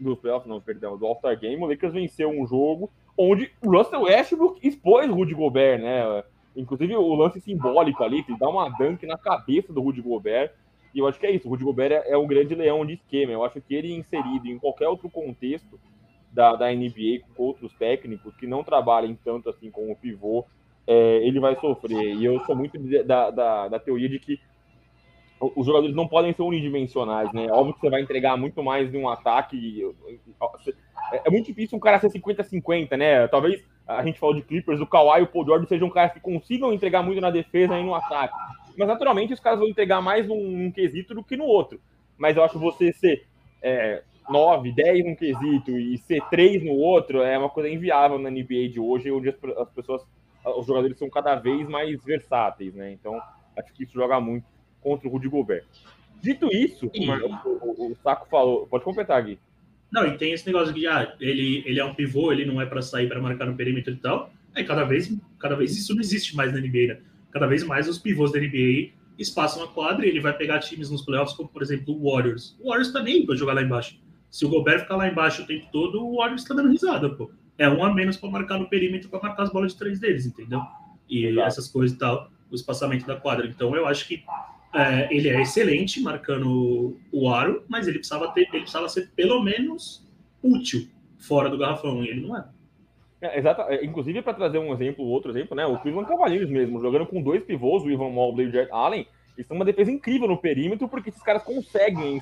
S3: do All-Star Game, o Lakers venceu um jogo onde o Russell Westbrook expôs o Rudy Gobert, né? Inclusive o lance simbólico ali, que dá uma dunk na cabeça do Rudy Gobert. E eu acho que é isso, o Rudy Gobert é um grande leão de esquema. Eu acho que ele inserido em qualquer outro contexto da NBA, com outros técnicos que não trabalhem tanto assim com o pivô, ele vai sofrer. E eu sou muito da teoria de que os jogadores não podem ser unidimensionais, né? Óbvio que você vai entregar muito mais em um ataque. É muito difícil um cara ser 50-50, né? Talvez a gente falou de Clippers, o Kawhi e o Paul George sejam caras que consigam entregar muito na defesa e no ataque. Mas, naturalmente, os caras vão entregar mais num quesito do que no outro. Mas eu acho que você ser 9, 10 num quesito e ser 3 no outro é uma coisa inviável na NBA de hoje, onde os jogadores são cada vez mais versáteis, né? Então, acho que isso joga muito contra o Rudy Gobert. Dito isso, o Saco falou... Pode completar, Gui.
S2: Não, e tem esse negócio de ele é um pivô, ele não é para sair para marcar no perímetro e tal. Cada vez isso não existe mais na NBA, né? Cada vez mais os pivôs da NBA espaçam a quadra e ele vai pegar times nos playoffs, como por exemplo o Warriors. O Warriors tá nem para jogar lá embaixo. Se o Gobert ficar lá embaixo o tempo todo, o Warriors tá dando risada, pô. É um a menos para marcar no perímetro, para marcar as bolas de 3 deles, entendeu? E essas coisas e tal, o espaçamento da quadra. Então eu acho que ele é excelente marcando o aro, mas ele precisava ser pelo menos útil fora do garrafão, e ele não é.
S3: Exato. Inclusive, para trazer outro exemplo, né? O Cleveland Cavaliers mesmo, jogando com 2 pivôs, o Evan Mobley e o Jarrett Allen, eles têm uma defesa incrível no perímetro, porque esses caras conseguem,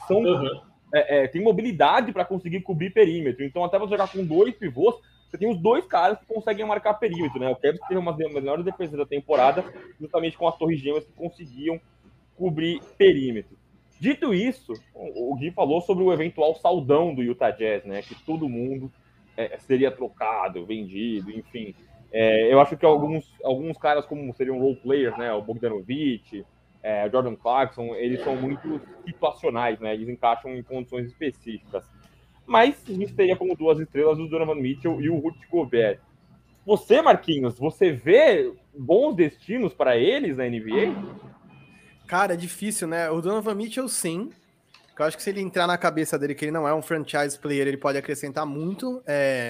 S3: tem mobilidade para conseguir cobrir perímetro. Então, até você jogar com 2 pivôs, você tem os 2 caras que conseguem marcar perímetro, né? O Cavs teve uma das melhores defesas da temporada, justamente com as torres gêmeas que conseguiam cobrir perímetro. Dito isso, o Gui falou sobre o eventual saudão do Utah Jazz, né? Que todo mundo seria trocado, vendido, enfim. Eu acho que alguns caras, como seriam role players, né? O Bogdanovic, o Jordan Clarkson, eles são muito situacionais, né? Eles encaixam em condições específicas. Mas a gente teria como 2 estrelas o Donovan Mitchell e o Rudy Gobert. Você, Marquinhos, você vê bons destinos para eles na NBA?
S1: Cara, é difícil, né? O Donovan Mitchell, sim. Eu acho que se ele entrar na cabeça dele que ele não é um franchise player, ele pode acrescentar muito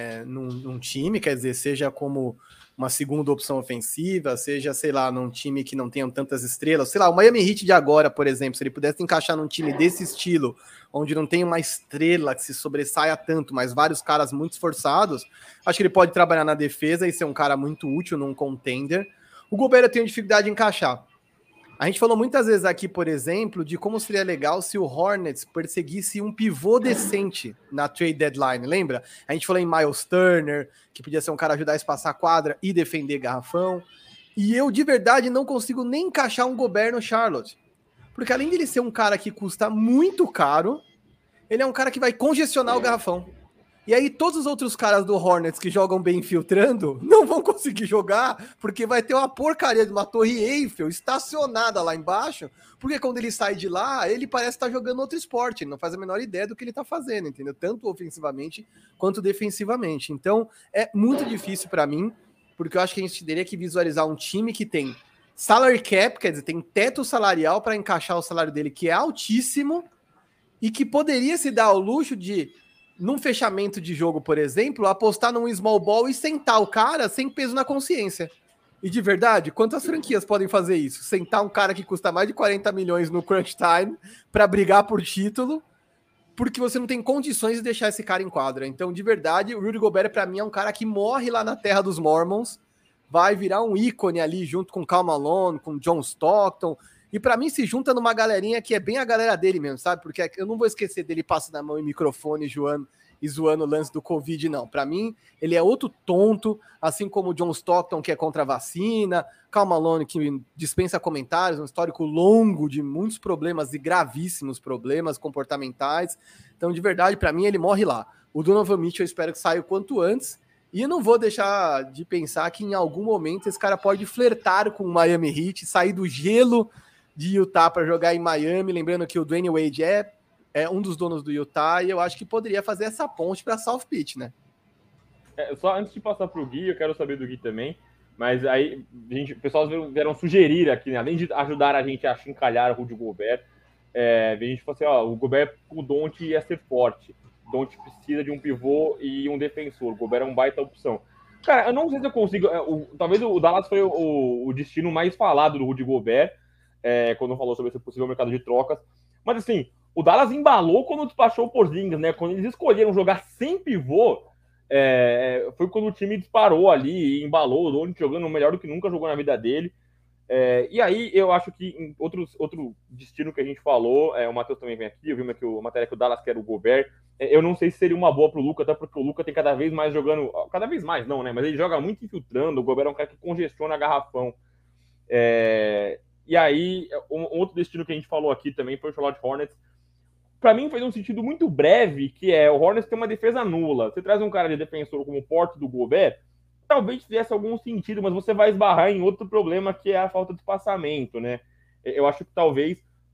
S1: num time, quer dizer, seja como uma segunda opção ofensiva, seja, sei lá, num time que não tenha tantas estrelas. Sei lá, o Miami Heat de agora, por exemplo, se ele pudesse encaixar num time desse estilo, onde não tem uma estrela que se sobressaia tanto, mas vários caras muito esforçados, acho que ele pode trabalhar na defesa e ser um cara muito útil num contender. O Gobert eu tenho dificuldade de encaixar. A gente falou muitas vezes aqui, por exemplo, de como seria legal se o Hornets perseguisse um pivô decente na trade deadline, lembra? A gente falou em Miles Turner, que podia ser um cara ajudar a espaçar a quadra e defender garrafão. E eu, de verdade, não consigo nem encaixar um Gobert no Charlotte. Porque além de ele ser um cara que custa muito caro, ele é um cara que vai congestionar o garrafão. E aí todos os outros caras do Hornets que jogam bem infiltrando não vão conseguir jogar, porque vai ter uma porcaria de uma torre Eiffel estacionada lá embaixo, porque quando ele sai de lá, ele parece estar jogando outro esporte, ele não faz a menor ideia do que ele está fazendo, entendeu? Tanto ofensivamente quanto defensivamente. Então é muito difícil para mim, porque eu acho que a gente teria que visualizar um time que tem salary cap, quer dizer, tem teto salarial para encaixar o salário dele, que é altíssimo, e que poderia se dar ao luxo de, num fechamento de jogo, por exemplo, apostar num small ball e sentar o cara sem peso na consciência. E de verdade, quantas franquias podem fazer isso? Sentar um cara que custa mais de 40 milhões no crunch time para brigar por título, porque você não tem condições de deixar esse cara em quadra. Então, de verdade, o Rudy Gobert, para mim, é um cara que morre lá na terra dos Mormons, vai virar um ícone ali junto com Karl Malone, com John Stockton, e para mim se junta numa galerinha que é bem a galera dele mesmo, sabe? Porque eu não vou esquecer dele passando a mão em microfone e zoando o lance do Covid, não. Para mim, ele é outro tonto, assim como o John Stockton, que é contra a vacina, Karl Malone, que dispensa comentários, um histórico longo de muitos problemas e gravíssimos problemas comportamentais. Então, de verdade, para mim, ele morre lá. O Donovan Mitchell eu espero que saia o quanto antes, e eu não vou deixar de pensar que em algum momento esse cara pode flertar com o Miami Heat, sair do gelo de Utah para jogar em Miami, lembrando que o Dwayne Wade é um dos donos do Utah, e eu acho que poderia fazer essa ponte para South Beach, né?
S3: Só antes de passar para o Gui, eu quero saber do Gui também, mas aí o pessoal vieram sugerir aqui, né, além de ajudar a gente a chincalhar o Rudy Gobert, a gente falou assim, o Gobert com o Don't ia ser forte, o Don't precisa de um pivô e um defensor, o Gobert é uma baita opção. Cara, eu não sei se eu consigo, talvez o Dallas foi o destino mais falado do Rudy Gobert, quando falou sobre esse possível mercado de trocas. Mas assim, o Dallas embalou quando despachou o Porzingis, né? Quando eles escolheram jogar sem pivô, foi quando o time disparou ali e embalou, o Doncic jogando melhor do que nunca jogou na vida dele. E aí eu acho que em outro destino que a gente falou, o Matheus também vem aqui, eu vi aqui a matéria que o Dallas quer o Gobert. Eu não sei se seria uma boa pro Luka, até porque o Luka tem cada vez mais jogando, cada vez mais não, né? Mas ele joga muito infiltrando, o Gobert é um cara que congestiona garrafão. E aí, um outro destino que a gente falou aqui também foi o Charlotte Hornets. Para mim, faz um sentido muito breve, que o Hornets tem uma defesa nula. Você traz um cara de defensor como o porte do Gobert, talvez tivesse algum sentido, mas você vai esbarrar em outro problema, que é a falta de espaçamento, né? Eu acho que talvez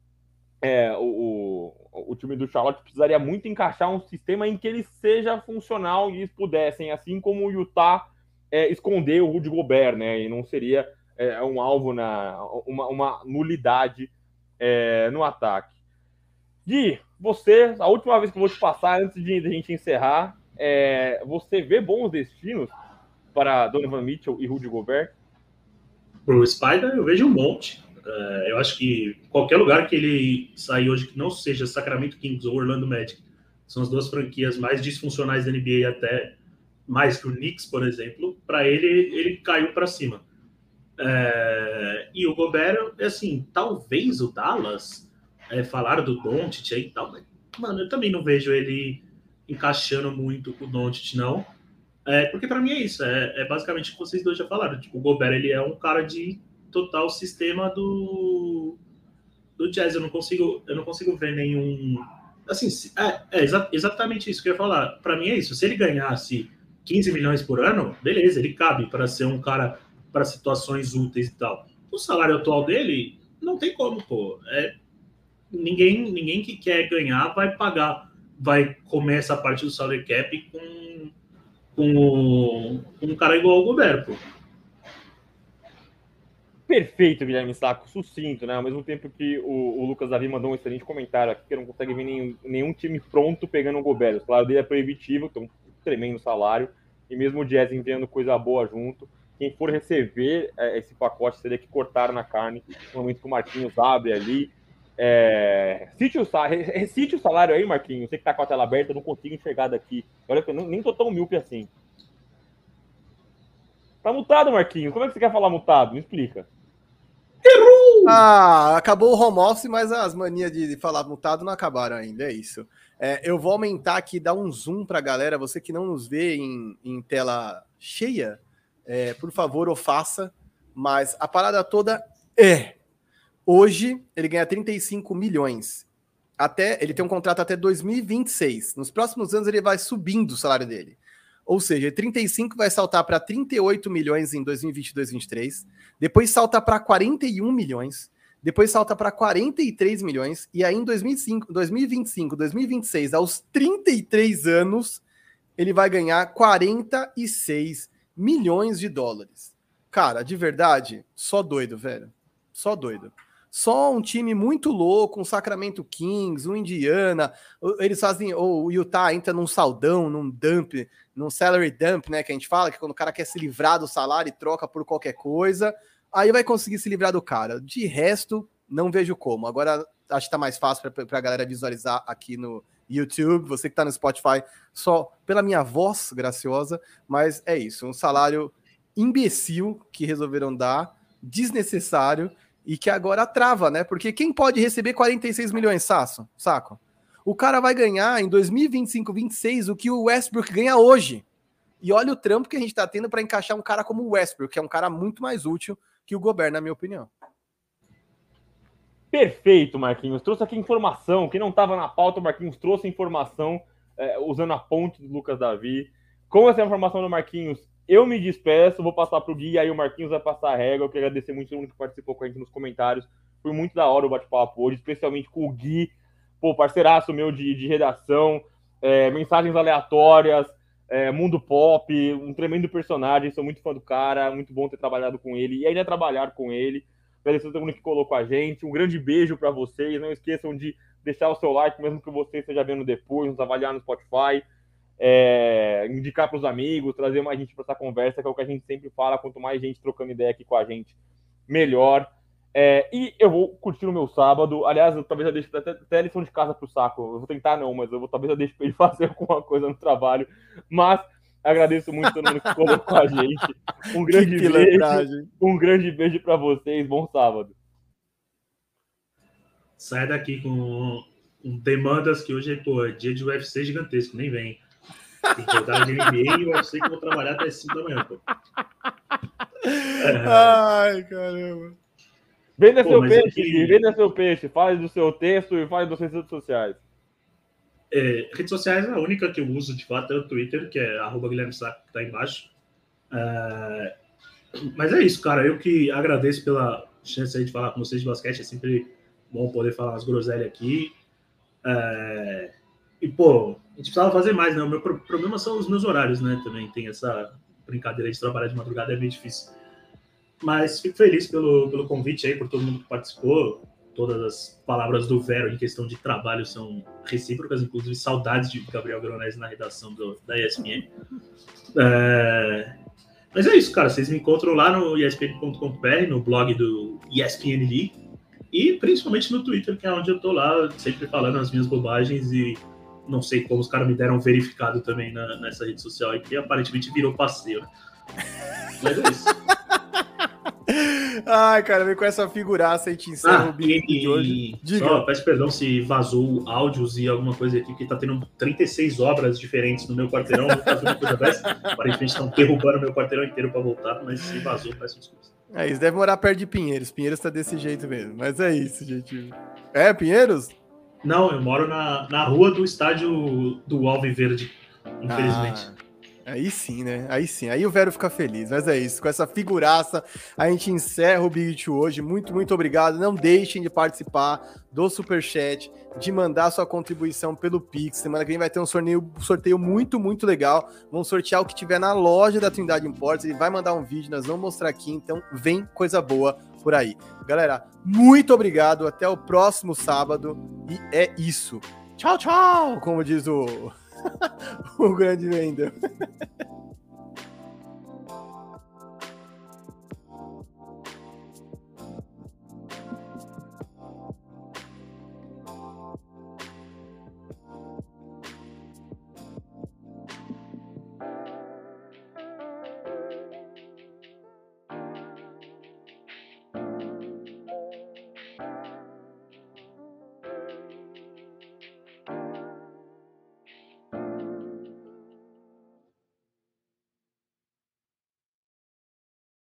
S3: o time do Charlotte precisaria muito encaixar um sistema em que ele seja funcional e eles pudessem, assim como o Utah, esconder o Rudy Gobert, né? E não seria um alvo, uma nulidade no ataque. Gui, você, a última vez que eu vou te passar, antes de a gente encerrar, você vê bons destinos para Donovan Mitchell e Rudy Gobert?
S2: Pro Spider, eu vejo um monte. Eu acho que qualquer lugar que ele sair hoje que não seja Sacramento Kings ou Orlando Magic, são as duas franquias mais disfuncionais da NBA até mais que o Knicks, por exemplo, para ele caiu para cima. E o Gobert, assim, talvez o Dallas, falaram do Doncic aí e tal, mas, mano, eu também não vejo ele encaixando muito com o Doncic, não. Porque para mim é isso, basicamente o que vocês dois já falaram. Tipo, o Gobert, ele é um cara de total sistema do Jazz. Eu não consigo ver nenhum... Assim, exatamente isso que eu ia falar. Para mim é isso. Se ele ganhasse 15 milhões por ano, beleza, ele cabe para ser um cara para situações úteis e tal. O salário atual dele, não tem como, pô. Ninguém que quer ganhar vai comer essa parte do salary cap com um cara igual ao Gobert, pô.
S3: Perfeito, Guilherme Sacco, sucinto, né? Ao mesmo tempo que o Lucas Davi mandou um excelente comentário aqui, que não consegue ver nenhum time pronto pegando o Gobert. O salário dele é proibitivo, tem um tremendo salário, e mesmo o Jazz enviando coisa boa junto. Quem for receber esse pacote seria que cortaram na carne no momento que o Marquinhos abre ali. Cite o salário aí, Marquinhos. Você que tá com a tela aberta, eu não consigo enxergar daqui. Olha que eu nem tô tão míope assim. Tá mutado, Marquinhos. Como é que você quer falar mutado? Me explica.
S1: Acabou o home office, mas as manias de falar mutado não acabaram ainda, é isso. Eu vou aumentar aqui, dar um zoom pra galera, você que não nos vê em tela cheia, por favor, o faça, mas a parada toda hoje ele ganha 35 milhões, ele tem um contrato até 2026, nos próximos anos ele vai subindo o salário dele. Ou seja, 35 vai saltar para 38 milhões em 2022, 2023. Depois salta para 41 milhões. Depois salta para 43 milhões. E aí em 2025, 2026, aos 33 anos, ele vai ganhar 46 milhões de dólares. Cara, de verdade, só doido, velho. Só doido. Só um time muito louco, um Sacramento Kings, um Indiana, eles fazem, ou o Utah entra num saldão, num dump, num salary dump, né, que a gente fala, que quando o cara quer se livrar do salário e troca por qualquer coisa, aí vai conseguir se livrar do cara. De resto, não vejo como. Agora, acho que tá mais fácil pra galera visualizar aqui no YouTube, você que tá no Spotify, só pela minha voz graciosa, mas é isso, um salário imbecil que resolveram dar, desnecessário, e que agora trava, né? Porque quem pode receber 46 milhões, saco? O cara vai ganhar em 2025, 26 o que o Westbrook ganha hoje. E olha o trampo que a gente tá tendo para encaixar um cara como o Westbrook, que é um cara muito mais útil que o Gobert, na minha opinião.
S3: Perfeito, Marquinhos. Trouxe aqui informação. Quem não estava na pauta, o Marquinhos trouxe informação usando a ponte do Lucas Davi. Com essa informação do Marquinhos, eu me despeço, vou passar para o Gui, aí o Marquinhos vai passar a régua. Eu quero agradecer muito todo mundo que participou com a gente nos comentários. Foi muito da hora o bate-papo hoje, especialmente com o Gui, parceiraço meu de redação, mensagens aleatórias, mundo pop, um tremendo personagem. Sou muito fã do cara, muito bom ter trabalhado com ele e ainda trabalhar com ele. Agradecer a todo mundo que colou com a gente. Um grande beijo para vocês. Não esqueçam de deixar o seu like, mesmo que você esteja vendo depois, nos avaliar no Spotify. Indicar para os amigos, trazer mais gente para essa conversa, que é o que a gente sempre fala, quanto mais gente trocando ideia aqui com a gente, melhor. E eu vou curtir o meu sábado. Aliás, talvez eu deixe até a lição de casa pro Saco. Eu vou tentar não, mas talvez eu deixe para ele fazer alguma coisa no trabalho. Mas agradeço muito todo mundo que colou com a gente. Um grande beijo para vocês. Bom sábado.
S2: Sai daqui com demandas que hoje é dia de UFC gigantesco, nem vem. Tem que jogar de NBA e o UFC que eu vou trabalhar até 5 da manhã, pô.
S1: Ai, caramba.
S3: Venda seu peixe, venda seu peixe. Fale do seu texto e fale das suas redes sociais.
S2: Redes sociais, a única que eu uso de fato é o Twitter, que é @Guilherme Sacco, que tá embaixo. Mas é isso, cara. Eu que agradeço pela chance aí de falar com vocês de basquete. É sempre bom poder falar umas groselhas aqui. E, a gente precisava fazer mais, né? O meu problema são os meus horários, né? Também tem essa brincadeira de trabalhar de madrugada, é bem difícil. Mas fico feliz pelo convite aí, por todo mundo que participou. Todas as palavras do Vero em questão de trabalho são recíprocas, inclusive saudades de Gabriel Veronese na redação da ESPN. Mas é isso, cara. Vocês me encontram lá no espn.com.br, no blog do ESPN League, e principalmente no Twitter, que é onde eu tô lá, sempre falando as minhas bobagens e não sei como os caras me deram verificado também nessa rede social aí, que aparentemente virou passeio, né? Mas é isso.
S1: Ai, cara, vem com essa figuraça e te encerra o vídeo de hoje.
S2: Só peço perdão se vazou áudios e alguma coisa aqui, porque tá tendo 36 obras diferentes no meu quarteirão. Nunca vi uma coisa dessa. Aparentemente estão derrubando meu quarteirão inteiro pra voltar, mas se vazou, peço desculpas.
S1: É isso, deve morar perto de Pinheiros. Pinheiros tá desse jeito mesmo. Mas é isso, gente. É, Pinheiros?
S2: Não, eu moro na rua do estádio do Alviverde, infelizmente.
S1: Aí sim, né? Aí sim. Aí o Vero fica feliz. Mas é isso. Com essa figuraça, a gente encerra o Big Two hoje. Muito, muito obrigado. Não deixem de participar do Superchat, de mandar sua contribuição pelo Pix. Semana que vem vai ter um sorteio muito, muito legal. Vamos sortear o que tiver na loja da Trindade Imports. Ele vai mandar um vídeo, nós vamos mostrar aqui. Então, vem coisa boa por aí. Galera, muito obrigado. Até o próximo sábado. E é isso. Tchau, tchau! Como diz o grande Wendel.